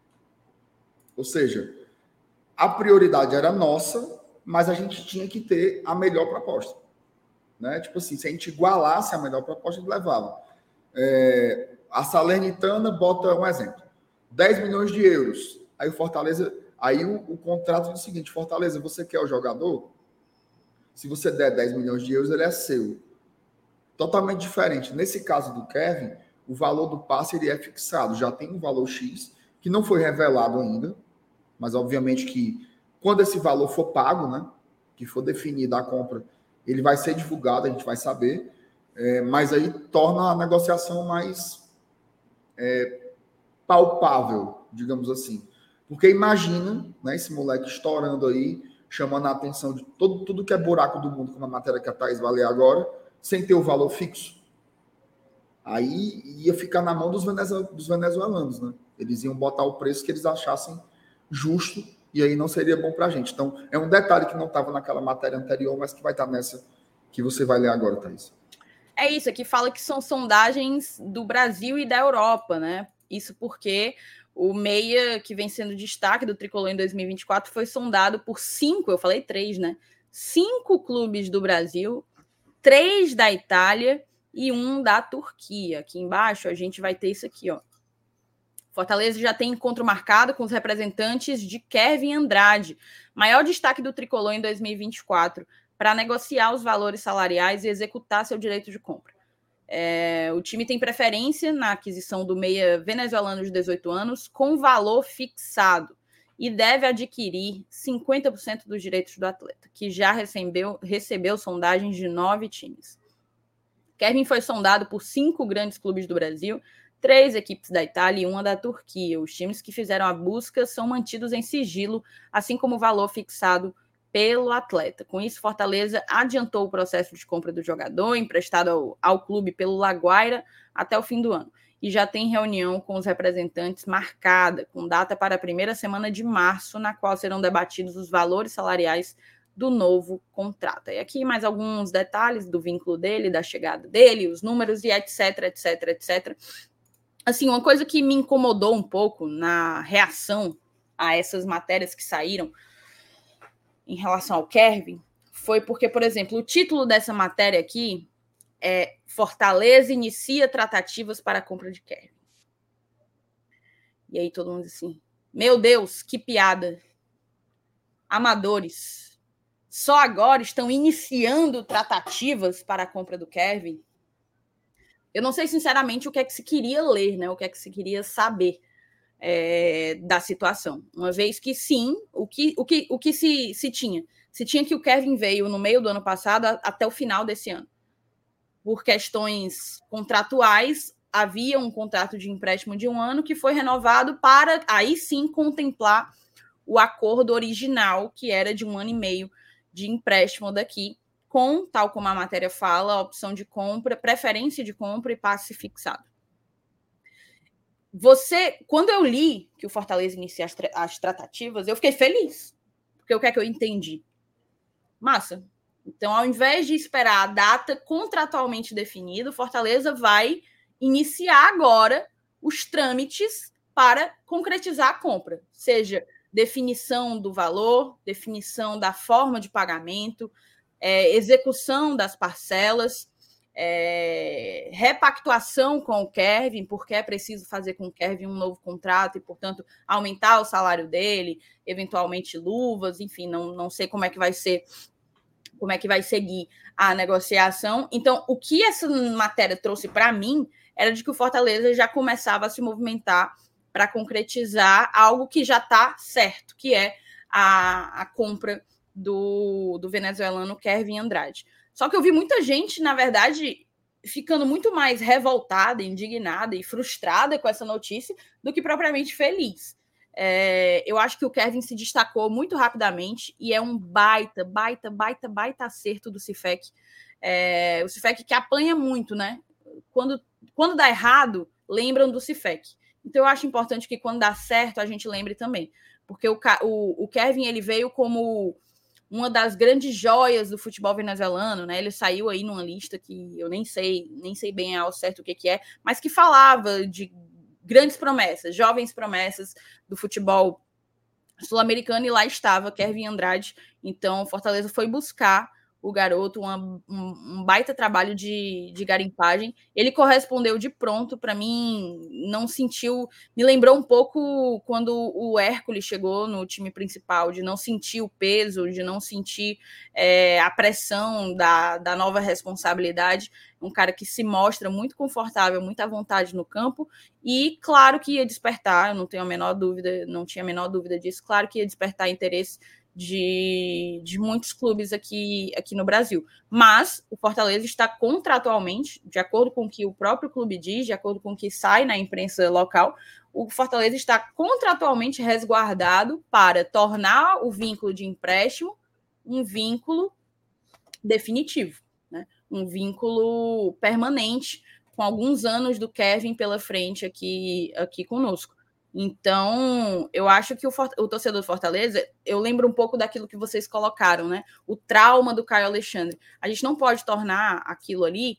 Ou seja, a prioridade era nossa, mas a gente tinha que ter a melhor proposta. Né? Tipo assim, se a gente igualasse a melhor proposta, a gente levava. É, a Salernitana bota um exemplo. dez milhões de euros. Aí o Fortaleza... Aí o, o contrato diz o seguinte, Fortaleza, você quer o jogador? Se você der dez milhões de euros, ele é seu. Totalmente diferente. Nesse caso do Kevin, o valor do passe ele é fixado. Já tem um valor X, que não foi revelado ainda, mas obviamente que quando esse valor for pago, né, que for definida a compra, ele vai ser divulgado, a gente vai saber, é, mas aí torna a negociação mais é, palpável, digamos assim. Porque imagina, né, esse moleque estourando aí, chamando a atenção de todo, tudo que é buraco do mundo, como a matéria que a Thaís vai ler agora, sem ter o valor fixo. Aí ia ficar na mão dos, dos venezuelanos, né? Eles iam botar o preço que eles achassem justo e aí não seria bom para a gente. Então, é um detalhe que não estava naquela matéria anterior, mas que vai estar nessa que você vai ler agora, Thaís. É isso, aqui fala que são sondagens do Brasil e da Europa, né? Isso porque o meia que vem sendo destaque do Tricolor em dois mil e vinte e quatro foi sondado por cinco, eu falei três, né? Cinco clubes do Brasil, três da Itália e um da Turquia. Aqui embaixo a gente vai ter isso aqui, ó. Fortaleza já tem encontro marcado com os representantes de Kevin Andrade, maior destaque do Tricolor em dois mil e vinte e quatro, para negociar os valores salariais e executar seu direito de compra. É, o time tem preferência na aquisição do meia venezuelano de dezoito anos com valor fixado e deve adquirir cinquenta por cento dos direitos do atleta, que já recebeu, recebeu sondagens de nove times. Kevin foi sondado por cinco grandes clubes do Brasil, três equipes da Itália e uma da Turquia. Os times que fizeram a busca são mantidos em sigilo, assim como o valor fixado pelo atleta. Com isso, Fortaleza adiantou o processo de compra do jogador, emprestado ao, ao clube pelo Laguaira, até o fim do ano. E já tem reunião com os representantes marcada, com data para a primeira semana de março, na qual serão debatidos os valores salariais do novo contrato. E aqui mais alguns detalhes do vínculo dele, da chegada dele, os números e etc, etc, etcétera. Assim, uma coisa que me incomodou um pouco na reação a essas matérias que saíram em relação ao Kevin foi porque, por exemplo, o título dessa matéria aqui é Fortaleza inicia tratativas para a compra de Kevin. E aí todo mundo assim, meu Deus, que piada. Amadores. Só agora estão iniciando tratativas para a compra do Kevin. Eu não sei, sinceramente, o que é que se queria ler, né? O que é que se queria saber é, da situação. Uma vez que, sim, o que, o que, o que se, se tinha? Se tinha que o Kevin veio no meio do ano passado a, até o final desse ano. Por questões contratuais, havia um contrato de empréstimo de um ano que foi renovado para, aí sim, contemplar o acordo original, que era de um ano e meio de empréstimo daqui, com, tal como a matéria fala, a opção de compra, preferência de compra e passe fixado. Você, quando eu li que o Fortaleza inicia as, tra- as tratativas, eu fiquei feliz, porque o que é que eu entendi? Massa. Então, ao invés de esperar a data contratualmente definida, o Fortaleza vai iniciar agora os trâmites para concretizar a compra, seja definição do valor, definição da forma de pagamento, é, execução das parcelas, é, repactuação com o Kevin, porque é preciso fazer com o Kevin um novo contrato e, portanto, aumentar o salário dele, eventualmente luvas, enfim, não, não sei como é que vai ser, como é que vai seguir a negociação. Então, o que essa matéria trouxe para mim era de que o Fortaleza já começava a se movimentar para concretizar algo que já está certo, que é a, a compra do, do venezuelano Kevin Andrade. Só que eu vi muita gente, na verdade, ficando muito mais revoltada, indignada e frustrada com essa notícia do que propriamente feliz. É, eu acho que o Kevin se destacou muito rapidamente e é um baita, baita, baita, baita acerto do Cifec. É, o Cifec que apanha muito, né? Quando, quando dá errado, lembram do Cifec. Então, eu acho importante que quando dá certo, a gente lembre também. Porque o, o, o Kevin, ele veio como uma das grandes joias do futebol venezuelano, né? Ele saiu aí numa lista que eu nem sei, nem sei bem ao certo o que, que é, mas que falava de grandes promessas, jovens promessas do futebol sul-americano, e lá estava Kevin Andrade. Então, Fortaleza foi buscar o garoto, uma, um, um baita trabalho de, de garimpagem. Ele correspondeu de pronto, para mim, não sentiu... Me lembrou um pouco quando o Hércules chegou no time principal, de não sentir o peso, de não sentir é, a pressão da, da nova responsabilidade. Um cara que se mostra muito confortável, muito à vontade no campo, e claro que ia despertar, eu não tenho a menor dúvida, não tinha a menor dúvida disso, claro que ia despertar interesse De, de muitos clubes aqui, aqui no Brasil. Mas o Fortaleza está contratualmente, de acordo com o que o próprio clube diz, de acordo com o que sai na imprensa local, o Fortaleza está contratualmente resguardado para tornar o vínculo de empréstimo um vínculo definitivo, né? Um vínculo permanente, com alguns anos do Kevin pela frente aqui, aqui conosco. Então, eu acho que o, o torcedor do Fortaleza, eu lembro um pouco daquilo que vocês colocaram, né? O trauma do Caio Alexandre. A gente não pode tornar aquilo ali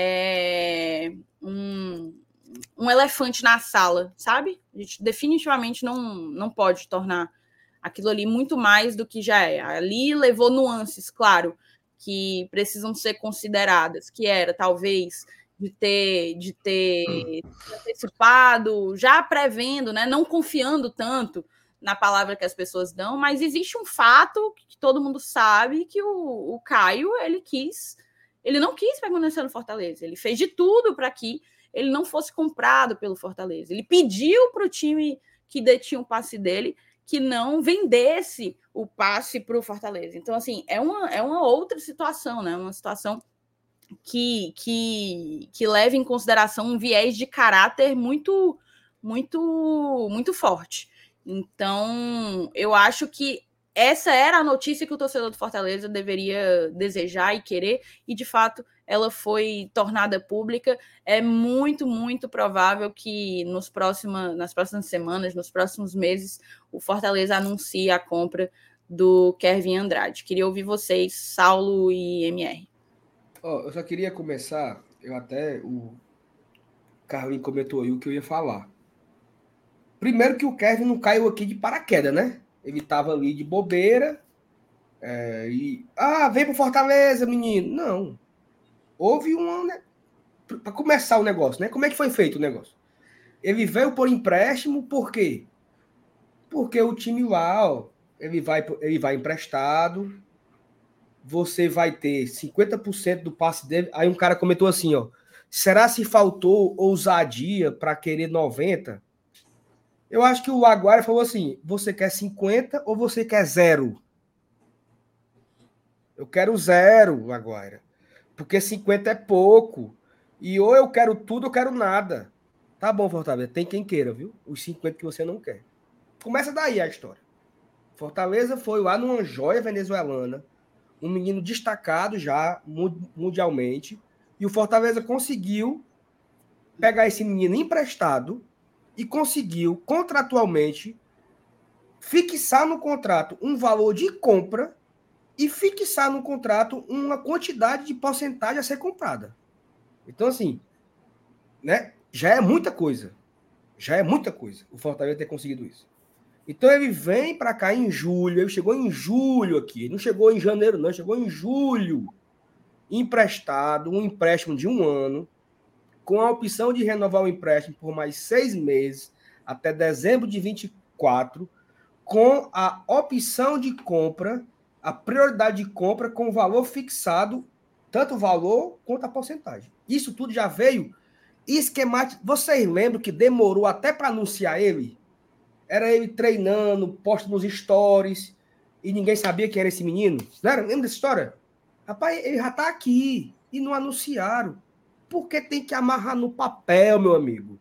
é, um, um elefante na sala, sabe? A gente definitivamente não, não pode tornar aquilo ali muito mais do que já é. Ali levou nuances, claro, que precisam ser consideradas, que era, talvez... de ter, de ter antecipado, já prevendo, né? Não confiando tanto na palavra que as pessoas dão, mas existe um fato que todo mundo sabe, que o, o Caio, ele quis, ele não quis permanecer no Fortaleza, ele fez de tudo para que ele não fosse comprado pelo Fortaleza, ele pediu para o time que detinha o passe dele que não vendesse o passe para o Fortaleza. Então, assim, é uma, é uma outra situação, né? Uma situação Que, que, que leva em consideração um viés de caráter muito, muito, muito forte. Então, eu acho que essa era a notícia que o torcedor do Fortaleza deveria desejar e querer, e de fato ela foi tornada pública. É muito, muito provável que nos próxima, nas próximas semanas, nos próximos meses, o Fortaleza anuncie a compra do Kevin Andrade. Queria ouvir vocês, Saulo e M R. Oh, eu só queria começar, eu até, o Carlinhos comentou aí o que eu ia falar. Primeiro que o Kevin não caiu aqui de paraquedas, né? Ele estava ali de bobeira, é, e, ah, vem pro Fortaleza, menino. Não. Houve uma, né, para começar o negócio, né? Como é que foi feito o negócio? Ele veio por empréstimo, por quê? Porque o time lá, ó, ele vai, ele vai emprestado, você vai ter cinquenta por cento do passe dele. Aí um cara comentou assim, ó, será se faltou ousadia para querer noventa? Eu acho que o Aguara falou assim, você quer cinquenta ou você quer zero? Eu quero zero, Aguara. Porque cinquenta é pouco. E ou eu quero tudo ou eu quero nada. Tá bom, Fortaleza, tem quem queira, viu? Os cinquenta que você não quer. Começa daí a história. Fortaleza foi lá numa joia venezuelana, um menino destacado já mundialmente, e o Fortaleza conseguiu pegar esse menino emprestado e conseguiu contratualmente fixar no contrato um valor de compra e fixar no contrato uma quantidade de porcentagem a ser comprada. Então, assim, né, já é muita coisa. Já é muita coisa o Fortaleza ter conseguido isso. Então ele vem para cá em julho, ele chegou em julho aqui, ele não chegou em janeiro não, chegou em julho, emprestado, um empréstimo de um ano, com a opção de renovar o empréstimo por mais seis meses, até dezembro de vinte e quatro, com a opção de compra, a prioridade de compra com valor fixado, tanto o valor quanto a porcentagem. Isso tudo já veio esquemático. Vocês lembram que demorou até para anunciar ele? Era ele treinando, posta nos stories, e ninguém sabia quem era esse menino. Lembra, lembra dessa história? Rapaz, ele já tá aqui, e não anunciaram. Porque tem que amarrar no papel, meu amigo.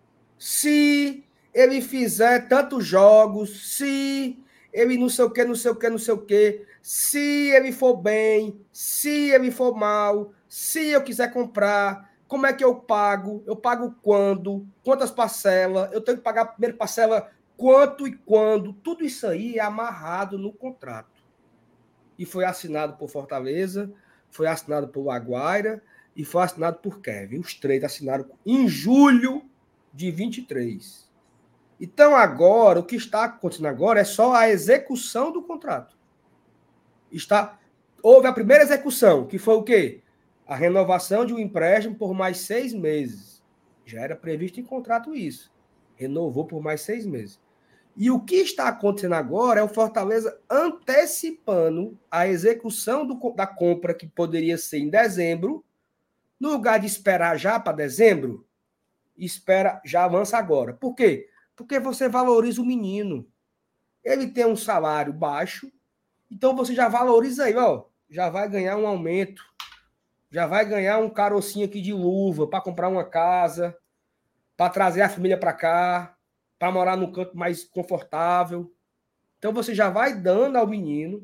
Se ele fizer tantos jogos, se ele não sei o que, não sei o que, não sei o que, se ele for bem, se ele for mal, se eu quiser comprar, como é que eu pago? Eu pago quando? Quantas parcelas? Eu tenho que pagar a primeira parcela quanto e quando? Tudo isso aí é amarrado no contrato. E foi assinado por Fortaleza, foi assinado por Aguaira e foi assinado por Kevin. Os três assinaram em julho de vinte e três. Então, agora, o que está acontecendo agora é só a execução do contrato. Está... Houve a primeira execução, que foi o quê? A renovação de um empréstimo por mais seis meses. Já era previsto em contrato isso. Renovou por mais seis meses. E o que está acontecendo agora é o Fortaleza antecipando a execução do, da compra, que poderia ser em dezembro, no lugar de esperar já para dezembro, espera, já avança agora. Por quê? Porque você valoriza o menino. Ele tem um salário baixo, então você já valoriza aí, ó, já vai ganhar um aumento, já vai ganhar um carocinho aqui de luva para comprar uma casa, para trazer a família para cá, para morar num canto mais confortável. Então você já vai dando ao menino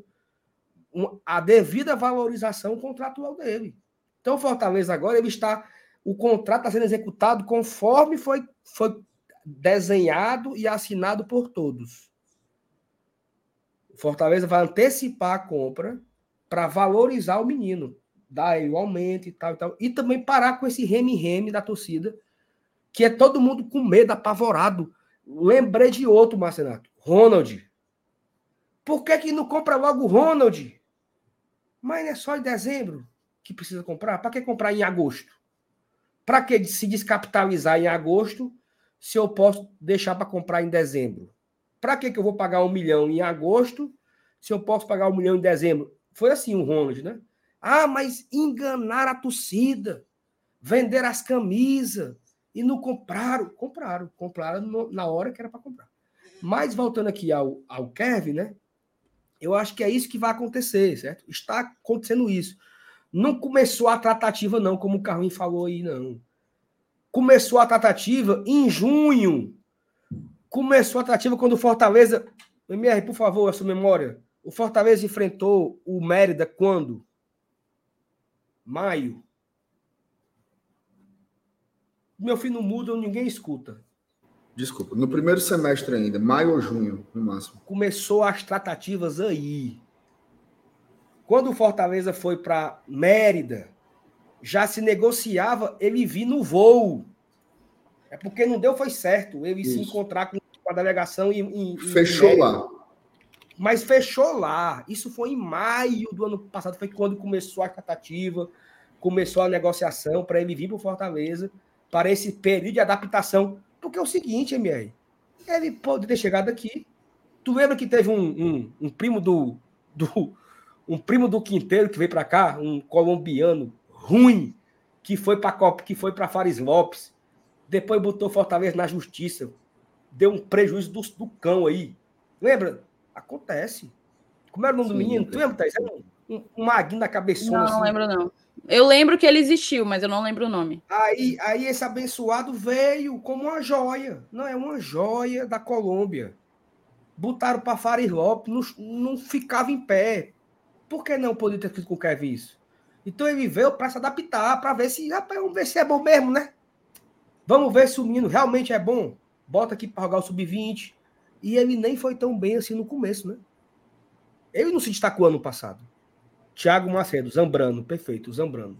a devida valorização contratual dele. Então o Fortaleza agora ele está, o contrato está sendo executado conforme foi, foi desenhado e assinado por todos. O Fortaleza vai antecipar a compra para valorizar o menino, dar ele o aumento e tal, e tal. E também parar com esse reme-reme da torcida, que é todo mundo com medo, apavorado. Lembrei de outro, Marcenato. Ronald. Por que que não compra logo o Ronald? Mas é só em dezembro que precisa comprar. Para que comprar em agosto? Para que se descapitalizar em agosto se eu posso deixar para comprar em dezembro? Para que que eu vou pagar um milhão em agosto se eu posso pagar um milhão em dezembro? Foi assim o Ronald, né? Ah, mas enganar a torcida, vender as camisas e não compraram. Compraram, compraram no, na hora que era para comprar. Mas voltando aqui ao, ao Kevin, né? Eu acho que é isso que vai acontecer, certo? Está acontecendo isso. Não começou a tratativa, não, como o Carlinhos falou aí, não. Começou a tratativa em junho. Começou a tratativa quando o Fortaleza... M R, por favor, a sua memória. O Fortaleza enfrentou o Mérida quando? Maio. Meu filho não muda, ninguém escuta. Desculpa, no primeiro semestre ainda, maio ou junho, no máximo. Começou as tratativas aí. Quando o Fortaleza foi para Mérida, já se negociava ele vir no voo. É porque não deu, foi certo. Ele Isso. se encontrar com a delegação e. e fechou e lá. Mas fechou lá. Isso foi em maio do ano passado, foi quando começou a tratativa, começou a negociação para ele vir para o Fortaleza, para esse período de adaptação. Porque é o seguinte, M R, ele pode ter chegado aqui. Tu lembra que teve um, um, um primo do, do. Um primo do Quinteiro que veio para cá, um colombiano ruim, que foi para Copa, que foi para Fares Lopes, depois botou Fortaleza na justiça, deu um prejuízo do, do cão aí. Lembra? Acontece. Como era o nome Sim, do menino? Tu lembra, Thaís? Era um, um, um maguinho na cabeçona. Não, assim. Não lembro, não. Eu lembro que ele existiu, mas eu não lembro o nome. Aí, aí esse abençoado veio como uma joia. Não, é uma joia da Colômbia. Botaram para Fares Lopes, não, não ficava em pé. Por que não podia ter feito com o Kevin isso? Então ele veio para se adaptar, para ver se, rapaz, vamos ver se é bom mesmo, né? Vamos ver se o menino realmente é bom. Bota aqui para jogar o sub vinte. E ele nem foi tão bem assim no começo, né? Ele não se destacou ano passado. Thiago Macedo, Zambrano, perfeito, Zambrano.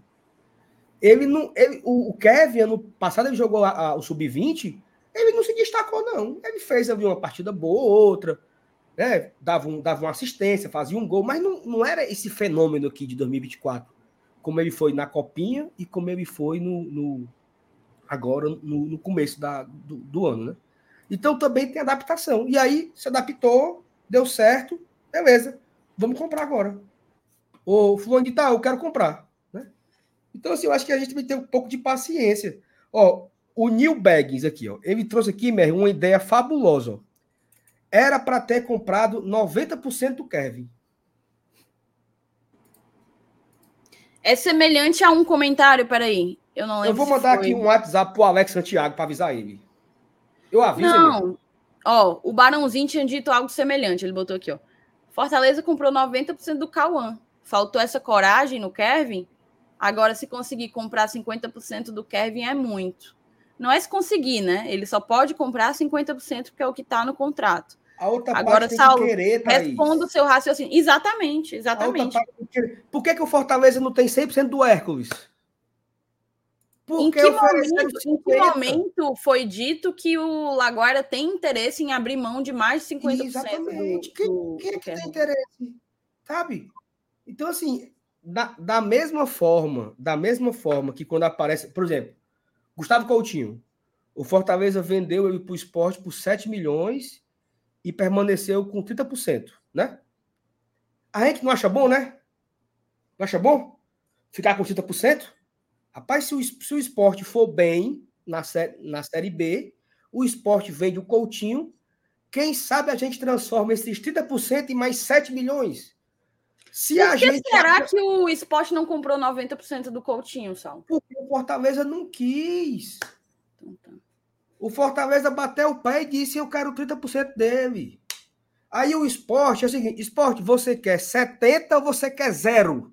Ele não, ele, o, o Kevin, ano passado, ele jogou a, a, o sub vinte, ele não se destacou, não. Ele fez ali uma partida boa ou outra, né? Dava, um, dava uma assistência, fazia um gol, mas não, não era esse fenômeno aqui de dois mil e vinte e quatro, como ele foi na Copinha e como ele foi no, no agora no, no começo da, do, do ano, né? Então também tem adaptação. E aí se adaptou, deu certo, beleza, vamos comprar agora. Ô, fulano de tal, eu quero comprar, né? Então, assim, eu acho que a gente tem que ter um pouco de paciência. Ó, o Neil Baggins aqui, ó, ele trouxe aqui, mesmo, uma ideia fabulosa, ó. Era para ter comprado noventa por cento do Kevin. É semelhante a um comentário, peraí. Eu não lembro. Eu vou mandar aqui um WhatsApp pro Alex Santiago para avisar ele. Eu aviso Não. Ele. Ó, o Barãozinho tinha dito algo semelhante. Ele botou aqui, ó. Fortaleza comprou noventa por cento do Cauã. Faltou essa coragem no Kevin? Agora, se conseguir comprar cinquenta por cento do Kevin, é muito. Não é se conseguir, né? Ele só pode comprar cinquenta por cento porque é o que está no contrato. A outra Agora, parte tem Saulo, que querer, Thaís. Responda o seu raciocínio. Exatamente, exatamente. Que... Por que, que o Fortaleza não tem cem por cento do Hércules? Em que, momento, em que momento foi dito que o Laguarda tem interesse em abrir mão de mais de cinquenta por cento? Exatamente. Do, do, quem, quem do que tem interesse? Sabe? Então, assim, da, da mesma forma, da mesma forma que quando aparece... Por exemplo, Gustavo Coutinho. O Fortaleza vendeu ele para o Sport por sete milhões e permaneceu com trinta por cento, né? A gente não acha bom, né? Não acha bom? Ficar com trinta por cento? Rapaz, se o, se o Sport for bem na, sé, na Série B, o Sport vende o Coutinho, quem sabe a gente transforma esses trinta por cento em mais sete milhões. Se Por a que gente será acha... que o Sport não comprou noventa por cento do Coutinho, Sal? Porque o Fortaleza não quis. Então, tá. O Fortaleza bateu o pé e disse, eu quero trinta por cento dele. Aí o Sport é o seguinte, Sport, você quer setenta ou você quer zero?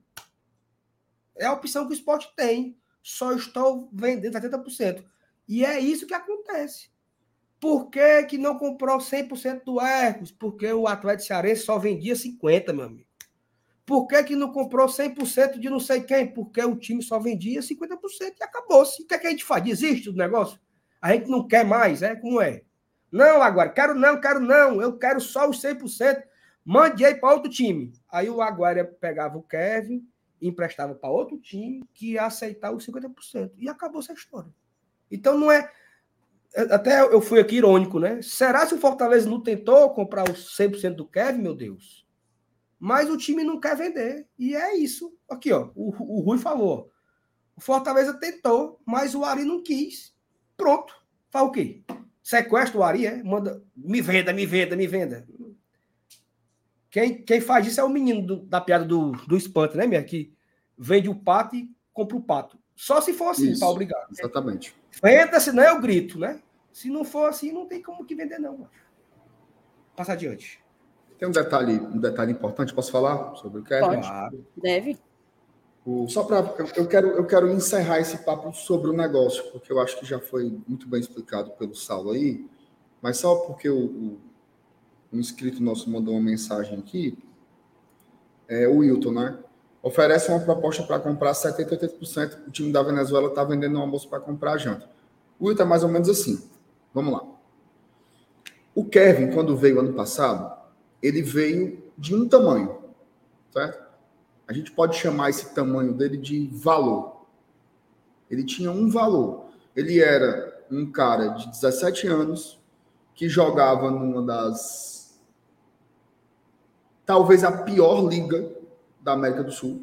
É a opção que o Sport tem. Só estou vendendo setenta por cento. E é isso que acontece. Por que, que não comprou cem por cento do Hércules? Porque o Atlético Cearense só vendia cinquenta por cento, meu amigo. Por que, que não comprou cem por cento de não sei quem? Porque o time só vendia cinquenta por cento e acabou-se. O que, é que a gente faz? Desiste do negócio? A gente não quer mais, é? Como é? Não, agora, quero não, quero não. Eu quero só os cem por cento. Mande aí para outro time. Aí o Aguária pegava o Kevin, emprestava para outro time que ia aceitar os cinquenta por cento. E acabou essa história. Então não é... Até eu fui aqui irônico, né? Será que o Fortaleza não tentou comprar os cem por cento do Kevin, meu Deus? Mas o time não quer vender. E é isso. Aqui, ó. O, o Rui falou. O Fortaleza tentou, mas o Ari não quis. Pronto. Faz o quê? Sequestra o Ari, é? Manda, me venda, me venda, me venda. Quem, quem faz isso é o menino do, da piada do, do espanto, né, minha? Que vende o pato e compra o pato. Só se for assim, para obrigar. Exatamente. Venda, senão eu grito, né? Se não for assim, não tem como que vender, não. Passa adiante. tem um detalhe, um detalhe importante, posso falar sobre o Kevin? Pode, deve. O, só para eu, eu quero eu quero encerrar esse papo sobre o negócio, porque eu acho que já foi muito bem explicado pelo Saulo aí, mas só porque o, o um inscrito nosso mandou uma mensagem aqui, é o Wilton, né? Oferece uma proposta para comprar setenta, oitenta por cento. O time da Venezuela está vendendo um almoço para comprar a janta. O Wilton é mais ou menos assim. Vamos lá. O Kevin, quando veio ano passado, ele veio de um tamanho, certo? A gente pode chamar esse tamanho dele de valor. Ele tinha um valor. Ele era um cara de dezessete anos que jogava numa das... talvez a pior liga da América do Sul.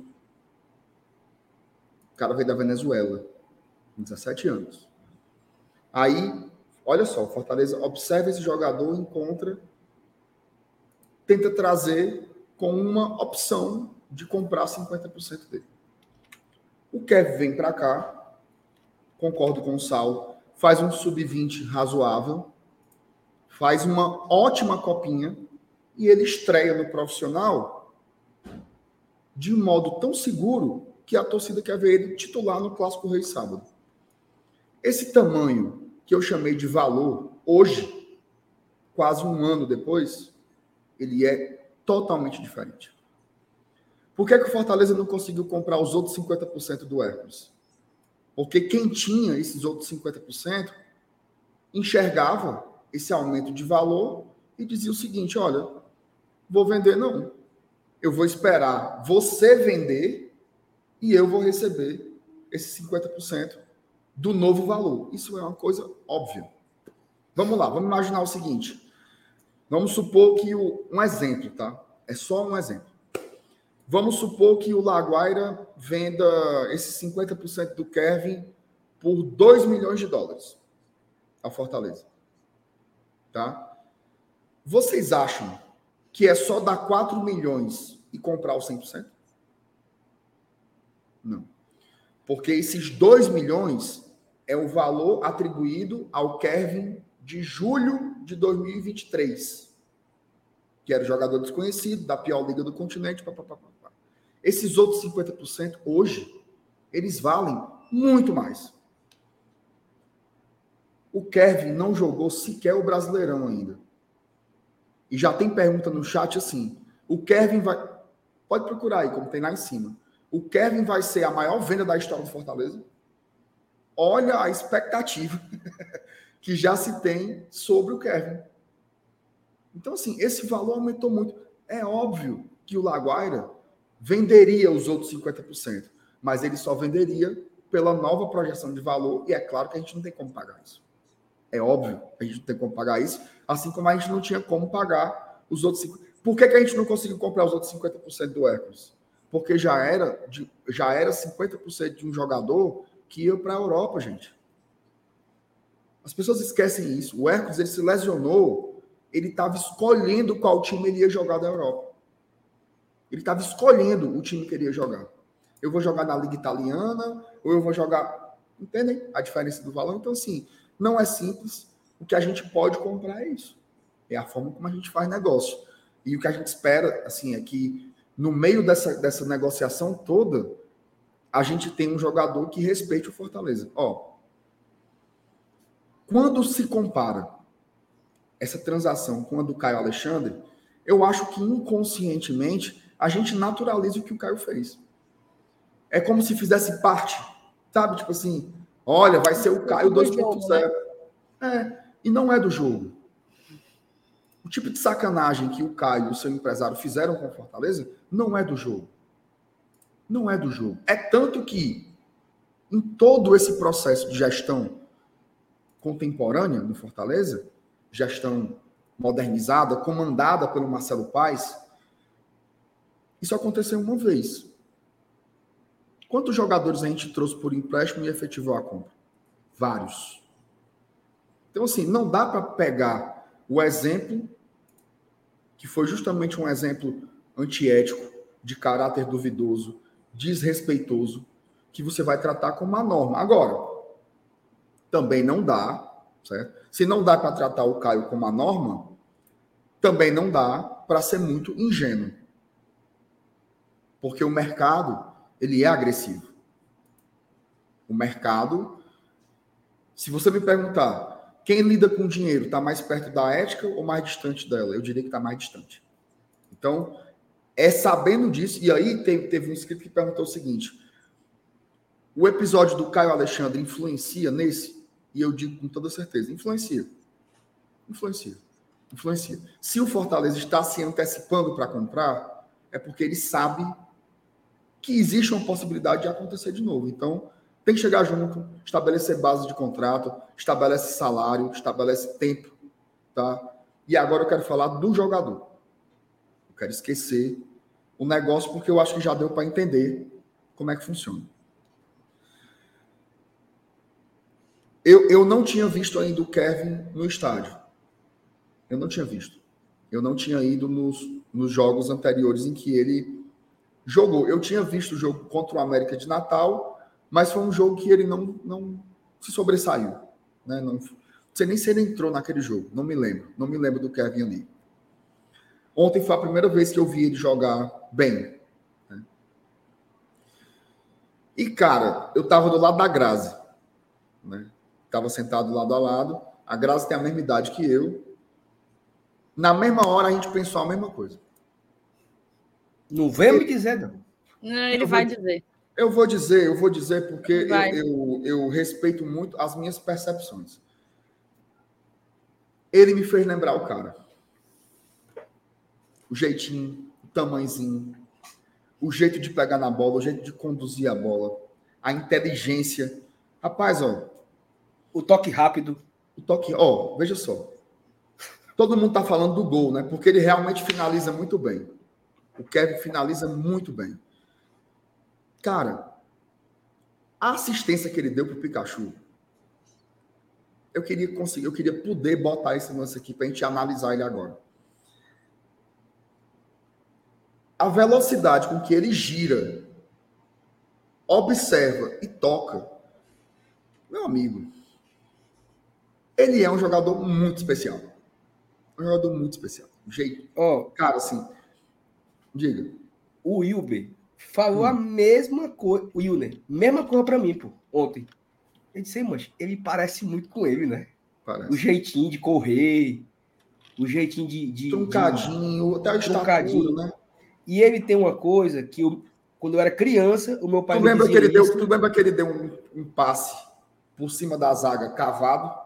O cara veio da Venezuela, com dezessete anos. Aí, olha só, o Fortaleza observa esse jogador, encontra, tenta trazer com uma opção de comprar cinquenta por cento dele. O Kevin vem para cá, concordo com o Sal, faz um sub vinte razoável, faz uma ótima copinha, e ele estreia no profissional de um modo tão seguro que a torcida quer ver ele titular no Clássico Rei sábado. Esse tamanho que eu chamei de valor, hoje, quase um ano depois, ele é totalmente diferente. Por que, é que o Fortaleza não conseguiu comprar os outros cinquenta por cento do Hércules? Porque quem tinha esses outros cinquenta por cento enxergava esse aumento de valor e dizia o seguinte, olha, vou vender não. Eu vou esperar você vender e eu vou receber esses cinquenta por cento do novo valor. Isso é uma coisa óbvia. Vamos lá, vamos imaginar o seguinte. Vamos supor que o, um exemplo, tá? É só um exemplo. Vamos supor que o Laguaira venda esses cinquenta por cento do Kevin por dois milhões de dólares a Fortaleza. Tá? Vocês acham que é só dar quatro milhões e comprar os cem por cento? Não. Porque esses dois milhões é o valor atribuído ao Kevin de julho de dois mil e vinte e três, que era jogador desconhecido, da pior liga do continente. Pá, pá, pá, pá. Esses outros cinquenta por cento, hoje, eles valem muito mais. O Kevin não jogou sequer o Brasileirão ainda. E já tem pergunta no chat assim, o Kevin vai... Pode procurar aí, como tem lá em cima. O Kevin vai ser a maior venda da história do Fortaleza? Olha a expectativa que já se tem sobre o Kevin. Então, assim, esse valor aumentou muito. É óbvio que o Laguaira venderia os outros cinquenta por cento, mas ele só venderia pela nova projeção de valor, e é claro que a gente não tem como pagar isso. É óbvio que a gente não tem como pagar isso, assim como a gente não tinha como pagar os outros cinquenta por cento. Por que, que a gente não conseguiu comprar os outros cinquenta por cento do Hércules? Porque já era, de, já era cinquenta por cento de um jogador que ia para a Europa, gente. As pessoas esquecem isso. O Hércules, ele se lesionou, ele estava escolhendo qual time ele ia jogar da Europa. Ele estava escolhendo o time que ele ia jogar. Eu vou jogar na Liga Italiana, ou eu vou jogar... Entendem a diferença do valor? Então, assim, não é simples. O que a gente pode comprar é isso. É a forma como a gente faz negócio. E o que a gente espera, assim, é que no meio dessa, dessa negociação toda, a gente tem um jogador que respeite o Fortaleza. Ó, quando se compara essa transação com a do Caio Alexandre, eu acho que inconscientemente a gente naturaliza o que o Caio fez. É como se fizesse parte, sabe? Tipo assim, olha, vai ser o Caio dois ponto zero. É, e não é do jogo. O tipo de sacanagem que o Caio e o seu empresário fizeram com o Fortaleza não é do jogo. Não é do jogo. É tanto que, em todo esse processo de gestão contemporânea no Fortaleza, gestão modernizada, comandada pelo Marcelo Paes, isso aconteceu uma vez. Quantos jogadores a gente trouxe por empréstimo e efetivou a compra? Vários. Então, assim, não dá para pegar o exemplo, que foi justamente um exemplo antiético, de caráter duvidoso, desrespeitoso, que você vai tratar como uma norma. Agora, também não dá, certo? Se não dá para tratar o Caio como uma norma, também não dá para ser muito ingênuo. Porque o mercado, ele é agressivo. O mercado, se você me perguntar, quem lida com dinheiro está mais perto da ética ou mais distante dela? Eu diria que está mais distante. Então, é sabendo disso, e aí teve, teve um inscrito que perguntou o seguinte, o episódio do Caio Alexandre influencia nesse? E eu digo com toda certeza, influencia. Influencia. Influencia. Se o Fortaleza está se antecipando para comprar, é porque ele sabe que existe uma possibilidade de acontecer de novo. Então, tem que chegar junto, estabelecer base de contrato, estabelece salário, estabelece tempo, tá? E agora eu quero falar do jogador. Eu quero esquecer o negócio porque eu acho que já deu para entender como é que funciona. Eu, eu não tinha visto ainda o Kevin no estádio. Eu não tinha visto. Eu não tinha ido nos, nos jogos anteriores em que ele jogou. Eu tinha visto o jogo contra o América de Natal, mas foi um jogo que ele não, não se sobressaiu. Né? Não, não sei nem se ele entrou naquele jogo. Não me lembro. Não me lembro do Kevin ali. Ontem foi a primeira vez que eu vi ele jogar bem. Né? E, cara, eu tava do lado da Grazi. Né? Tava sentado lado a lado. A Grazi tem a mesma idade que eu. Na mesma hora, a gente pensou a mesma coisa. Não vem me dizer, não. Não, ele vai vou, dizer. Eu vou dizer, eu vou dizer porque eu, eu, eu respeito muito as minhas percepções. Ele me fez lembrar o cara. O jeitinho, o tamanhozinho, o jeito de pegar na bola, o jeito de conduzir a bola, a inteligência. Rapaz, ó. O toque rápido. O toque, ó, veja só. Todo mundo tá falando do gol, né? Porque ele realmente finaliza muito bem. O Kevin finaliza muito bem. Cara, a assistência que ele deu pro Pikachu, eu queria conseguir, eu queria poder botar esse lance aqui pra gente analisar ele agora. A velocidade com que ele gira, observa e toca, meu amigo, ele é um jogador muito especial. Um jogador muito especial. Um jeito. Ó, cara, assim, diga. O Wilber falou hum. a mesma coisa. O Wilner, mesma coisa pra mim, pô, ontem. Eu disse, mas ele parece muito com ele, né? Parece. O jeitinho de correr, o jeitinho de. de truncadinho, de, até o estatura, né? E ele tem uma coisa que, eu, quando eu era criança, o meu pai tu me lembra dizia que ele isso. deu, Tu lembra que ele deu um, um passe por cima da zaga cavado?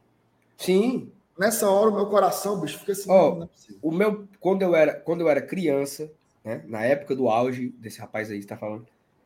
Sim. Nessa hora, o meu coração, bicho, fica assim. Ó, não é possível. O meu, quando, eu era, quando eu era criança, né, na época do auge desse rapaz aí que está falando,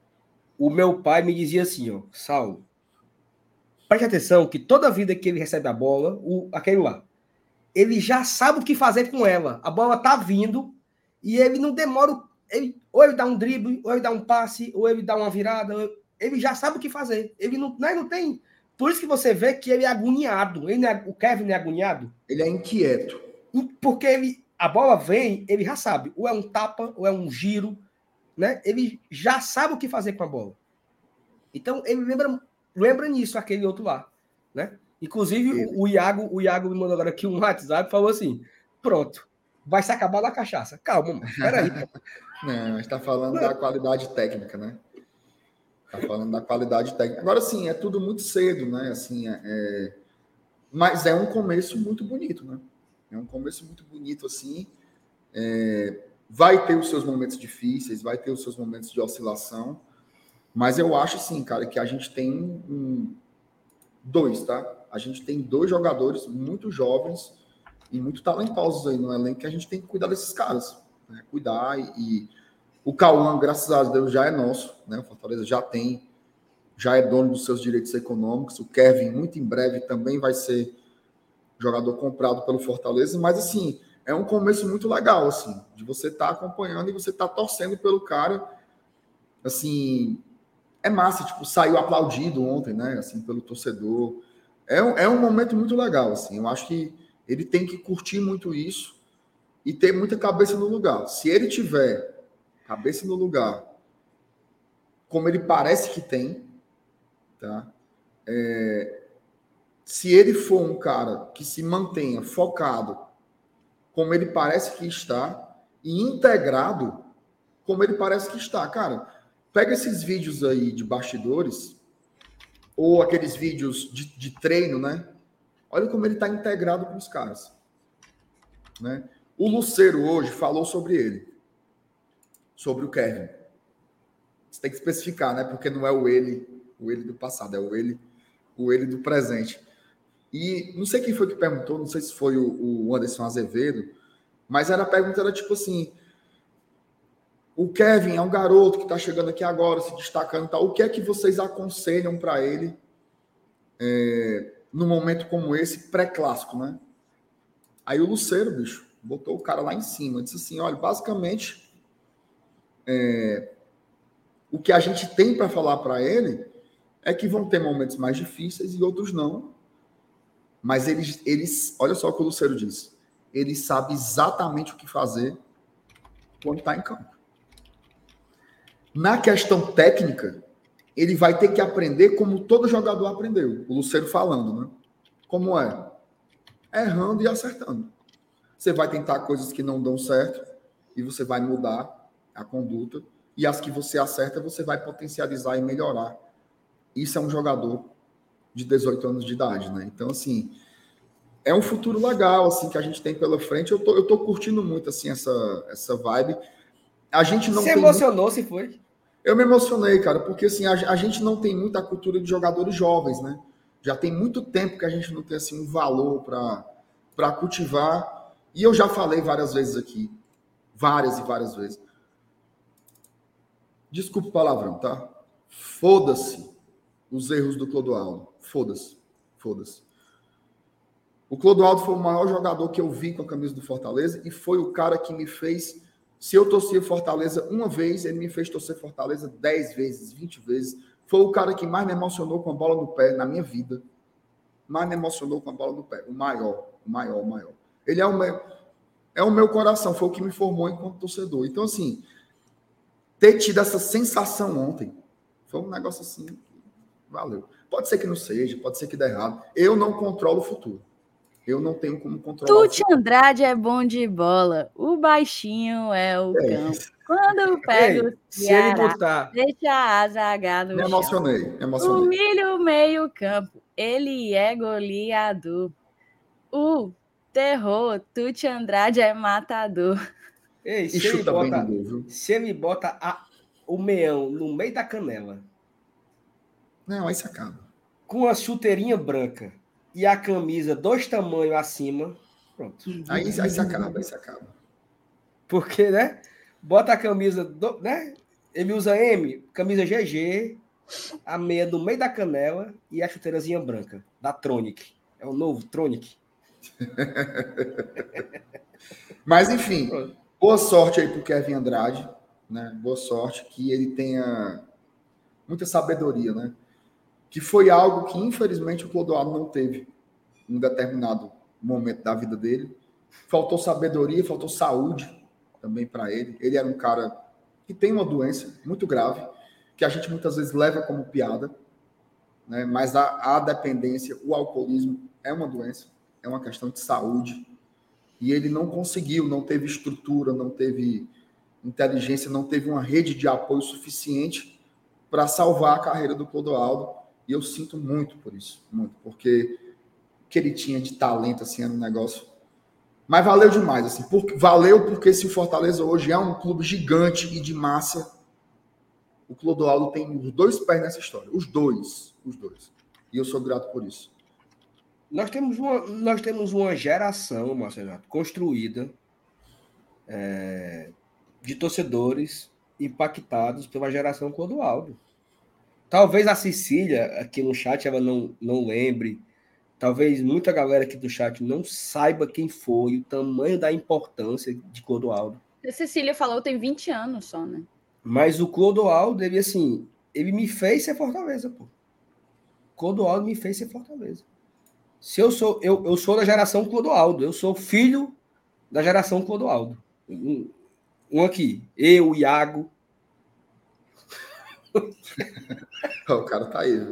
o meu pai me dizia assim, ó, Saulo, preste atenção que toda vida que ele recebe a bola, o, aquele lá, ele já sabe o que fazer com ela. A bola tá vindo e ele não demora, ele, ou ele dá um drible, ou ele dá um passe, ou ele dá uma virada, ele já sabe o que fazer. Ele não, não, ele não tem... Por isso que você vê que ele é agoniado. Ele é, o Kevin é agoniado. Ele é inquieto. Porque ele, a bola vem, ele já sabe. Ou é um tapa, ou é um giro. Né? Ele já sabe o que fazer com a bola. Então, ele lembra, lembra nisso, aquele outro lá. Né? Inclusive, o, o, Iago, o Iago me mandou agora aqui um WhatsApp e falou assim, pronto, vai se acabar na cachaça. Calma, mano, peraí. Não, a gente está falando da qualidade técnica, né? Tá falando da qualidade técnica. Agora, sim, é tudo muito cedo, né? Assim, é, é... Mas é um começo muito bonito, né? É um começo muito bonito, assim. É... Vai ter os seus momentos difíceis, vai ter os seus momentos de oscilação. Mas eu acho, assim, cara, que a gente tem um... dois, tá? A gente tem dois jogadores muito jovens e muito talentosos aí no elenco que a gente tem que cuidar desses caras. Né? Cuidar e... e... O Cauã, graças a Deus, já é nosso, né? O Fortaleza já tem, já é dono dos seus direitos econômicos. O Kevin, muito em breve, também vai ser jogador comprado pelo Fortaleza. Mas, assim, é um começo muito legal, assim, de você estar tá acompanhando e você estar tá torcendo pelo cara. Assim, é massa, tipo, saiu aplaudido ontem, né? Assim, pelo torcedor. É um, é um momento muito legal, assim. Eu acho que ele tem que curtir muito isso e ter muita cabeça no lugar. Se ele tiver cabeça no lugar, como ele parece que tem, tá? É, se ele for um cara que se mantenha focado como ele parece que está, e integrado como ele parece que está. Cara, pega esses vídeos aí de bastidores, ou aqueles vídeos de, de treino, né? Olha como ele está integrado com os caras. Né? O Lucero hoje falou sobre ele, sobre o Kevin. Você tem que especificar, né? Porque não é o ele, o ele do passado, é o ele, o ele do presente. E não sei quem foi que perguntou, não sei se foi o, o Anderson Azevedo, mas era a pergunta era tipo assim: o Kevin é um garoto que está chegando aqui agora, se destacando e tal. O que é que vocês aconselham para ele é, num momento como esse, pré-clássico, né? Aí o Lucero, bicho, botou o cara lá em cima. Disse assim, olha, basicamente, é, o que a gente tem para falar para ele é que vão ter momentos mais difíceis e outros não. Mas eles, eles olha só o que o Lucero disse. Ele sabe exatamente o que fazer quando está em campo. Na questão técnica, ele vai ter que aprender como todo jogador aprendeu. O Lucero falando, né? Como é? Errando e acertando. Você vai tentar coisas que não dão certo e você vai mudar a conduta. E as que você acerta, você vai potencializar e melhorar. Isso é um jogador de dezoito anos de idade, né? Então, assim, é um futuro legal, assim, que a gente tem pela frente. Eu tô, eu tô curtindo muito, assim, essa, essa vibe. A gente não Se tem emocionou, muito... se foi? Eu me emocionei, cara, porque, assim, a, a gente não tem muita cultura de jogadores jovens, né? Já tem muito tempo que a gente não tem, assim, um valor para para cultivar. E eu já falei várias vezes aqui, várias e várias vezes. Desculpa o palavrão, tá? Foda-se os erros do Clodoaldo. Foda-se. Foda-se. O Clodoaldo foi o maior jogador que eu vi com a camisa do Fortaleza e foi o cara que me fez... Se eu torcia Fortaleza uma vez, ele me fez torcer Fortaleza dez vezes, vinte vezes. Foi o cara que mais me emocionou com a bola no pé na minha vida. Mais me emocionou com a bola no pé. O maior, o maior, o maior. Ele é o meu, é o meu coração, foi o que me formou enquanto torcedor. Então, assim, ter tido essa sensação ontem foi um negócio assim, valeu. Pode ser que não seja, pode ser que dê errado. Eu não controlo o futuro. Eu não tenho como controlar Tuti o futuro. Andrade é bom de bola. O baixinho é o é campo. Isso. Quando eu pego Ei, o Ceará, botar... deixa a zaga no me emocionei, chão. Me emocionei. Humilha o meio campo. Ele é goleador. O terror, Tuti Andrade é matador. Ei, se ele bota, gol, se ele bota a, o meião no meio da canela. Não, aí se acaba. Com a chuteirinha branca e a camisa dois tamanhos acima, pronto. Aí, aí se acaba, aí se acaba. Porque, né? Bota a camisa, do, né? Ele usa M, camisa G G, a meia no meio da canela e a chuteirazinha branca, da Tronic. É o novo Tronic. Mas, enfim, pronto. Boa sorte aí pro Kevin Andrade, né? Boa sorte, que ele tenha muita sabedoria, né? Que foi algo que, infelizmente, o Clodoaldo não teve em um determinado momento da vida dele. Faltou sabedoria, faltou saúde também para ele. Ele era um cara que tem uma doença muito grave, que a gente muitas vezes leva como piada, né? Mas a, a dependência, o alcoolismo é uma doença, é uma questão de saúde. E ele não conseguiu, não teve estrutura, não teve inteligência, não teve uma rede de apoio suficiente para salvar a carreira do Clodoaldo. E eu sinto muito por isso, muito, porque o que ele tinha de talento assim era um negócio. Mas valeu demais, assim, por... valeu porque se o Fortaleza hoje é um clube gigante e de massa, o Clodoaldo tem os dois pés nessa história, os dois, os dois. E eu sou grato por isso. Nós temos uma, nós temos uma geração, Marcelo, construída é, de torcedores impactados pela geração Clodoaldo. Talvez a Cecília, aqui no chat, ela não, não lembre. Talvez muita galera aqui do chat não saiba quem foi, o tamanho da importância de Clodoaldo. A Cecília falou tem vinte anos só, né? Mas o Clodoaldo, ele assim, ele me fez ser Fortaleza, pô. Clodoaldo me fez ser Fortaleza. Se eu sou, eu, eu sou da geração Clodoaldo, eu sou filho da geração Clodoaldo. Um, um aqui, eu, o Iago. O cara tá aí.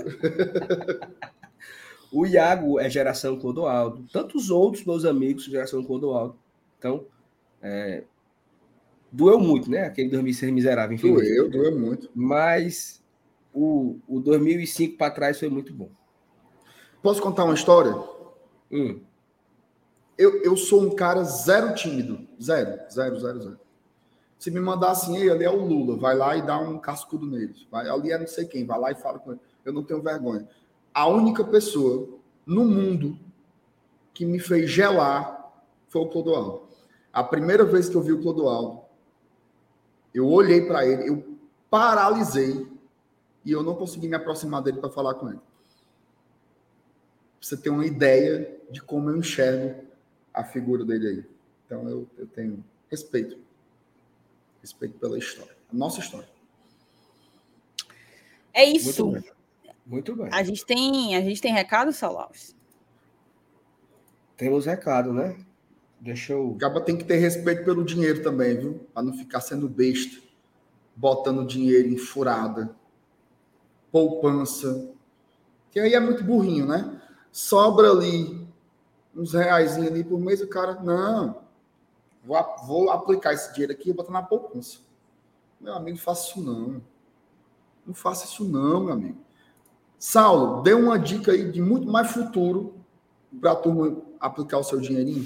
O Iago é geração Clodoaldo. Tantos outros meus amigos geração Clodoaldo. Então, é, doeu muito, né? Aquele dois mil e seis miserável, enfim. Doeu, doeu muito. Mas o, o dois mil e cinco para trás foi muito bom. Posso contar uma história? Hum. Eu, eu sou um cara zero tímido. Zero, zero, zero, zero. Se me mandar assim, ei, ali é o Lula, vai lá e dá um cascudo nele. Vai, ali é não sei quem, vai lá e fala com ele. Eu não tenho vergonha. A única pessoa no mundo que me fez gelar foi o Clodoaldo. A primeira vez que eu vi o Clodoaldo, eu olhei para ele, eu paralisei e eu não consegui me aproximar dele para falar com ele. Pra você ter uma ideia de como eu enxergo a figura dele aí. Então eu, eu tenho respeito. Respeito pela história. A nossa história. É isso. Muito bem. Muito bem. A gente tem, a gente tem recado, Saulo Alves? Temos recado, né? Deixa eu... Acaba tem que ter respeito pelo dinheiro também, viu? Para não ficar sendo besta, botando dinheiro em furada, poupança. Que aí é muito burrinho, né? Sobra ali uns reaisinhos ali por mês, o cara, não, vou, vou aplicar esse dinheiro aqui e botar na poupança. Meu amigo, não faça isso não. Não faça isso não, meu amigo. Saulo, dê uma dica aí de muito mais futuro para a turma aplicar o seu dinheirinho.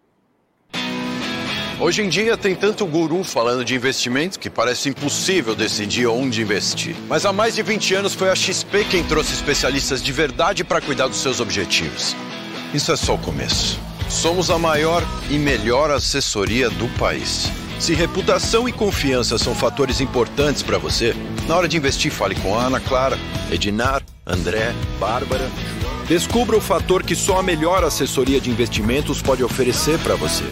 Hoje em dia tem tanto guru falando de investimento que parece impossível decidir onde investir. Mas há mais de vinte anos foi a X P quem trouxe especialistas de verdade para cuidar dos seus objetivos. Isso é só o começo. Somos a maior e melhor assessoria do país. Se reputação e confiança são fatores importantes para você, na hora de investir, fale com a Ana Clara, Edinar, André, Bárbara. Descubra o fator que só a melhor assessoria de investimentos pode oferecer para você.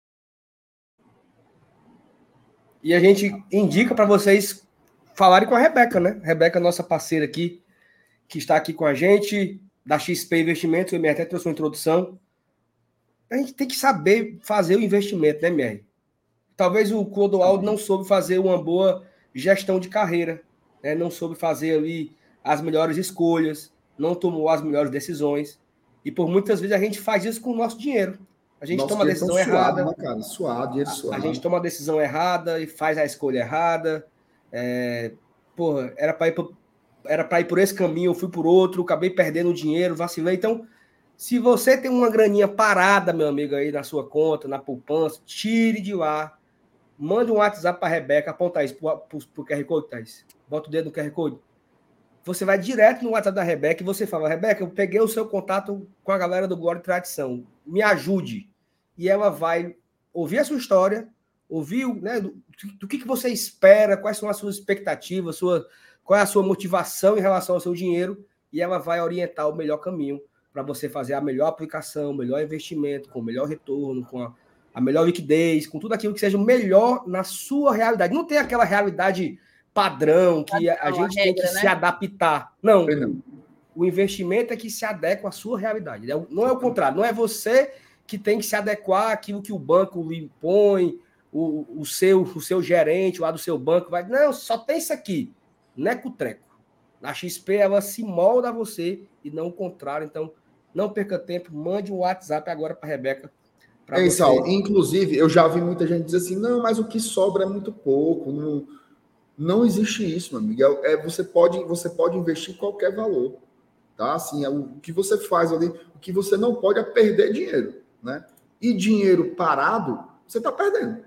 E a gente indica para vocês falarem com a Rebeca, né? Rebeca, nossa parceira aqui, que está aqui com a gente, da X P Investimentos, o M R até trouxe uma introdução. A gente tem que saber fazer o investimento, né, M R? Talvez o Clodoaldo não soube fazer uma boa gestão de carreira, né? Não soube fazer ali as melhores escolhas, não tomou as melhores decisões. E por muitas vezes a gente faz isso com o nosso dinheiro. A gente nosso toma a decisão errada. Suado, né, cara? Suado, dinheiro suado. A, a gente toma a decisão errada e faz a escolha errada. É, porra, era para ir, era para ir por esse caminho, eu fui por outro, acabei perdendo dinheiro, vacilei. Então, se você tem uma graninha parada, meu amigo, aí na sua conta, na poupança, tire de lá. Mande um WhatsApp para a Rebeca, aponta isso para o Q R Code, Thaís. Bota o dedo no Q R Code. Você vai direto no WhatsApp da Rebeca e você fala, Rebeca, eu peguei o seu contato com a galera do Glória e Tradição. Me ajude. E ela vai ouvir a sua história, ouvir, né, do, do que, que você espera, quais são as suas expectativas, sua, qual é a sua motivação em relação ao seu dinheiro, e ela vai orientar o melhor caminho para você fazer a melhor aplicação, o melhor investimento, com o melhor retorno, com a, a melhor liquidez, com tudo aquilo que seja melhor na sua realidade. Não tem aquela realidade padrão que a, a gente a regra, tem que né? se adaptar. Não. não. O investimento é que se adequa à sua realidade. Não é o contrário. Não é você que tem que se adequar àquilo que o banco lhe impõe, o, o, seu, o seu gerente lá do seu banco vai... Não, só tem isso aqui. Não é com o treco. Na X P, ela se molda a você e não o contrário. Então, não perca tempo. Mande um WhatsApp agora para a Rebeca. É isso, você... Inclusive, eu já vi muita gente dizer assim, não, mas o que sobra é muito pouco. Não, não existe isso, meu amigo. É, você, pode, você pode investir qualquer valor. Tá? Assim, é o que você faz ali, o que você não pode é perder dinheiro. Né? E dinheiro parado, você está perdendo.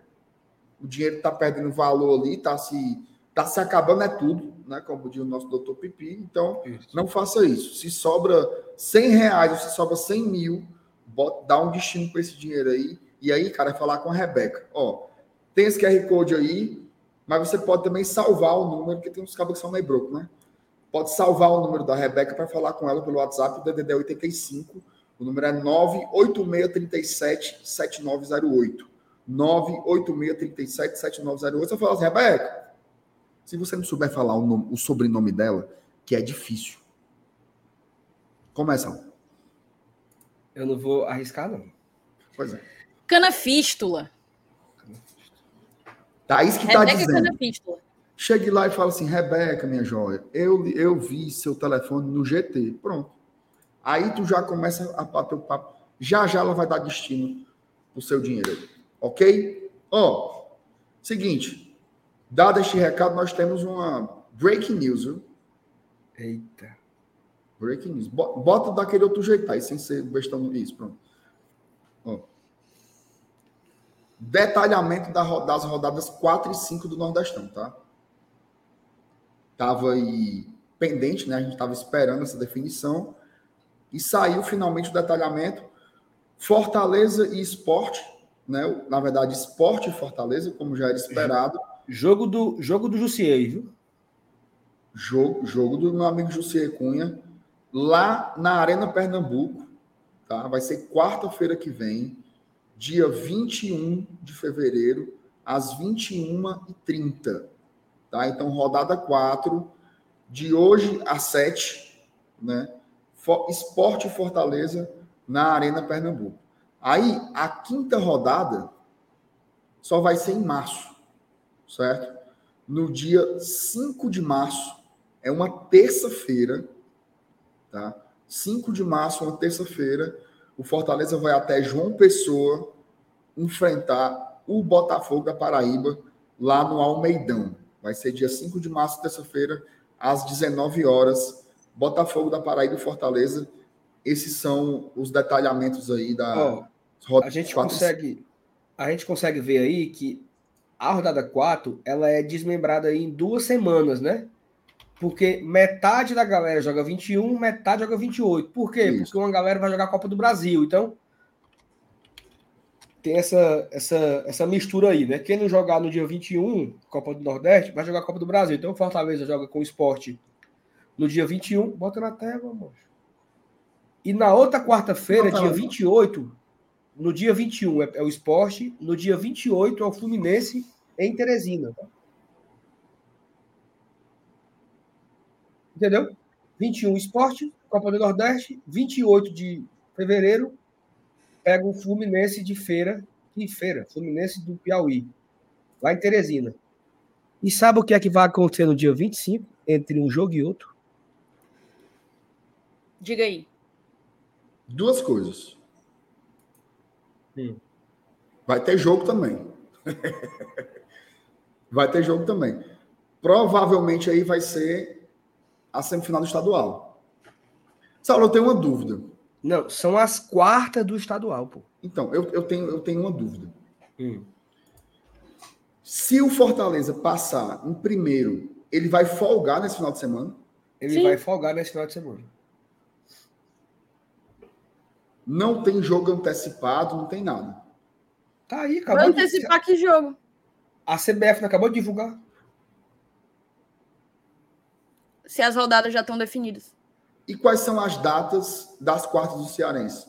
O dinheiro está perdendo valor ali, está se, tá se acabando, é tudo, né? Como diz o nosso doutor Pipi. Então, isso. Não faça isso. Se sobra cem reais ou se sobra cem mil, bota, dá um destino para esse dinheiro aí. E aí, cara, é falar com a Rebeca. Ó, tem esse Q R Code aí, mas você pode também salvar o número, porque tem uns cabos que são meio broco, né? Pode salvar o número da Rebeca para falar com ela pelo WhatsApp, o D D D oitenta e cinco. O número é nove oito seis três sete sete nove zero oito. nove oito seis três sete sete nove zero oito. Você fala assim, Rebeca, se você não souber falar o, nome, o sobrenome dela, que é difícil. Começa. Eu não vou arriscar, não. Pois é. Canafístula. Tá, isso que tá dizendo. Canafístula. Chegue lá e fala assim, Rebeca, minha joia, eu, eu vi seu telefone no G T. Pronto. Aí tu já começa a bater o papo. Já já ela vai dar destino pro seu dinheiro. Ok? Ó, seguinte. Dado este recado, nós temos uma breaking news, viu? Eita. Breaking news. Bota daquele outro jeito aí, sem ser bestão isso. Pronto. Ó. Detalhamento das rodadas quatro e cinco do Nordestão, tá? Tava aí pendente, né? A gente tava esperando essa definição. E saiu finalmente o detalhamento. Fortaleza e Sport, né? Na verdade, Sport e Fortaleza, como já era esperado. Jogo do, jogo do Jussier, viu? Jogo, jogo do meu amigo Jussier Cunha, lá na Arena Pernambuco, tá? Vai ser quarta-feira que vem, dia vinte e um de fevereiro, às vinte e uma e trinta. Tá? Então, rodada quatro, de hoje às sete, né? Sport e Fortaleza na Arena Pernambuco. Aí, a quinta rodada só vai ser em março, certo? No dia cinco de março, é uma terça-feira, tá? cinco de março, uma terça-feira, o Fortaleza vai até João Pessoa enfrentar o Botafogo da Paraíba lá no Almeidão. Vai ser dia cinco de março, terça-feira, às dezenove horas, Botafogo da Paraíba e Fortaleza. Esses são os detalhamentos aí da oh, a gente consegue a gente consegue ver aí que a rodada quatro, ela é desmembrada aí em duas semanas, né? Porque metade da galera joga vinte e um, metade joga vinte e oito. Por quê? Isso. Porque uma galera vai jogar a Copa do Brasil. Então, tem essa, essa, essa mistura aí, né? Quem não jogar no dia vinte e um, Copa do Nordeste, vai jogar a Copa do Brasil. Então, o Fortaleza joga com o Sport no dia vinte e um. Bota na tela, amor. E na outra quarta-feira, dia vinte e oito, no dia vinte e um é, é o Sport, no dia vinte e oito é o Fluminense em Teresina. Tá? Entendeu? vinte e um Sport, Copa do Nordeste, vinte e oito de fevereiro, pega o Fluminense de feira, de feira, Fluminense do Piauí, lá em Teresina. E sabe o que é que vai acontecer no dia vinte e cinco, entre um jogo e outro? Diga aí. Duas coisas. Hum. Vai ter jogo também. Vai ter jogo também. Provavelmente aí vai ser a semifinal do estadual. Saulo, eu tenho uma dúvida. Não, são as quartas do estadual, pô. Então, eu, eu, tenho, eu tenho uma dúvida. Hum. Se o Fortaleza passar em primeiro, ele vai folgar nesse final de semana? Ele Sim. vai folgar nesse final de semana. Não tem jogo antecipado, não tem nada. Tá aí, acabou vai antecipar de... que jogo? A C B F não acabou de divulgar. Se as rodadas já estão definidas. E quais são as datas das quartas do Cearense?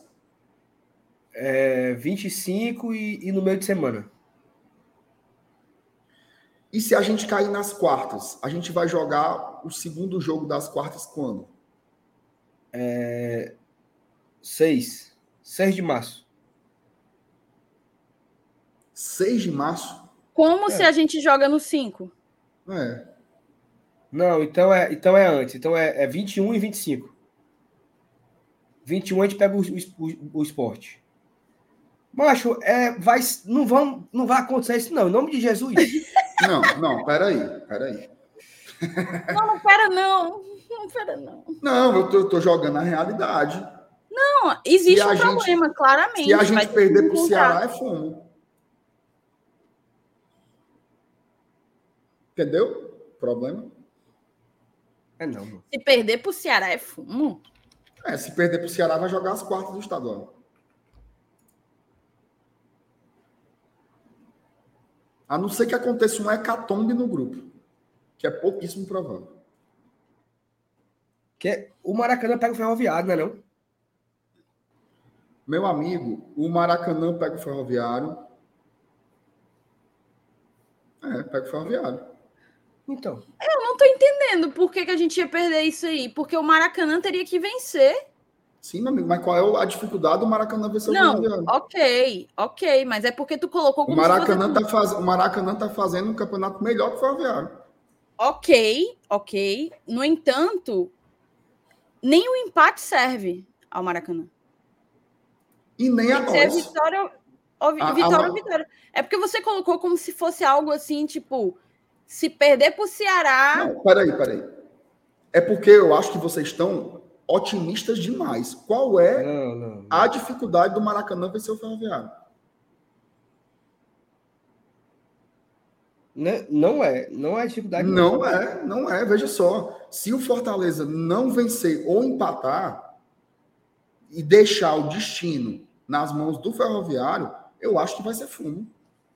É vinte e cinco e, e no meio de semana. E se a gente cair nas quartas, a gente vai jogar o segundo jogo das quartas quando? É... seis. seis de março. seis de março? Como é. se a gente joga no cinco? É. Não, então é, então é antes. Então é, é vinte e um e vinte e cinco. vinte e um a gente pega o, o, o esporte. Macho, é, vai, não, vão, não vai acontecer isso, não. Em nome de Jesus. Não, não, peraí, peraí. Não, não pera não. Não pera não. Não, eu tô, eu tô jogando a realidade. Não, existe um problema, gente, claramente. Se a gente perder pro Ceará, é fumo. Entendeu? Problema? É não, mano. Se perder pro Ceará, é fumo? É, se perder pro Ceará, vai jogar as quartas do estadual. A não ser que aconteça um hecatombe no grupo, que é pouquíssimo provável. Que o Maracanã pega o Ferroviário, não é não? Meu amigo, o Maracanã pega o Ferroviário. É, pega o Ferroviário. Então. Eu não tô entendendo por que, que a gente ia perder isso aí. Porque o Maracanã teria que vencer. Sim, meu amigo, mas qual é a dificuldade do Maracanã vencer o Ferroviário? Não, ok, ok, mas é porque tu colocou como o Maracanã se fosse... tá faz... O Maracanã tá fazendo um campeonato melhor que o Ferroviário. Ok, ok. No entanto, nem o empate serve ao Maracanã. E nem a nós. Vitória... Ou vitória ou vitória. É porque você colocou como se fosse algo assim, tipo, se perder pro Ceará... Não, peraí, peraí. É porque eu acho que vocês estão otimistas demais. Qual é não, não, não. a dificuldade do Maracanã vencer o Ferroviário? Não, não é. Não é dificuldade. Não, não é, não é. Veja só. Se o Fortaleza não vencer ou empatar e deixar o destino nas mãos do Ferroviário, eu acho que vai ser fumo.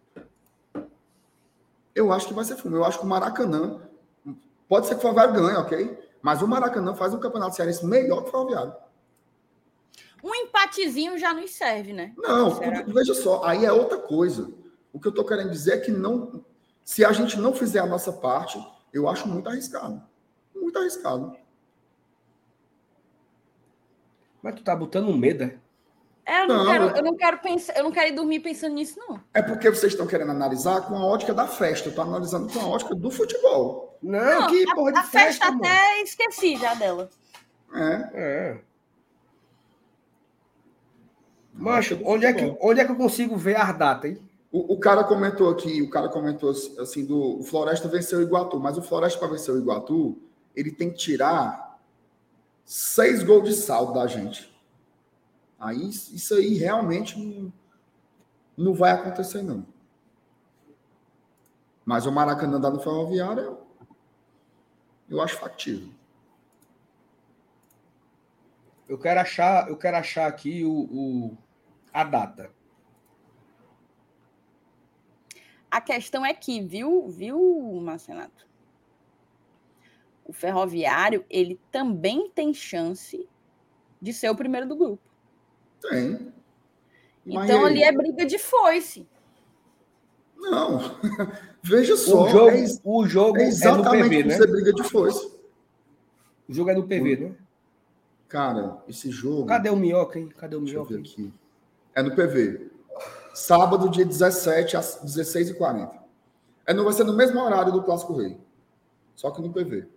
Eu acho que vai ser fumo. Eu acho que o Maracanã... Pode ser que o Ferroviário ganhe, ok? Mas o Maracanã faz um campeonato cearense melhor que o Ferroviário. Um empatezinho já nos serve, né? Não, tudo, veja só, aí é outra coisa. O que eu estou querendo dizer é que não, se a gente não fizer a nossa parte, eu acho muito arriscado. Muito arriscado. Mas tu tá botando medo, é? É, eu não, não quero, eu... eu não quero pensar, eu não quero ir dormir pensando nisso, não. É porque vocês estão querendo analisar com a ótica da festa. Eu estou analisando com a ótica do futebol. Não, não que a, porra de a festa, festa até mano. Esqueci já dela. É. É. Macho, onde é, que, onde é que eu consigo ver as datas, hein? O, o cara comentou aqui, o cara comentou assim, do o Floresta venceu o Iguatu, mas o Floresta para vencer o Iguatu, ele tem que tirar seis gols de saldo da gente. Aí, isso aí realmente não, não vai acontecer, não. Mas o Maracanã dá no Ferroviário, eu acho factível. Eu quero achar, eu quero achar aqui o, o, a data. A questão é que, viu, viu, Marcenato? O Ferroviário, ele também tem chance de ser o primeiro do grupo. Tem. Mas então, ali é briga de foice. Não. Veja só. O jogo, é, o jogo é exatamente é no P V, por né? ser briga de foice. O jogo é no P V, o... né? Cara, esse jogo... Cadê o Minhoca, hein? Cadê o Minhoca? Deixa eu ver aqui. É no P V. Sábado, dia dezessete, às dezesseis e quarenta. É no, vai ser no mesmo horário do Clássico Rei. Só que no P V.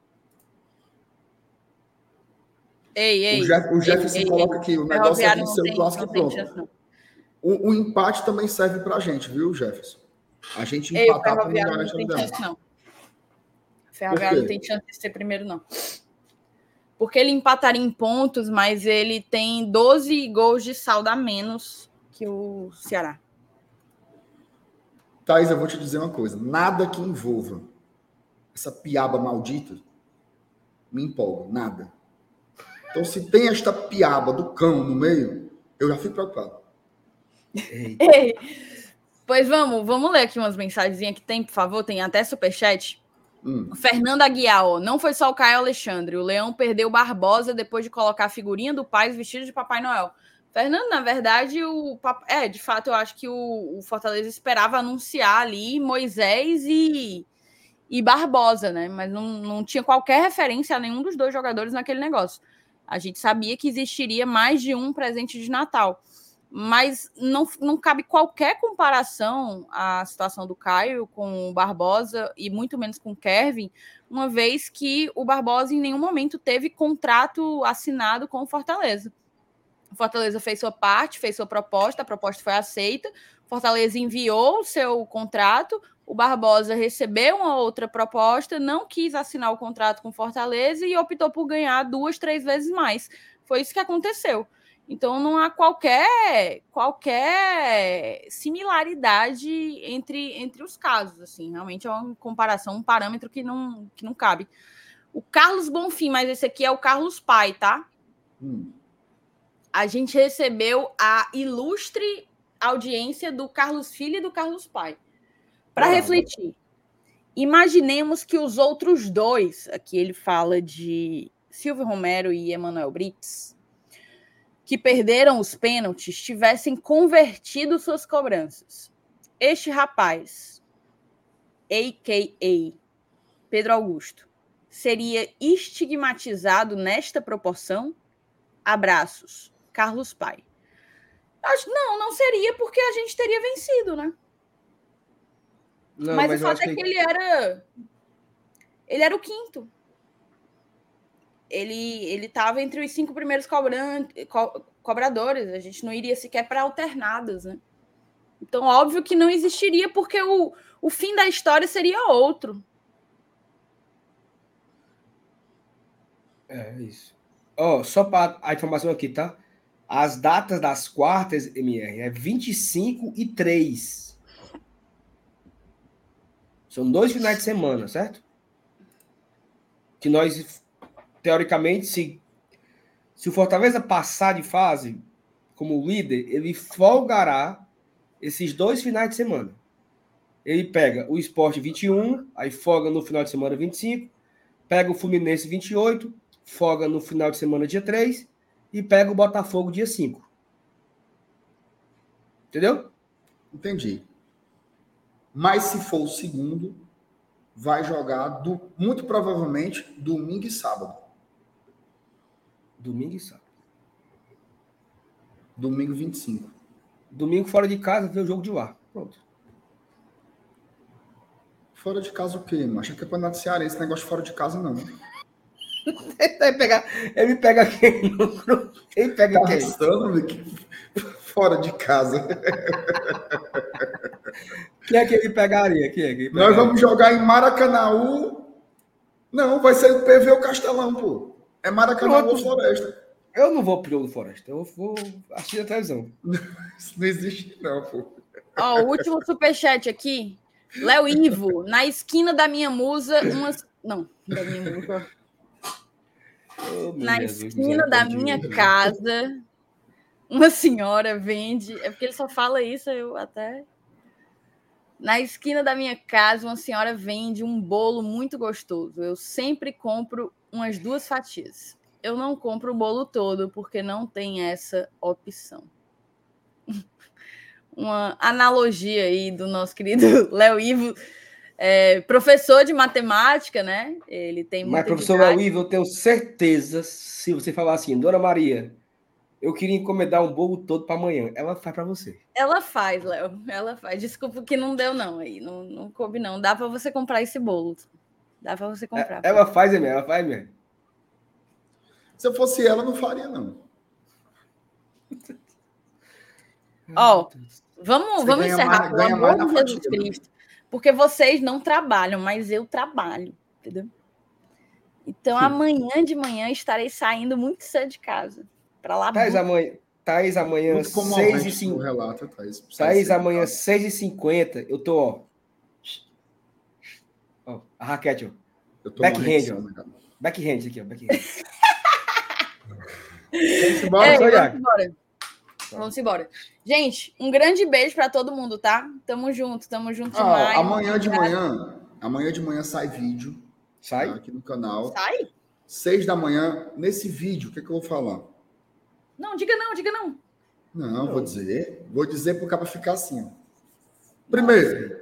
Ei, ei. O, Jeff, o Jefferson ei, coloca ei, aqui, o negócio é vencer o Clássico pronto. O, o empate também serve pra gente, viu, Jefferson? A gente ei, empatar também garante a liderança. Não tem chance, não. O Ferroviário não tem chance de ser primeiro, não. Porque ele empataria em pontos, mas ele tem doze gols de saldo a menos que o Ceará. Thaís, eu vou te dizer uma coisa. Nada que envolva essa piaba maldita me empolga. Nada. Então, se tem esta piaba do cão no meio, eu já fico preocupado. Ei, pois vamos, vamos ler aqui umas mensagenzinhas que tem, por favor. Tem até superchat. Hum. Fernando Aguiar, ó, não foi só o Caio Alexandre. O Leão perdeu o Barbosa depois de colocar a figurinha do pai vestido de Papai Noel. Fernando, na verdade, o é, de fato, eu acho que o, o Fortaleza esperava anunciar ali Moisés e, e Barbosa, né? Mas não, não tinha qualquer referência a nenhum dos dois jogadores naquele negócio. A gente sabia que existiria mais de um presente de Natal. Mas não, não cabe qualquer comparação à situação do Caio com o Barbosa e muito menos com o Kevin, uma vez que o Barbosa em nenhum momento teve contrato assinado com o Fortaleza. O Fortaleza fez sua parte, fez sua proposta, a proposta foi aceita, o Fortaleza enviou o seu contrato, o Barbosa recebeu uma outra proposta, não quis assinar o contrato com o Fortaleza e optou por ganhar duas, três vezes mais. Foi isso que aconteceu. Então, não há qualquer, qualquer similaridade entre, entre os casos. Assim. Realmente é uma comparação, um parâmetro que não, que não cabe. O Carlos Bonfim, mas esse aqui é o Carlos Pai, tá? Hum. A gente recebeu a ilustre audiência do Carlos Filho e do Carlos Pai. Para refletir, imaginemos que os outros dois, aqui ele fala de Silvio Romero e Emanuel Brits, que perderam os pênaltis, tivessem convertido suas cobranças. Este rapaz, a k a. Pedro Augusto, seria estigmatizado nesta proporção? Abraços, Carlos Pai. Acho, não, não seria porque a gente teria vencido, né? Não, mas, mas o fato é que, que ele era ele era o quinto. Ele ele estava entre os cinco primeiros cobran... co... cobradores. A gente não iria sequer para alternados, né? Então, óbvio que não existiria, porque o, o fim da história seria outro. É isso. Ó, oh, só para a informação aqui, tá? As datas das quartas, M R, é vinte e cinco e três. São dois finais de semana, certo? Que nós, teoricamente, se, se o Fortaleza passar de fase como líder, ele folgará esses dois finais de semana. Ele pega o Sport vinte e um, aí folga no final de semana vinte e cinco, pega o Fluminense vinte e oito, folga no final de semana dia três e pega o Botafogo dia cinco. Entendeu? Entendi. Mas se for o segundo, vai jogar do, muito provavelmente domingo e sábado. Domingo e sábado. Domingo vinte e cinco. Domingo fora de casa, vê o jogo de lá. Pronto. Fora de casa o quê, mano? Acho que é campeonato cearense, esse negócio de fora de casa não. Ele pega, ele pega quem no grupo? Ele pega tá quem? Pensando, que... Fora de casa. Quem é que ele pegaria? Quem é que ele pegaria? Nós vamos jogar em Maracanaú. Não, vai ser o P V ou Castelão, pô. É Maracanã ou Floresta. Eu não vou pro jogo do Floresta. Eu vou assistir a televisão. Isso não existe, não, pô. Ó, o último superchat aqui. Léo Ivo, na esquina da minha musa, umas. Não, da minha musa. Oh, na Jesus, esquina da minha Deus. casa, uma senhora vende. É porque ele só fala isso, eu até. Na esquina da minha casa, uma senhora vende um bolo muito gostoso. Eu sempre compro umas duas fatias. Eu não compro o bolo todo, porque não tem essa opção. Uma analogia aí do nosso querido Léo Ivo, é, professor de matemática, né? Ele tem Mas, professor Léo Ivo, eu tenho certeza, se você falar assim, Dona Maria, eu queria encomendar um bolo todo para amanhã, ela faz para você. Ela faz, Léo, ela faz. Desculpa que não deu, não, aí, não, não coube, não. Dá para você comprar esse bolo. Dá para você comprar. É, ela faz, mesmo, ela faz mesmo. Se eu fosse ela, não faria, não. Ó, oh, vamos, vamos encerrar, pelo amor de Jesus Cristo. Porque vocês não trabalham, mas eu trabalho, entendeu? Então, Sim. amanhã de manhã estarei saindo muito cedo de casa. Para lá. Thaís, amanhã, Thaís, amanhã seis e cinquenta. Thaís, amanhã seis e cinquenta. Eu tô, ó. ó a raquete, ó. Eu tô backhand, ó. Backhand aqui, ó. Backhand. Vamos embora, Ei, vamos embora. Vamos embora. Gente, um grande beijo para todo mundo, tá? Tamo junto, tamo junto ah, demais. Amanhã de manhã, amanhã de manhã sai vídeo. Sai? Tá, aqui no canal. Sai? Seis da manhã, nesse vídeo, o que, é que eu vou falar? Não, diga não, diga não. Não, não. vou dizer. Vou dizer pro cara ficar assim, ó. Primeiro.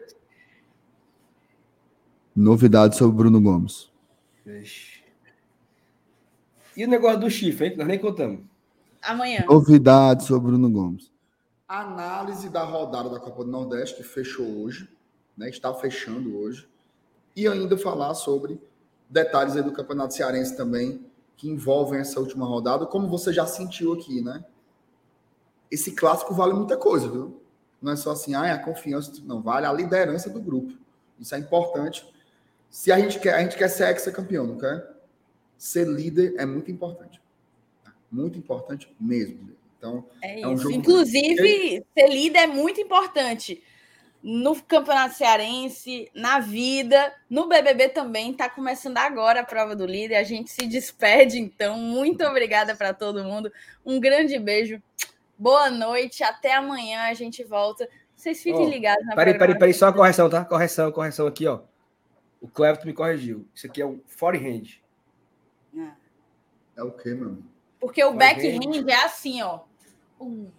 Novidades sobre Bruno Gomes. Ixi. E o negócio do chifre, hein? Nós nem contamos. Amanhã. Novidades sobre Bruno Gomes. Análise da rodada da Copa do Nordeste, que fechou hoje, né? Está fechando hoje. E ainda falar sobre detalhes aí do Campeonato Cearense também, que envolvem essa última rodada, como você já sentiu aqui, né? Esse clássico vale muita coisa, viu? Não é só assim, ah, é a confiança, não, vale a liderança do grupo. Isso é importante. Se a gente quer, a gente quer ser ex-campeão, não quer? Ser líder é muito importante. Muito importante mesmo. Então, é, é um jogo. Inclusive, muito... ser líder é muito importante. No Campeonato Cearense, na vida, no B B B também. Está começando agora a prova do líder. A gente se despede, então. Muito obrigada para todo mundo. Um grande beijo. Boa noite. Até amanhã a gente volta. Vocês fiquem oh, ligados na Peraí, peraí, peraí. Só uma correção, tá? Correção, correção aqui, ó. O Cleverton me corrigiu. Isso aqui é o forehand. Ah. É o quê, mano? Porque o backhand é assim, ó. Um.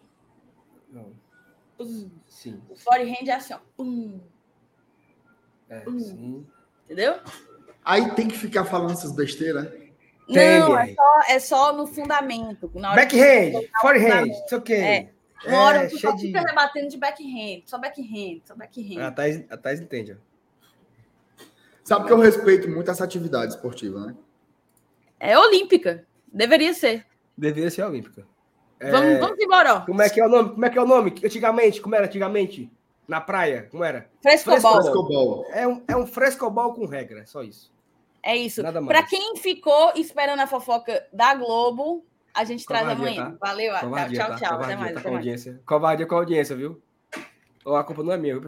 Um. Sim. O forehand é assim, ó. Um. É, um. Sim. Entendeu? Aí tem que ficar falando essas besteiras. Não, é só, é só no fundamento. Na hora backhand, forehand, isso aqui. É. Uma hora é, tu só fica de... rebatendo de backhand, só backhand, só backhand. A Thaís, a Thaís entende, ó. Sabe que eu respeito muito essa atividade esportiva, né? É olímpica. Deveria ser. Deveria ser olímpica. É... Vamos, vamos embora. Como é que é o nome? Como é que é o nome? Antigamente, como era antigamente? Na praia, como era? Frescobol. Frescobol. É um, é um frescobol com regra, só isso. É isso. Para quem ficou esperando a fofoca da Globo, a gente Covardia, traz amanhã. Tá? Valeu. Covardia, tchau, tá? tchau. Covardia, Até mais. Tá até com mais. audiência. Covardia com a audiência, viu? Ou a culpa não é minha, viu?